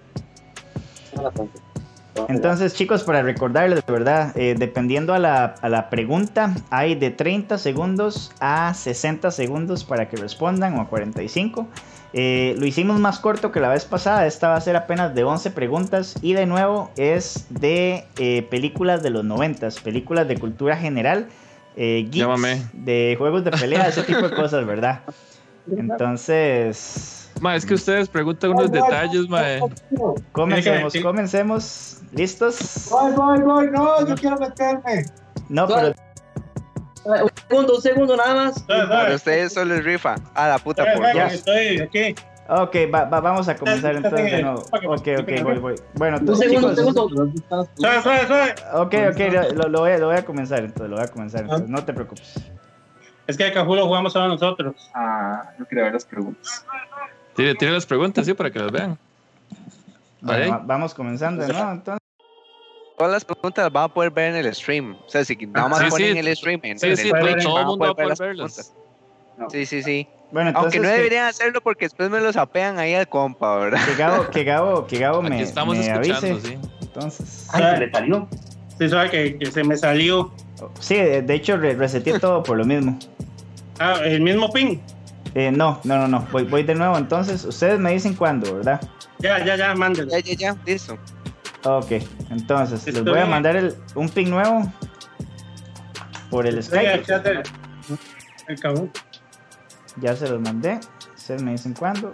Entonces, chicos, para recordarles, de verdad, eh, dependiendo a la, a la pregunta, hay de treinta segundos a sesenta segundos para que respondan, o a cuarenta y cinco. Eh, lo hicimos más corto que la vez pasada. Esta va a ser apenas de once preguntas. Y de nuevo es de eh, películas de los noventas, películas de cultura general, eh, geeks, Llámame. de juegos de pelea, ese tipo de cosas, ¿verdad? Entonces... Ma, es que ustedes preguntan unos detalles, ma. Comencemos, Sí. comencemos. ¿Listos? Voy, voy, voy, no, yo quiero meterme. No, pero Un segundo, un segundo nada más. Dale, Por dale. ustedes solo es rifa. A la puta Dale, por dale, dos. estoy aquí. ok, va- va- vamos a comenzar entonces de nuevo. Ok, ok, voy, voy. Bueno, Un entonces, segundo, un chicos, segundo. Suave, suave, suave. ok, ok, lo, lo voy, a- lo voy a comenzar entonces, lo voy a comenzar entonces, no te preocupes. Es que a Cajú lo jugamos solo nosotros. Ah, yo quería ver las preguntas. Tire, tire las preguntas, sí, para que las vean. Bueno, Ahí. va- vamos comenzando de nuevo entonces. Todas las preguntas las van a poder ver en el stream. O sea, si nada más Sí, ponen sí. el stream en, Sí, en sí, el todo- Twitch, todo van el mundo va a poder las verlas. preguntas. Sí, sí, sí. Bueno, entonces Aunque no que, deberían hacerlo porque después me los apean ahí al compa, ¿verdad? que Gabo, que Gabo, que Gabo Aquí me, estamos me escuchando, avise. sí. Entonces, Ay, se le salió. Sí, sabe que, que se me salió. sí, de de hecho re- reseteé todo por lo mismo. Ah, el mismo ping. Eh, no, no, no, no, voy, voy de nuevo entonces. Ustedes me dicen cuándo, ¿verdad? Ya, ya, ya, mándelo. Ya, ya, ya, listo. Ok, entonces les Estoy- voy a mandar el, un ping nuevo por el Estoy en el Skype. chat del- el Cajú. Ya se los mandé. Ustedes me dicen cuándo.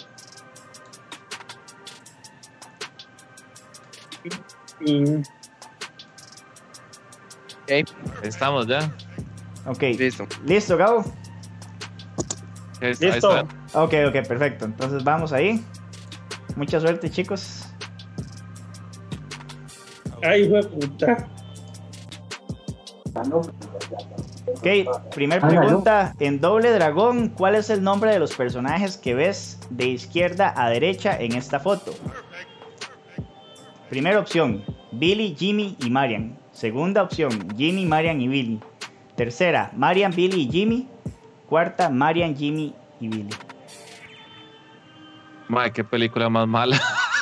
Y Ok, Ahí estamos ya. Ok, listo. listo, Gabo. Ahí está, Listo. ahí está. Ok, ok, perfecto. Entonces vamos ahí. Mucha suerte, chicos. ay, hijo de puta. Ok, primer pregunta. En Doble Dragón, ¿cuál es el nombre de los personajes que ves de izquierda a derecha en esta foto? Primera opción, Billy, Jimmy y Marian. Segunda opción, Jimmy, Marian y Billy. Tercera, Marian, Billy y Jimmy. Cuarta, Marian, Jimmy y Billy. Ma, qué película más mala.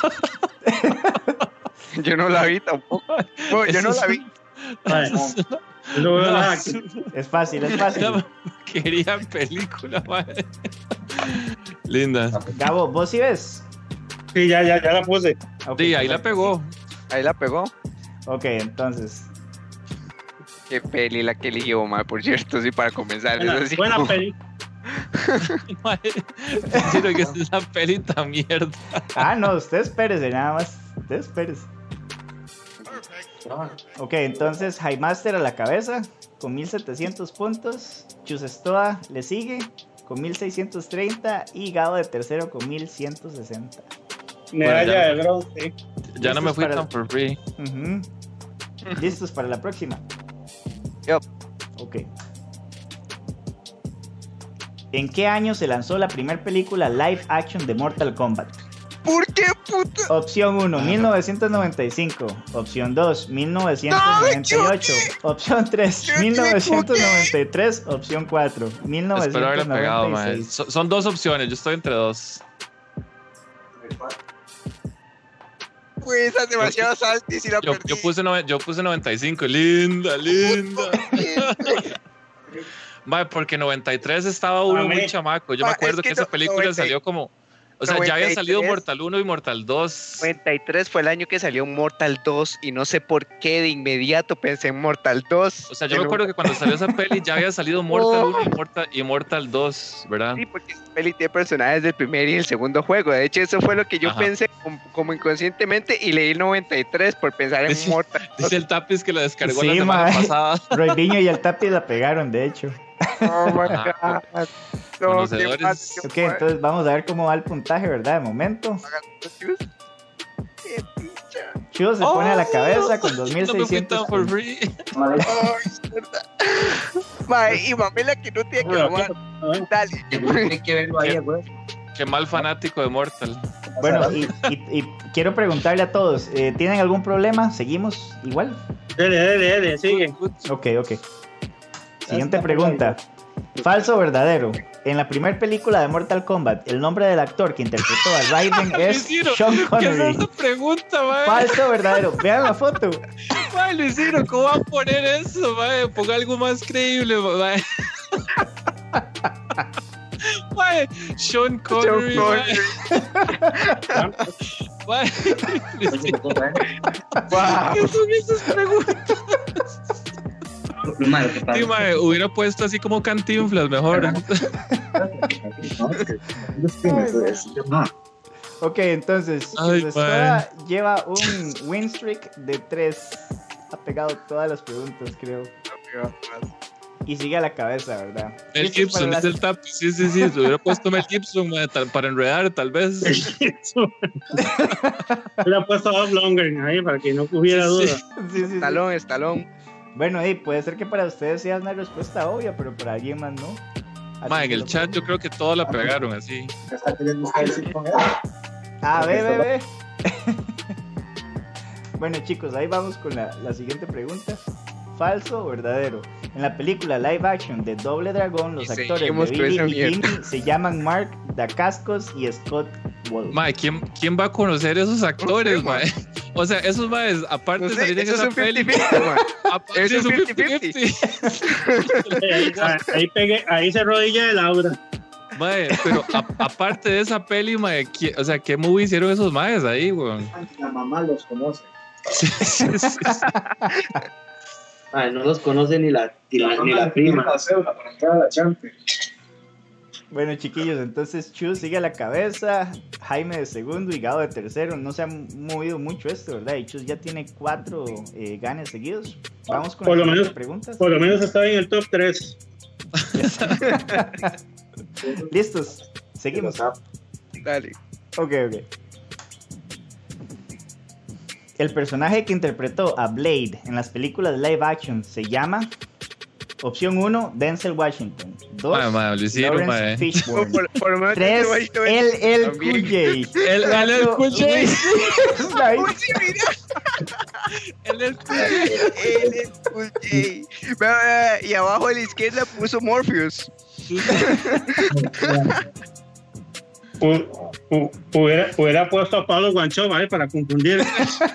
Yo no la vi tampoco. Bueno, yo no la vi. Ay, no veo No, nada es aquí. Es fácil, es fácil. una quería película, ma. Linda. Gabo, ¿vos sí ves? Sí, ya, ya, ya la puse. Ok, Sí, ahí la perfecto. pegó. Ahí la pegó. Ok, entonces. Qué peli la que eligió, ma, por cierto, sí, para comenzar. Buena, eso sí, buena como- peli. Ma, Quiero que es una pelita mierda. Ah, no, usted espérese, nada más. Usted espérese. Ok, entonces Highmaster a la cabeza con mil setecientos puntos. Chusestoa le sigue con mil seiscientos treinta y Gabo de tercero con mil ciento sesenta. Medalla ya. de bronce. Ya no me Listos fui para- tan por free. Ujú. ¿Listos para la próxima? Yup. Ok. ¿En qué año se lanzó la primera película live action de Mortal Kombat? ¿Por qué, puta? Opción uno, mil novecientos noventa y cinco. Opción dos, mil novecientos noventa y ocho. No, Opción tres, mil novecientos noventa y tres. Opción cuatro, mil Espero haberle pegado, mae. novecientos noventa y seis. So- son dos opciones, yo estoy entre dos. Pues esa es demasiado salty si la Yo, perdí. yo, puse nove- yo puse noventa y cinco, linda, linda. Mae, porque noventa y tres estaba uno Mame. muy chamaco. Yo Ma, me acuerdo es que, que esa no- película noventa y- salió como. O sea, ya había noventa y salido tres. Mortal uno y Mortal dos. noventa y tres fue el año que salió Mortal dos y no sé por qué de inmediato pensé en Mortal dos. O sea, yo me acuerdo que cuando salió esa peli ya había salido Mortal uno y Mortal, y Mortal dos, ¿verdad? Sí, porque esa peli tiene personajes del primer y el segundo juego. De hecho, eso fue lo que yo Ajá. pensé como, como inconscientemente y leí noventa y tres por pensar en Dice- Mortal dos. Dice el Tapiz que la descargó Sí, la semana mae. pasada. Roy Viño y el Tapi la pegaron, de hecho. Oh my Ajá. God. No, qué Conocedores. mal, qué Ok, mal. entonces vamos a ver cómo va el puntaje, ¿verdad? De momento. Qué picha. Chido se pone a la Oh, cabeza con dos mil No me fui seiscientos. tan for free. Madre, Ay, es verdad. Mae, y Mamela que no tiene que Bueno, robar. ¿qué? Dale. Hay que verlo ahí, güey. Qué mal fanático de Mortal. Bueno, y, y- y quiero preguntarle a todos, eh, ¿tienen algún problema? ¿Seguimos igual? Dele, dele, dele, sigue. Ok, ok. Siguiente pregunta. ¿Falso o verdadero? En la primera película de Mortal Kombat, el nombre del actor que interpretó a Raiden es Luisiro, Sean ¿qué es Connery. esa pregunta, mae? ¿Falso o verdadero? Vean la foto. Mae, Luisiro, ¿cómo va a poner eso, mae? Ponga algo más creíble, mae. Mae, Sean Connery, Sean mae. Mae, oye, ¿cómo es? ¿qué son esas preguntas? Madre, ¿qué pasa? Sí, mae, hubiera puesto así como Cantinflas mejor. No, es que- es que me- es- no. Ok, entonces, Ay, Chizostoa lleva un win streak de tres. Ha pegado todas las preguntas, creo. Y sigue a la cabeza, ¿verdad? Mel Listo Gibson para es la- el tap. Sí, sí, sí. Se hubiera puesto Mel Gibson mae, tal- para enredar, tal vez. Le ha puesto a Bob Lundgren ahí para que no hubiera Sí, duda. sí. Sí, sí, sí. Estalón, estalón. Bueno, y puede ser que para ustedes sea una respuesta obvia, pero para alguien más no. Así Mae, en que el lo chat pongo. yo creo que todos la pegaron así. ¿Qué está queriendo usted decir con eso? Ah, ve, ve, ve. Bueno, chicos, ahí vamos con la, la siguiente pregunta. ¿Falso o verdadero? En la película live action de Doble Dragón, los Y actores seguimos de con Billy esa y mierda. Jimmy se llaman Mark Dacascos y Scott Wolf. Mae, ¿quién, ¿quién va a conocer esos actores, No sé, mae? O sea, esos maes, aparte No de sé, salir en eso es esa un peli, cincuenta cincuenta, mae. aparte- es sí, un cincuenta cincuenta. Ahí, ahí pegué, ahí se rodilla de Laura. Mae, pero a- aparte de esa peli, mae, ¿qué- o sea, ¿qué movie hicieron esos maes ahí, weón? La mamá los conoce. Sí, sí, sí, sí. Ay, no los conoce ni la, ni la, ni la prima. La cédula para entrar a la Champions. Bueno, chiquillos, entonces Chu sigue a la cabeza, Jaime de segundo y Gado de tercero. No se ha movido mucho esto, ¿verdad? Y Chus ya tiene cuatro eh, ganes seguidos. Vamos con Por las lo siguientes menos- preguntas. Por lo menos está en el top tres. Listos, seguimos. Dale. Ok, ok. El personaje que interpretó a Blade en las películas live action se llama... Opción uno, Denzel Washington. dos, Mae, mae, lo hicieron, mae. Lawrence Fishburne. Por, por lo menos tres, te voy a- el el También. Q J. El, el, el Cuatro, Q J. Wesley Uy, Snipes. sí, mira. El, el Q J. Él es Cool J. Ve, ve, y abajo a la izquierda puso Morpheus. Hu- hu- Hubiera, hubiera puesto a Pablo Guancho ahí para confundir.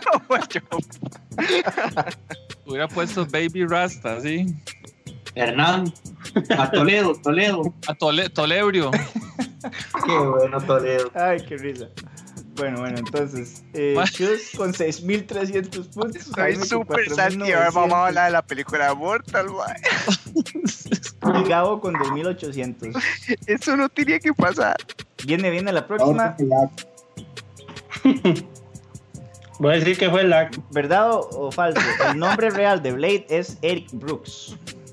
Hubiera puesto Baby Rasta, ¿sí? Hernán, a Toledo, Toledo. A Tole, Tolebrio. Qué bueno, Toledo. Ay, qué risa. Bueno, bueno, entonces, eh, Ma- Chus con seis mil trescientos puntos. Estoy Jaime con súper cuatro mil salty. Ahora novecientos, vamos a hablar de la película Mortal, mae. Y Gabo con dos mil ochocientos. Eso no tenía que pasar. Viene, viene la Ahora próxima. que ya Voy a decir que fue la. ¿Verdad o, o falso? El nombre real de Blade es Eric Brooks.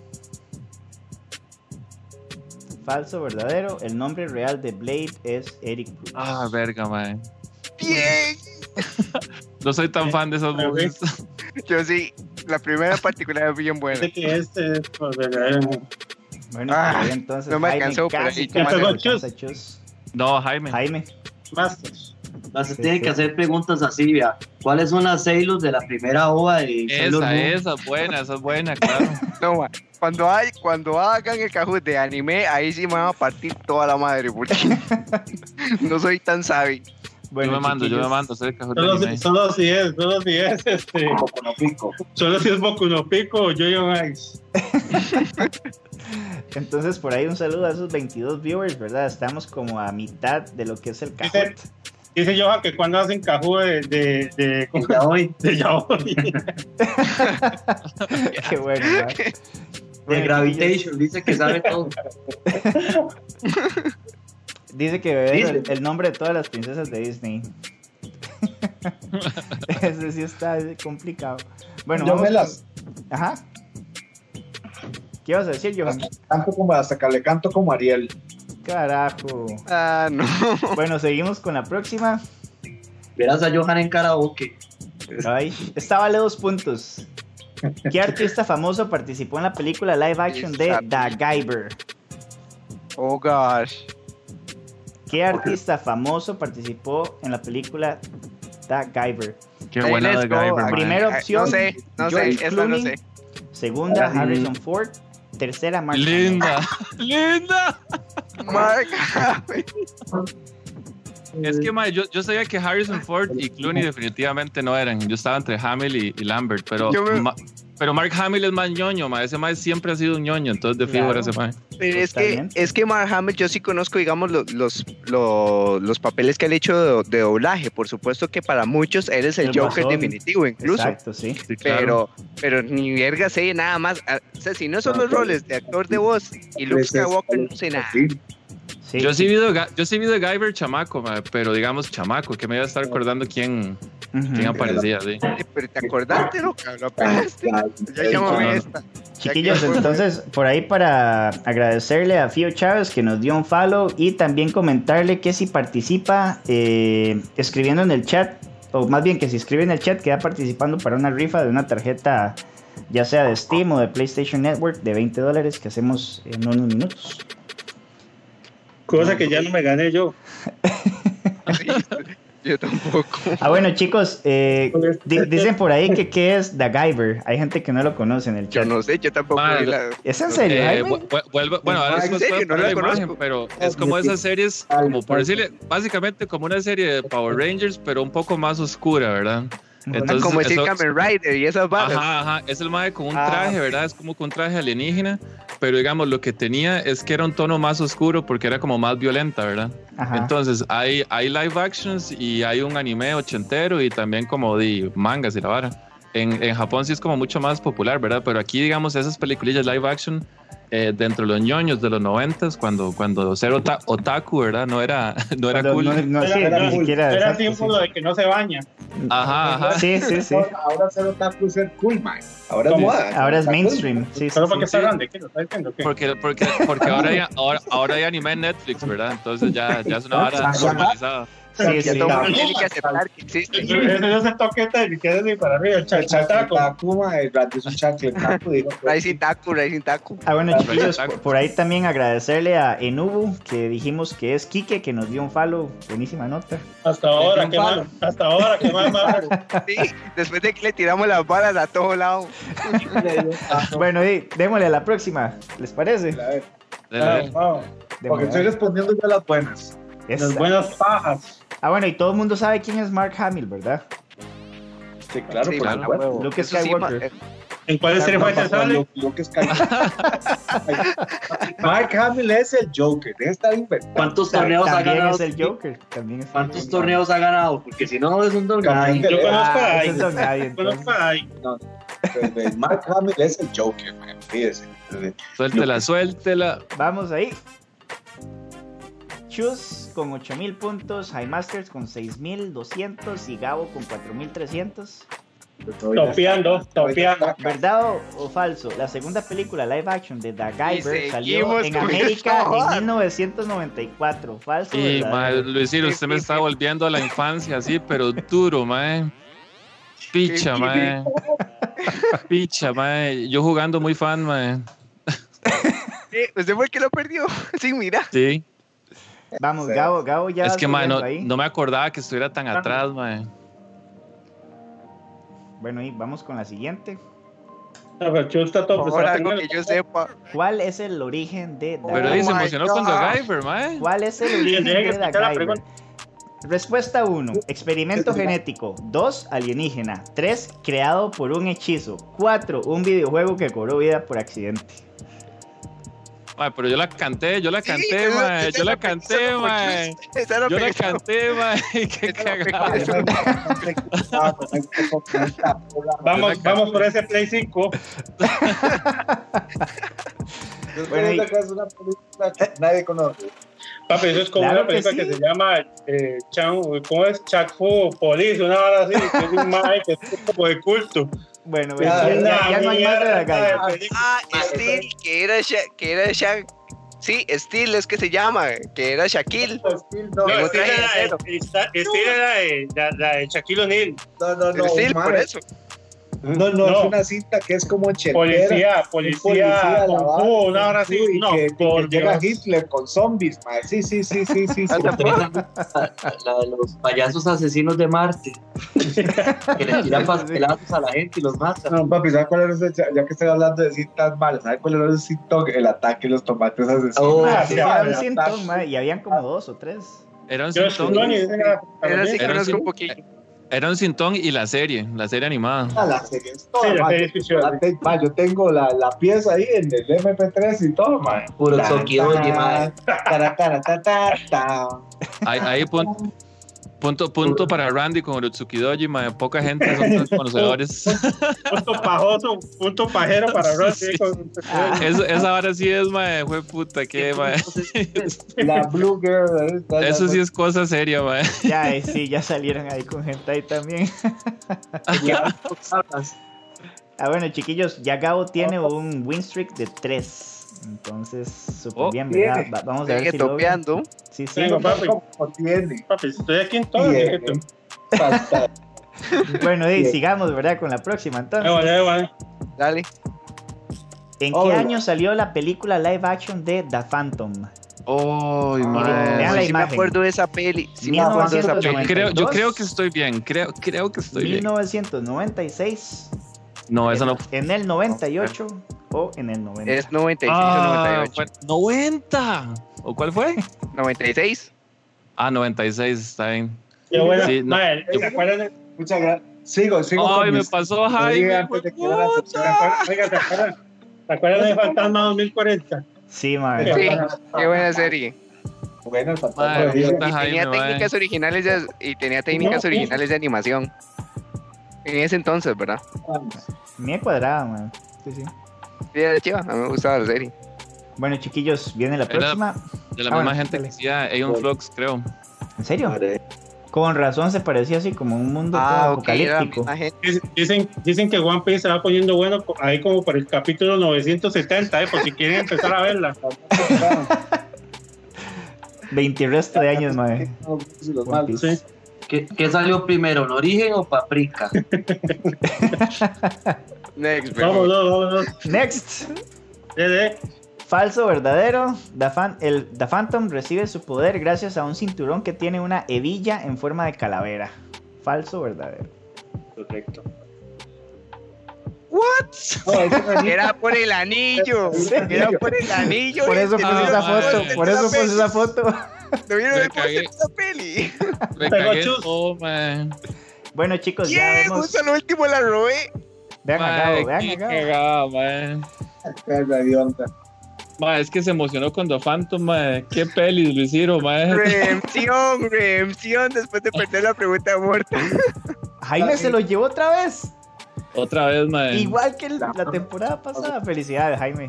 Falso, verdadero. El nombre real de Blade es Eric Brooks. Ah, verga, mae. Bien. No soy tan fan de esos movies. Yo sí. La primera particular es bien buena. Dice que este es pues, verdadero. Bueno, Ah, entonces no me Jaime alcanzó, pero casi, ahí casi pegó alcanza Chus. a Chus. No, Jaime. Jaime, Bastos. Las Sí, tiene sí. que hacer preguntas así, vea. ¿Cuáles son las Sailors de la primera ova de Sailor Esa, Moon? esa es buena, esa es buena, claro. No, ma, cuando, hay, cuando hagan el Kahoot de anime, ahí sí me van a partir toda la madre, porque no soy tan sabio. Bueno, yo me mando, yo me chiquillos, mando a hacer el cajón de Solo, anime. si- solo si es, solo si es, este, Boku no Pico. solo si es Boku no Pico o Yo-Yo Ice. Entonces, por ahí un saludo a esos veintidós viewers, ¿verdad? Estamos como a mitad de lo que es el Dice, Kahoot. dice Johan que cuando hacen cajú de, de, de, Y ya hoy, de yaoi. Qué bueno, ¿verdad? de Bueno, Gravitation, dice que sabe todo. Dice que bebé es el, Dice. el nombre de todas las princesas de Disney. Ese sí está complicado. Bueno, Yo vamos me con- las Ajá. ¿Qué ibas a decir, Johan? canto como, hasta que le canto como Ariel. Carajo. Ah, no. Bueno, seguimos con la próxima. Verás a Johan en karaoke. Ay, esta vale dos puntos. ¿Qué artista famoso participó en la película live action de The Guyver? Oh, gosh. ¿Qué artista famoso participó en la película The Guyver? Qué Hey, buena let's de go. Guyver, Ay, Primera ay, opción, No sé, no sé, George esta no Clooney. sé. Segunda, Mm. Harrison Ford. Tercera, Mark Hamill. Linda, linda. Mark. Es que, mae, yo, yo sabía que Harrison Ford y Clooney definitivamente no eran. Yo estaba entre Hamill y, y Lambert, pero, Yo me- ma- pero Mark Hamill es más ñoño, mae. Ese mae siempre ha sido un ñoño, entonces de fijo Claro. era ese mae. Pero es que, Totalmente. es que Mark Hamill, yo sí conozco, digamos, los, los, los, los papeles que él ha hecho de, de doblaje. Por supuesto que para muchos él es el, El Joker Guasón. definitivo, incluso. Exacto, sí. Sí, claro. Pero, pero ni verga sé nada más. Ah, O sea, si no son los roles de actor de voz y Luke Skywalker, no sé nada. Sí. Yo sí vi de, Ga- yo sí vi de Guyver chamaco, mae, pero digamos chamaco, que me iba a estar acordando quién, Ujú. quién aparecía, sí. Eh, Pero te acordaste, ¿no? Lo pegaste. Ya llámame esta. Chiquillos, Ya que- entonces por ahí para agradecerle a Fío Chávez que nos dio un follow y también comentarle que si participa eh, escribiendo en el chat, o más bien que si escribe en el chat queda participando para una rifa de una tarjeta ya sea de Steam o de PlayStation Network de veinte dólares que hacemos en unos minutos. Cosa que ya no me gané yo. Sí, yo tampoco. Ah, bueno, chicos, eh, di- dicen por ahí que qué es The Guyver. Hay gente que no lo conoce en el Yo chat. no sé, yo tampoco. Madre, vi la- ¿Es en serio, Eh, Jaime? vu- vu- vuelve- bueno, ahora ¿En después serio? puedo No poner la la imagen, conozco. pero es como esas series, como por decirle, básicamente como una serie de Power Rangers, pero un poco más oscura, ¿verdad? Entonces, como decir eso- Kamen Rider y esas barras. Ajá, ajá, es el mae con un Ah, traje, sí. ¿verdad? Es como con un traje alienígena, pero digamos, lo que tenía es que era un tono más oscuro porque era como más violenta, ¿verdad? Ajá. Entonces, hay, hay live actions y hay un anime ochentero y también como de mangas y la vara. En, en Japón sí es como mucho más popular, ¿verdad? Pero aquí, digamos, esas peliculillas live action, eh, dentro de los ñoños de los noventas, cuando, cuando ser ota- otaku, ¿verdad? No era, no era Cuando cool. no- no, sí, Era- ni era- siquiera. Era exacto, símbolo sí. de que no se baña. Ajá, ajá. Sí, sí, sí. Ahora, ahora ser otaku es ser cool, man. Ahora es ¿Cómo? moda. Ahora es Está cool. mainstream. Sí, sí, Solo sí. porque está sí. grande. ¿Qué lo está diciendo? ¿Qué? Porque, porque, porque ahora, hay, ahora, ahora hay anime en Netflix, ¿verdad? Entonces ya, ya es una vara normalizada. Sí, Ya sí. todo el mundo tiene que aceptar que existe. Eso eso se toqueta y queda así para arriba. El El chachataco. chacletaco, man. El rato es un chacletaco, dijo. Rising Taku, Rising Taku. Ah, bueno, chiquillos, Exacto. por, por ahí también agradecerle a Enubu, que dijimos que es Quique, que nos dio un follow. Buenísima nota. Hasta ahora, un qué palo. mal. Hasta ahora, qué mal, mal. Sí, después de que le tiramos las balas a todos lados. Bueno, y démosle a la próxima. ¿Les parece? A ver, Dele, Ah, dele. wow. porque Démosle. estoy respondiendo yo a las buenas. Esa. Las buenas pajas. Ah, bueno, y todo el mundo sabe quién es Mark Hamill, ¿verdad? Sí, claro, Sí, por claro. supuesto. Luke Eso sí, Skywalker. ma- eh, ¿En cuál Street Fighter sale? Luke- Luke Skywalker. Mark Hamill es el Joker. Deja de estar inventando. ¿Cuántos torneos ha También ganado? es el Joker. También es el ¿Cuántos Joker. torneos ha ganado? Porque si no, es un don Campeón nadie. de- Yo conozco Ah, a ese Ay. es Don Nadie, Conozco entonces. a Ay. No, pues, Mark Hamill es el Joker, man. Fíjese. Suéltela, suéltela. Vamos ahí. Chus con ocho mil puntos, High Masters con seis mil doscientos y Gabo con cuatro mil trescientos. Topeando, topeando. ¿Verdad o, o falso? La segunda película live action de The Guyver Y salió seguimos en con América esto. en mil novecientos noventa y cuatro. ¿Falso o Y, verdadero? mae, Luisito, usted me está volviendo a la infancia así, pero duro, mae. Picha, mae. Picha, mae. Yo jugando muy fan, mae. eh, ¿Usted fue el que lo perdió? Sí, mira. Sí. Vamos, Sí. Gabo, Gabo ya. Es que, mae, no, subiendo ahí. no me acordaba que estuviera tan atrás, mae. Bueno, y vamos con la siguiente. No, pero Chu está todo Por está algo primero. que yo sepa. ¿Cuál es el origen de Oh Pero ahí se my emocionó God. con The Guyver, mae. ¿Cuál es el origen Tiene que de escuchar la MacGyver? pregunta. Respuesta uno, experimento genético. dos, alienígena. tres, creado por un hechizo. cuatro, un videojuego que cobró vida por accidente. Mae, pero yo la canté, yo la Sí, canté, esa- mae. esa Yo es la lo que- canté, esa es lo que- mae. esa es lo Yo la que- canté, mae. Qué cagado. Vamos, vamos por ese Play cinco. Bueno, y- que es una película que nadie conoce. Papi, eso es como Claro una que película que, sí. se llama eh, Chan, ¿cómo es? Chak Fu Police, una hora así, que es un mae que es como de culto. Bueno, Ya, ya, ya- ya no hay más de mierda MacGyver. película. Ah, Steel, que era Sha- que era Shaq. Sí, Steel es que se llama, que era Shaquille. No, No, en Steel otra era, cero. de- esta- Steel era de, la, la de Shaquille O'Neal. no, no, no, Steel, por mae. eso. No, no, No. es una cinta que es como cheltera. Policía, Un policía, Kung lavado, Fu, una hora así. y No, que, y que por llega Dios. Hitler con zombies, mae. Sí, sí, sí, sí, sí. sí. La, la de los payasos asesinos de Marte. Que le tiran pastelazos a la gente y los matan. No, papi, ¿sabes cuál era ese? Ya ya que estoy hablando de cintas malas, ¿sabes cuál era el cinto? El ataque de los tomates asesinos. Oh, Ah, sí, sí, era un el sintón, ataque. mae, y habían como dos o tres. Era un Yo sintón. Tony, era- Era así, Era conozco un- un poquillo. Era un sintón y la serie, la serie animada. Ah, la serie es toda, Sí, la mae. serie es preciosa. La te- mae, yo tengo la, la pieza ahí en el M P tres y todo, mae. Puro Ta, Tsukiyoshi, ta, mae. tara, tara, ta, ta, ta. Ahí, ahí pun- punto, punto para Randy con Urutsuki Doji, mae. Poca gente son tan conocedores. punto pajoso, punto pajero para Ross. Sí. sí, con- Eso, esa hora sí es, mae. Fue puta, que, mae. La Blue Girl. eh, ta, ta, Eso ta. sí es cosa seria, mae. Ya, eh, sí, ya salieron ahí con gente ahí también. Ah, bueno, chiquillos, ya Gabo tiene un win streak de tres. Entonces, súper Oh, bien, ¿verdad? bien. Va- vamos a ver Sigue si logra. topeando. Sí, sí. Venga, papi. ¿Cómo tiene? Papi, si estoy aquí en todo. Bien. así que tú- Falta. Bueno, y Bien. sigamos, ¿verdad? Con la próxima, entonces. Eh, vale, vale. Dale. ¿En qué Hola. año salió la película live action de The Phantom? Oh, vean man. la Sí me imagen. acuerdo de esa peli. Sí me Mil acuerdo de esa novecientos peli. Yo creo, yo noventa y dos. creo que estoy bien. Creo, creo que estoy bien. mil novecientos noventa y seis, No, eso no. en el noventa y ocho o en el noventa. Es noventa y seis o Ah, noventa y ocho. fue noventa. ¿O cuál fue? noventa y seis. Ah, noventa y seis, está bien. Yo, bueno, Sí, no. mae, ¿se acuerdan de- Muchas gracias. Sigo, sigo. Ay, con me mis- pasó Oye, Jaime. antes de que era la hueputa. sección. Oiga, ¿se acuerdan? ¿Se acuerdan de Fantasma dos mil cuarenta? Sí, madre. Sí, qué buena serie. Bueno, el fantasma Madre de Dios. puta, Y Jaime, tenía mae. técnicas originales de, y tenía técnicas No, no. originales de animación. En ese entonces, ¿verdad? Me cuadrada, man. Sí, sí. Sí, era chiva, a mí me gustaba la serie. Bueno, chiquillos, viene la Era- próxima. De la Ah, misma bueno, gente dale. que hacía Aeon Flux, creo. ¿En serio? Madre. Con razón se parecía así como un mundo todo Ah, ok, era la apocalíptico. misma gente. Dicen, dicen que One Piece se va poniendo bueno co- ahí como por el capítulo novecientos setenta, eh, por si quieren empezar a verla. veinte y resto de años, madre. Los One malos. Piece. Sí. ¿Qué, ¿Qué salió primero, Norigen o Paprika? Next, Vamos, bro. vamos, vamos. Next. De, de. Falso o verdadero. The, Fan- el, The Phantom recibe su poder gracias a un cinturón que tiene una hebilla en forma de calavera. Falso o verdadero. Correcto. What? No, ese anillo- Era por el anillo. Sí. Era por el anillo. Por eso este, puse no esa vieron foto. madre. Por eso puse esa foto. foto. ¿No vieron Me el póster cagué. de esa peli? Me Pegó cagué chus. todo, man. Bueno, chicos, ya ¿Quién? vemos. Justo lo último la robé. Vean a Mae, Gabo, vean qué a Gabo. cagada, man. Perra idiota. Ma, es que se emocionó cuando Phantom, ma. Qué pelis lo hicieron, ma. Redempción, redempción después de perder la pregunta muerta. Jaime se lo llevó otra vez. Otra vez, ma. Igual que el- la temporada pasada. Felicidades, Jaime.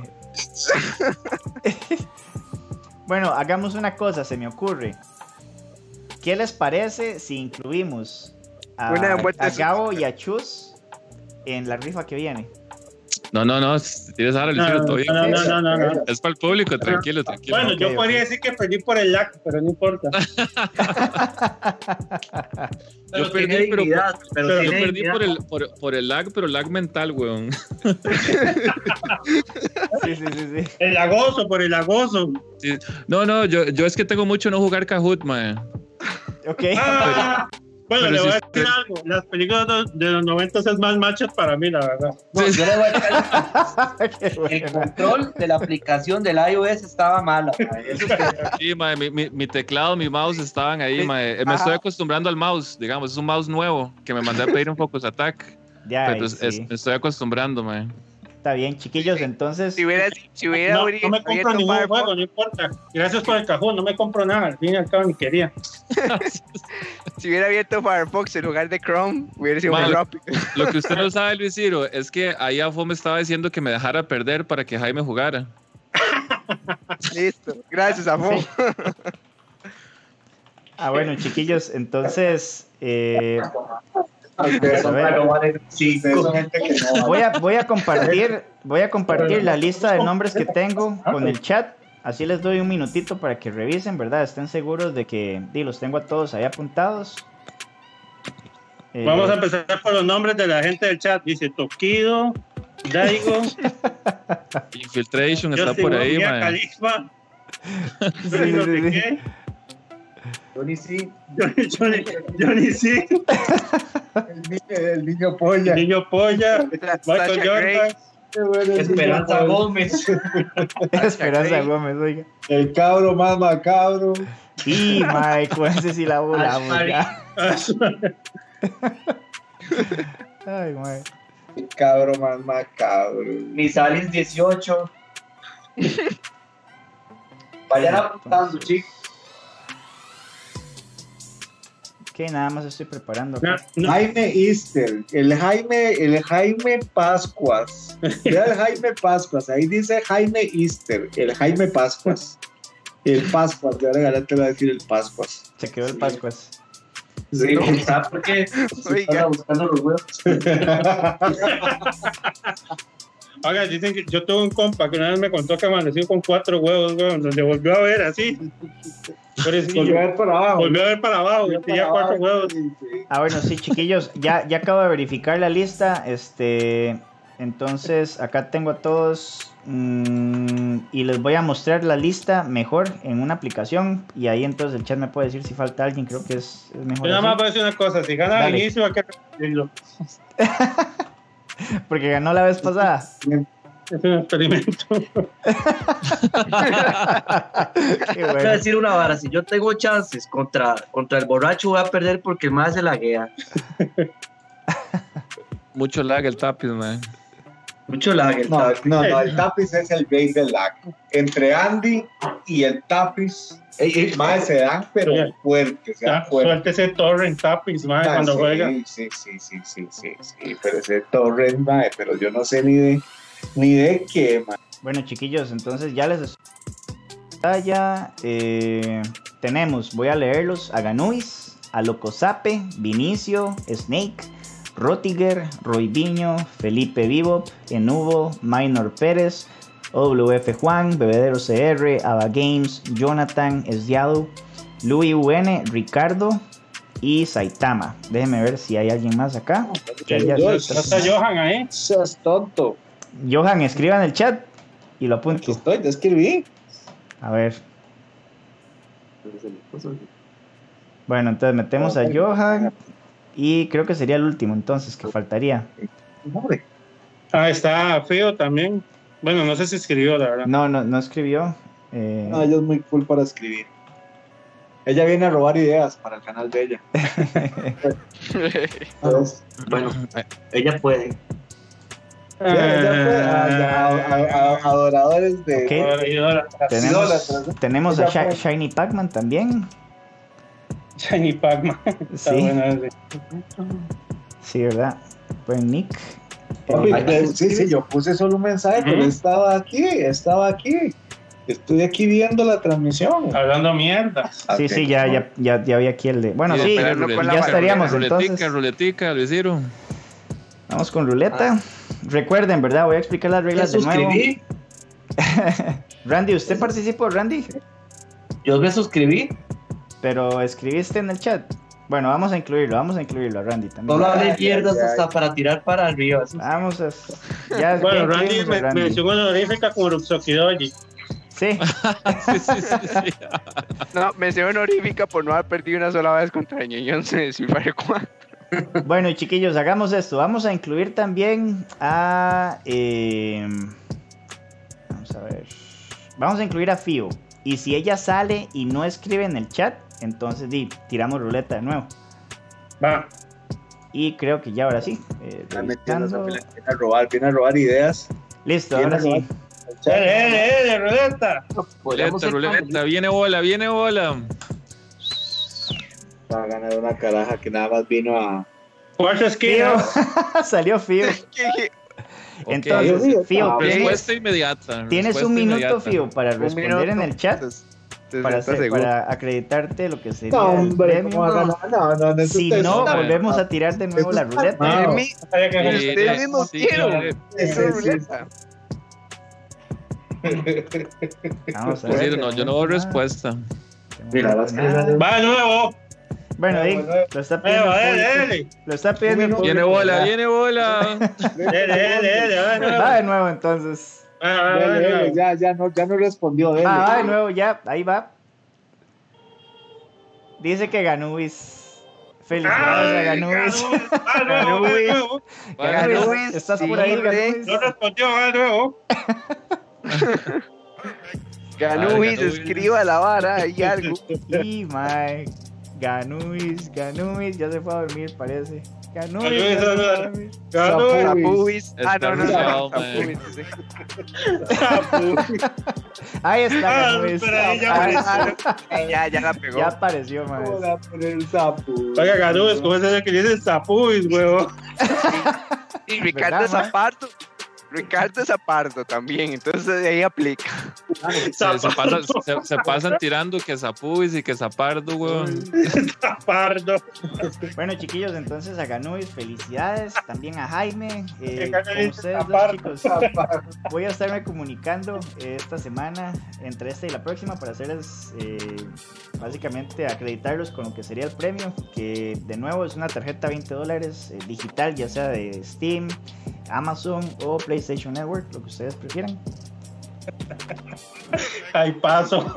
Bueno, hagamos una cosa, se me ocurre. ¿Qué les parece si incluimos a, Una muerte a Gabo y a Chus en la rifa que viene? No, no, no, si tienes ahora, Luisiro, No, todo bien. no, no, no, no, no. Es para el público, tranquilo, tranquilo. Bueno, Ok, yo ok. podría decir que perdí por el lag, pero no importa. Pero Yo perdí, tiene pero, dignidad, pero pero yo tiene perdí dignidad. por el, por, por el lag, pero lag mental, weón. Sí, sí, sí, sí. El lagoso, por el lagoso. Sí. No, no, yo, yo es que tengo mucho no jugar Kahoot, mae. Ok. Ah, bueno, pero le si voy a usted- decir algo. Las películas de- de los noventas es más machos para mí, la verdad. No, Sí. yo le voy a decir, Qué el buena. control de la aplicación del iOS estaba mala. mae. Eso que- Sí, mae, mi, mi, mi teclado, mi mouse estaban ahí, mae. Eh, Me Ajá. estoy acostumbrando al mouse, digamos, es un mouse nuevo que me mandé a pedir un Focus Attack. Ya, Pero es- sí. es- me estoy acostumbrando, mae. Está bien, chiquillos, entonces. Si hubiera, si hubiera No, abri- no me compro abierto ningún Firefox, juego, no importa. Gracias por el cajón, no me compro nada. Al fin y al cabo ni quería. si hubiera abierto Firefox en lugar de Chrome, hubiera sido Vale. muy rápido. Lo que usted no sabe, Luis Ciro, es que ahí Afo me estaba diciendo que me dejara perder para que Jaime jugara. Listo. Gracias, Afo. Ah, bueno, chiquillos, entonces. eh, Ustedes son A ver. palomares, sí, ustedes son gente que no voy, a, voy a compartir. Voy a compartir la lista de nombres que tengo con el chat. Así les doy un minutito para que revisen, ¿verdad? Estén seguros de que di, los tengo a todos ahí apuntados. Eh, Vamos a empezar por los nombres de la gente del chat. Dice Tokido, Daigo, Infiltration está Justin por ahí, Mia mae. Khalifa, sí, Johnny no sí, sé sí. qué, Johnny sí. Johnny, Johnny, Johnny C, el niño, el niño polla. Niño Polla, Michael Sasha Grey. Jordan, Qué bueno, el Esperanza niño polla. Gómez. Esperanza Gómez, oiga. El cabro más macabro. Y Mike, ese sí la volamos. Ashmary. ya. Ay, Mike. El cabro más macabro. Misalis dieciocho. Vayan apuntando, chicos. Ok, nada más estoy preparando. No, acá. no, Jaime Easter, el Jaime, el Jaime Pascuas. Vea el Jaime Pascuas, ahí dice Jaime Easter, el Jaime Pascuas. El Pascuas, de ahora te voy a decir el Pascuas. Se quedó el Pascuas. Sí. ¿Sabes por qué? Oiga. Están buscando los huevos. Oiga, dicen que yo tuve un compa que una vez me contó que amaneció con cuatro huevos, weón, donde volvió a ver así. Pobrecillo. Volvió a ver para abajo. Volvió a ver para abajo y Volvió tenía para cuatro abajo, huevos. sí, sí. Ah, bueno, sí, chiquillos, ya, ya acabo de verificar la lista. Este, entonces acá tengo a todos mm, y les voy a mostrar la lista mejor en una aplicación y ahí entonces el chat me puede decir si falta alguien. Creo que es, es mejor Yo nada más así. voy a decir una cosa, si gana al Dale. inicio hay que repetirlo. Porque ganó la vez pasada. Es un experimento. Qué Voy a bueno. decir una vara, si yo tengo chances contra, contra el borracho voy a perder porque el más se laguea. Mucho lag el tapiz, mae. Mucho lag el No, tapiz. no, no, el tapiz es el rey del lag. Entre Andy y el tapiz, Ey, ey, más se dan, pero Oye, fuerte, se dan Ya, fuerte. suelte ese torrent tapis, madre, Ah, cuando sí, juega. Sí, sí, sí, sí, sí, sí, pero ese torrent, mae, pero yo no sé ni de, ni de qué, mae. Bueno, chiquillos, entonces ya les ya eh, tenemos, voy a leerlos: a Ganuis, a Locosape, Vinicio, Snake, Rotiger, Roy Viño, Felipe Vivo, Enubo, Minor Pérez, O W F Juan, Bebedero C R, Ava Games, Jonathan Esdiado, Louis U N, Ricardo y Saitama. Déjenme ver si hay alguien más acá. Ya, ya, No ya. está Johan ahí. Seas tonto. Johan, escriba en el chat y lo Aquí apunto. estoy, te escribí. A ver. Bueno, entonces metemos a Johan y creo que sería el último entonces que faltaría. Hombre, Ah, está feo también. Bueno, no sé si escribió, la verdad. No, no, no escribió. Eh, no, ella es muy cool para escribir. Ella viene a robar ideas para el canal de ella. ¿Sabes? bueno, ella puede. Sí, ella fue a- a- a- a- adoradores de Ok. Ahora, y ahora, tenemos idólatras, ¿no? tenemos a Ella Shi- fue. Shiny Pac-Man también. Shiny Pac-Man. Está Sí. bueno ese. Sí, ¿verdad? Pues Nick. Papi, Eh, eh, sí, sí, yo puse solo un mensaje, pero Ujú. estaba aquí, estaba aquí. Estoy aquí viendo la transmisión. Hablando mierda. sí, sí, ya, ya, ya, ya vi aquí el de. Bueno, Sí, sí, espera, no ruleta- con la ya estaríamos ruletica, entonces. ruletica, Luis Ciro. Vamos con ruleta. Recuerden, ¿verdad? Voy a explicar las reglas de nuevo. suscribí. Randy, ¿usted participó, Randy? Yo me suscribí. Pero escribiste en el chat. Bueno, vamos a incluirlo, vamos a incluirlo a Randy también. Solo hablé mierdas hasta para tirar para arriba. Eso sí. Vamos a... Ya, Bueno, ya Randy incluimos a me Randy. mencionó honorífica como Ruxokidoji. Sí. Sí, sí, sí, sí. No, mención honorífica por no haber perdido una sola vez contra Ñoñón de Street Fighter cuatro. Bueno, chiquillos, hagamos esto. Vamos a incluir también a... eh, vamos a ver. Vamos a incluir a Fio. Y si ella sale y no escribe en el chat, entonces di, tiramos ruleta de nuevo. Va. Y creo que ya ahora sí. Eh, Está metiendo esa revisando. pila, viene a robar, viene a robar ideas. Listo, Viene ahora a robar. sí. ¡Dale, dale, dale, ruleta! Podríamos Ruleta, ser ruleta, viene bola, viene bola. Va a ganar una caraja que nada más vino a. Cuarto esquina. Fío. Salió Fío. Ok, Entonces, Fío, tienes, respuesta inmediata. tienes respuesta un minuto, inmediata. Fío, para Un responder minuto. en el chat. Entonces, entonces, Para, ¿estás hacer- seguro? para acreditarte lo que sería No, el hombre, premio. ¿cómo va a ganar? No, no, no. eso Si es- no, eso- volvemos a tirar de nuevo la ruleta. Ah, Mi- Sabía que- Sí, Ustedes mismos sí, quieren. sí. Eso es ruleta. Vamos a Es ver. decir, no, yo no doy respuesta. Mira, las Nada. Va de nuevo. Bueno, Dale, Di, dale. lo está pidiendo Dale, el dale, público. dale. Lo está pidiendo el público. Viene bola, viene bola. Dale, dale, dale, va de nuevo. Va de nuevo entonces. Va, va, va, Dale, va, dale, va. ya, ya no, ya no respondió. Dele. Ah, va de nuevo, ya, ahí va. Dice que Ganubis. Felicidades a Ay, Ganubis. Ganubis, va de nuevo, va de nuevo. Ganubis, Ganubis, estás por ahí, sí, Ganubis. No respondió, va de nuevo. Ganubis, Ganubis. escriba la vara hay algo. Y my Ganubis, Ganubis, ya se fue a dormir, parece. Ganubis, Ganubis, ya se fue a Ganubis. dormir. Ganubis. Zapubis. Ah, Está no, no, no. rayado, Zapubis, sí. Ahí está Ah, Ganubis. pero ahí ya Ah, apareció. Sí, ya, ya la pegó. ya apareció, man. ¿Cómo la pone el sapo? Oiga, Ganubis, ¿cómo es eso que dice Zapubis, huevo? Y Ricardo ¿Verdad, ma? Zapardo. Ricardo Zapardo también, entonces de ahí aplica. Se, se, pasa- se- se pasan tirando que Zapubis y que Zapardo, weón. Zapardo. Bueno, chiquillos, entonces a Ganubis, felicidades. También a Jaime. Eh, Que Ganubis con ustedes dos, Zapardo. chicos, voy a estarme comunicando eh, esta semana entre esta y la próxima para hacerles eh, básicamente acreditarlos con lo que sería el premio, que de nuevo es una tarjeta veinte dólares eh, digital, ya sea de Steam, Amazon o PlayStation Network, lo que ustedes prefieran. Ay, paso.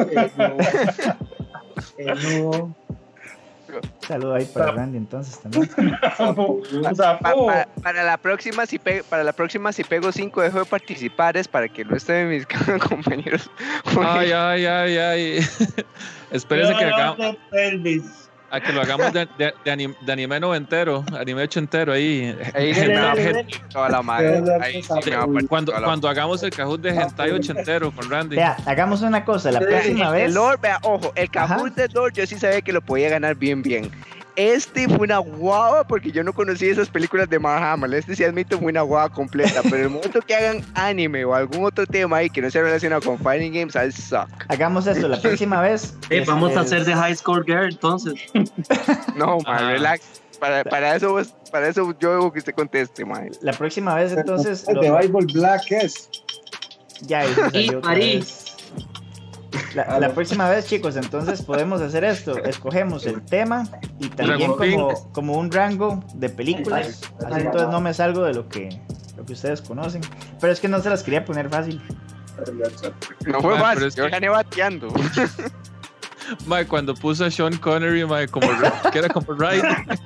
No. Saludo ahí para Randy entonces también. Zapu. Pa- Zapu. pa- para la próxima, si pe- para la próxima, si pego cinco, dejo de participar, es para que no estén mis compañeros. Ay, ay, ay, ay. Espérese que, Yo haga- no sé pelvis. a que lo hagamos de, de, de anime, de anime noventero, anime ochentero ahí. Ahí se me va a partir toda la madre. Ahí sí me va a partir Cuando, toda la cuando hagamos el Kahoot de hentai ochentero con Randy. Vea, hagamos una cosa, la próxima el, vez. el Lord, vea, ojo, el Kahoot de Lord yo sí sabía que lo podía ganar bien, bien. Este fue una guava porque yo no conocía esas películas de Mark Hamill. Este sí admito fue una guava completa. Pero el momento que hagan anime o algún otro tema ahí que no sea relacionado con fighting games, I'll suck. Hagamos esto la próxima vez. Eh, vamos a Este, hacer de High Score Girl entonces. No, man, Ah. relax. Para, para, eso, vos- para eso yo digo que usted conteste, man. La próxima vez entonces El lo- de Bible Black es. ya ahí se salió Y otra París. vez. La, la próxima vez, chicos, entonces podemos hacer esto. Escogemos el tema y también Rango como, como un rango de películas. Así entonces no me salgo de lo que, lo que ustedes conocen. Pero es que no se las quería poner fácil. No fue Man, fácil, pero es yo que- gané bateando. Mae, cuando puso a Sean Connery, mae, como que era como Ryan.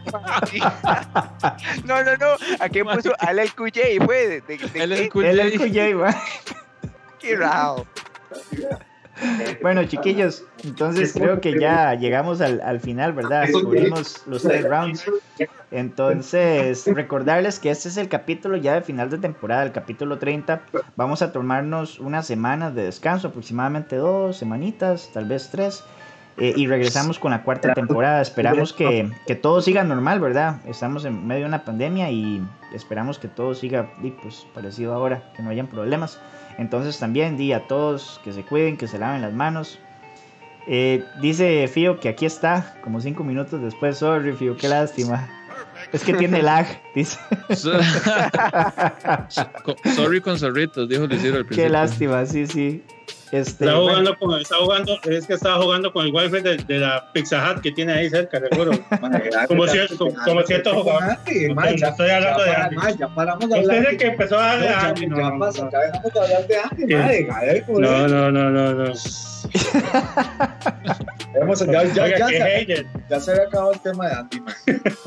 No, no, no. ¿A quién puso? Al el Q J fue. De, de, de, Él es qué? el Q Él el J. Q J, va. Qué raro. Bueno, chiquillos, entonces creo que ya llegamos al, al final, ¿verdad? Cubrimos los tres rounds. Entonces, recordarles que este es el capítulo ya de final de temporada, el capítulo treinta. Vamos a tomarnos unas semanas de descanso, aproximadamente dos semanitas, tal vez tres. Eh, y regresamos con la cuarta temporada. Esperamos que, que todo siga normal, ¿verdad? Estamos en medio de una pandemia y esperamos que todo siga y, pues, parecido ahora, que no hayan problemas. Entonces también di a todos que se cuiden, que se laven las manos. Eh, dice Fío que aquí está, como cinco minutos después. Sorry, Fío, qué lástima. Es que tiene lag, dice. Sorry con zorritos, dijo Luis Ciro al principio. Qué lástima, sí, sí. Este, Está bueno. jugando con, está jugando, es que estaba jugando con el wifi de, de la Pizza Hut que tiene ahí cerca, seguro. Como cierto, como, como cierto jugador. Ya, Estoy hablando ya, de para- Andy. ma, ya paramos de Usted hablar es de el que empezó a darle No, a ya, Andy. ya No, no, pasa, no. ya dejamos de hablar de Andy, ¿Qué? madre, madre, joder. No, no, no, no, no. Vamos, ya, ya, Oiga, ya, qué se, hater. ya se había acabado el tema de Andy, man.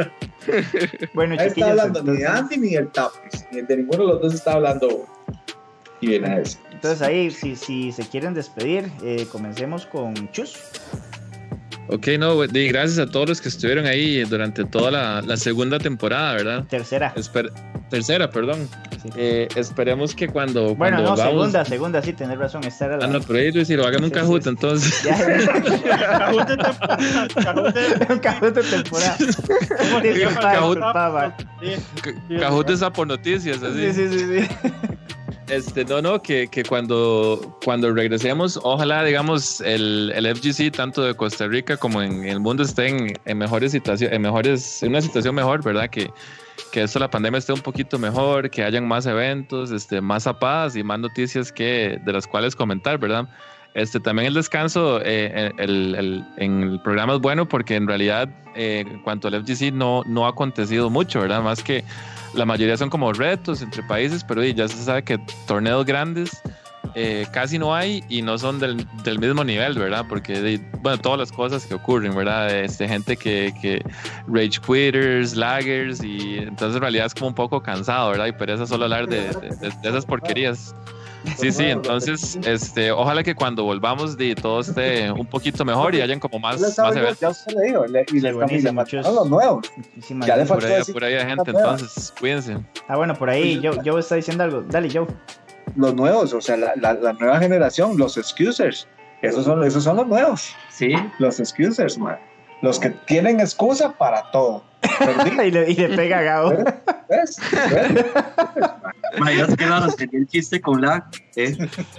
Bueno, Nadie está chiquillos, hablando ni de entonces, Andy ni del Tapis, ni de ninguno de los dos está hablando. Y viene a eso. entonces ahí, si, si se quieren despedir, eh, comencemos con Chus. Ok, no, y gracias a todos los que estuvieron ahí durante toda la, la segunda temporada, ¿verdad? Tercera. Esper- tercera, perdón. Sí. Eh, esperemos que cuando, Bueno, cuando no, volvamos... segunda, segunda, sí, tenés razón. Esta era la... Ah, no, pero ahí Luis Ciro, hágame un Sí, cajute sí. entonces. Ya, Cajut de temporada, cajut de- un cajute de temporada. ¿Cómo se llama? Disculpa, Cajut- disculpa, va. Sí, sí, Cajute Sapo Noticias, así. Sí, sí, sí, sí. Este, no, no, que, que cuando, cuando regresemos, ojalá, digamos, el, el F G C, tanto de Costa Rica como en el mundo, estén en mejores situaciones, en mejores, en una situación mejor, ¿verdad? Que, que esto, la pandemia esté un poquito mejor, que hayan más eventos, este, más zapadas y más noticias que, de las cuales comentar, ¿verdad? Este, también el descanso eh, el, el, en el programa es bueno porque en realidad, eh, en cuanto al F G C, no, no ha acontecido mucho, ¿verdad? Más que la mayoría son como retos entre países, pero y, ya se sabe que torneos grandes eh, casi no hay y no son del, del mismo nivel, ¿verdad? Porque, de, bueno, todas las cosas que ocurren, ¿verdad? Este, gente que, que rage quitters, laggers, y entonces en realidad es como un poco cansado, ¿verdad? Y pereza solo hablar de, de, de, de esas porquerías. Sí, sí, entonces, este, ojalá que cuando volvamos de todo esté un poquito mejor y hayan como más, Ya más saben, eventos. ya usted le digo, le- y Sí, le estamos buenísimo, llamando Chus. los nuevos. Muchísimas Ya le gracias. Por faltó ahí, decir por ahí hay gente, una nueva. entonces, cuídense. Ah, bueno, por ahí Joe, Joe está diciendo algo. Dale, Joe. Los nuevos, o sea, la, la, la nueva generación, los excusers. Esos son, esos son los nuevos. Sí, Los excusers, man. Los que tienen excusa para todo. ¿Perdí? y, le, y le pega a Gabo. ¿Ves? ¿Ves? ma, ya se quedaron, tenía el chiste con lag. ¿eh?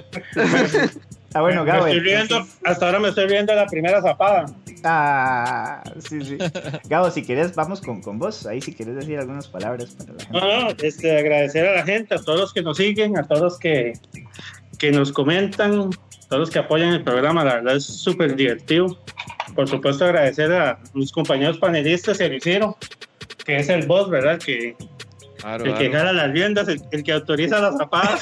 Ah, bueno, me Gabo. estoy riendo, hasta ahora me estoy viendo la primera zapada. Ah, sí, sí. Gabo, si quieres, vamos con, con vos. Ahí, si quieres decir algunas palabras para la gente. No, no, este, agradecer a la gente, a todos los que nos siguen, a todos los que, que nos comentan, a todos los que apoyan el programa, la verdad es súper divertido. Por supuesto, agradecer a mis compañeros panelistas y a Lucero, que es el boss, ¿verdad? Que, Claro, el que claro. jala las riendas, el, el que autoriza las zapadas.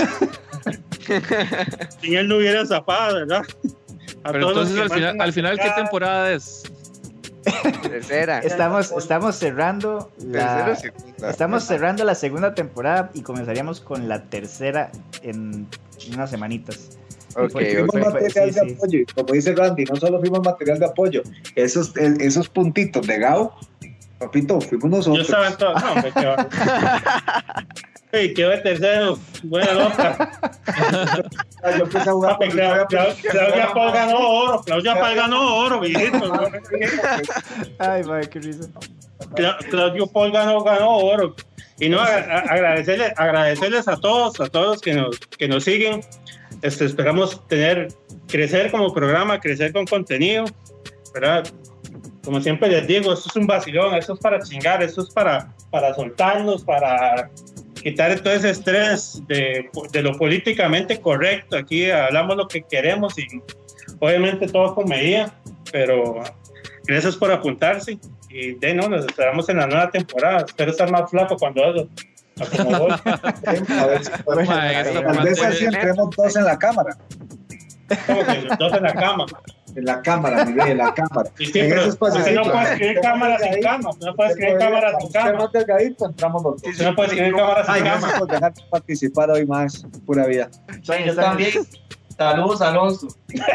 Sin él no hubiera zapadas, ¿verdad? A Pero todos los entonces, que al final, faltan al final, ¿qué acá. temporada es? Tercera. Estamos, estamos cerrando Tercera la, o segunda. estamos cerrando la segunda temporada y comenzaríamos con la tercera en unas semanitas. Ok, Porque Fuimos fue- ok. fue- material sí, de sí. apoyo, y como dice Randy, no solo fuimos material de apoyo, esos, el- esos puntitos de Gao, papito, fuimos Yo nosotros. estaba en todo. No, hombre, qué va. Hey, quedó de tercero. Buena nota. Ah, yo empecé a jugar Papi, con Clau- Clau- Claudia Paul ganó oro. Claudia Paul ganó oro, viejito. ¿no? Ay, madre, qué risa. Cla- Claudio Paul ganó, ganó oro. Y no, a- a- agradecerles, agradecerles a todos, a todos que nos, que nos siguen. Este, esperamos tener, crecer como programa, crecer con contenido, ¿verdad? Como siempre les digo, esto es un vacilón, esto es para chingar, esto es para, para soltarnos, para quitar todo ese estrés de, de lo políticamente correcto. Aquí hablamos lo que queremos y obviamente todo con medida, pero gracias por apuntarse y de no, nos esperamos en la nueva temporada. Espero estar más flaco cuando eso. Como voy. A ver si podemos- Ma, esta tal vez parte- así entremos dos en la cámara. Como que los dos en la cama. En la cámara, Miguel, en la cámara. Y sí, En pero ese espacio, usted sí, no claro. puede escribir cámara sin cama. No puede escribir cámara sin Usted cama. más delgadito, entramos los dos. Usted no puede escribir cámara Ay, sin gracias cama. por dejarme participar hoy más. Pura vida. Yo también. Saludos, Alonso.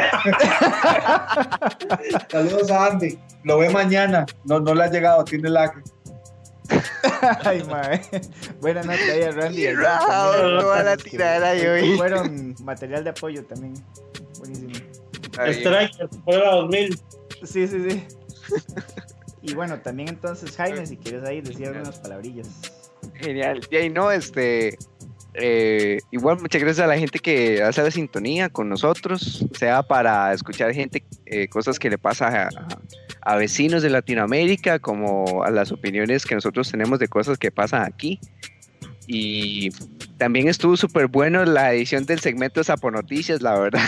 Saludos a Andy. Lo ve mañana. No, no le ha llegado, tiene lag. Ay, madre. Buena nota ahí a Randy. Y Raúl, toda la Que tiradera de hoy. Fueron material de apoyo también. Buenísimo. Striker, fuera dos mil. Sí, sí, sí. Y bueno, también entonces, Jaime, si quieres ahí decir algunas palabrillas. Genial. Y ahí no, este. eh, igual muchas gracias a la gente que hace la sintonía con nosotros, sea para escuchar gente, eh, cosas que le pasa a, a vecinos de Latinoamérica como a las opiniones que nosotros tenemos de cosas que pasan aquí. Y también estuvo súper bueno la edición del segmento Sapo Noticias, la verdad.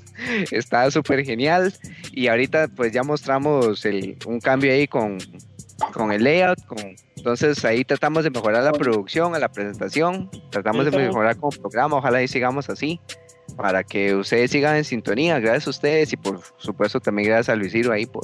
Está súper genial. Y ahorita pues ya mostramos el, un cambio ahí con, con el layout. Con, entonces ahí tratamos de mejorar la producción, a la presentación. Tratamos de mejorar como programa. Ojalá y sigamos así, para que ustedes sigan en sintonía. Gracias a ustedes y por supuesto también gracias a Luis Ciro ahí por,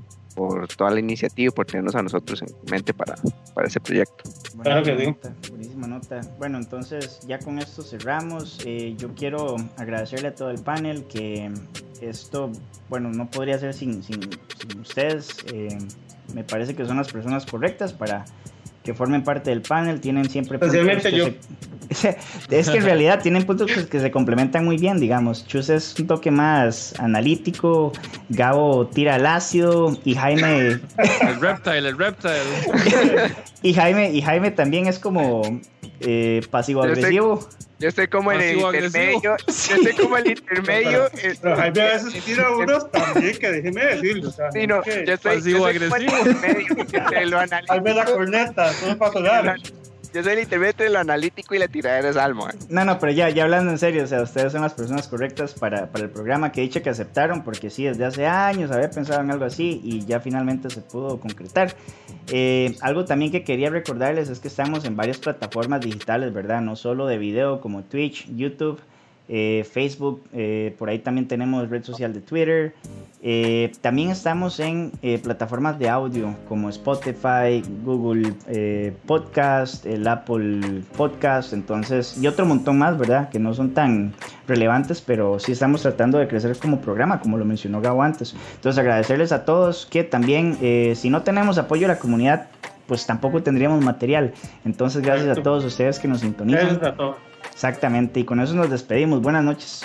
por toda la iniciativa y por tenernos a nosotros en mente para, para ese proyecto. Claro que sí. Nota, buenísima nota. Bueno, entonces ya con esto cerramos. Eh, yo quiero agradecerle a todo el panel, que esto, bueno, no podría ser sin, sin, sin ustedes. Eh, me parece que son las personas correctas para que formen parte del panel. Tienen siempre puntos Especialmente que yo. se- es que en realidad tienen puntos que, que se complementan muy bien, digamos. Chus es un toque más analítico, Gabo tira al ácido y Jaime El reptile, el reptile. y Jaime y Jaime también es como eh, pasivo agresivo. Yo estoy como en el Pasivo agresivo. intermedio. Yo estoy como el intermedio. eh, Pero Jaime a veces tira unos también que déjeme decirlo. O sea, Sí, no, que yo estoy, pasivo yo soy como el agresivo. intermedio entre lo Jaime la analítico. corneta, todo para tocar. Yo soy el intermedio entre lo analítico y la tiradera de salmo. eh. No, no, pero ya, ya hablando en serio, o sea, ustedes son las personas correctas para, para el programa, que dicho que aceptaron, porque sí, desde hace años había pensado en algo así y ya finalmente se pudo concretar. Eh, algo también que quería recordarles es que estamos en varias plataformas digitales, ¿verdad? No solo de video como Twitch, YouTube, eh, Facebook, eh, por ahí también tenemos red social de Twitter. Eh, también estamos en eh, plataformas de audio como Spotify, Google eh, Podcast, el Apple Podcast, entonces, y otro montón más, ¿verdad? Que no son tan relevantes, pero sí estamos tratando de crecer como programa, como lo mencionó Gabo antes. Entonces, agradecerles a todos que también, eh, si no tenemos apoyo de la comunidad, pues tampoco tendríamos material. Entonces, gracias a todos ustedes que nos sintonizan. Gracias a todos. Exactamente, y con eso nos despedimos. Buenas noches.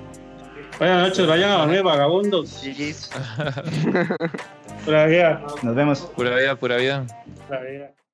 Buenas noches, vayan a dormir, vagabundos. G Gs. Pura vida. Nos vemos. Pura vida, pura vida. Pura vida.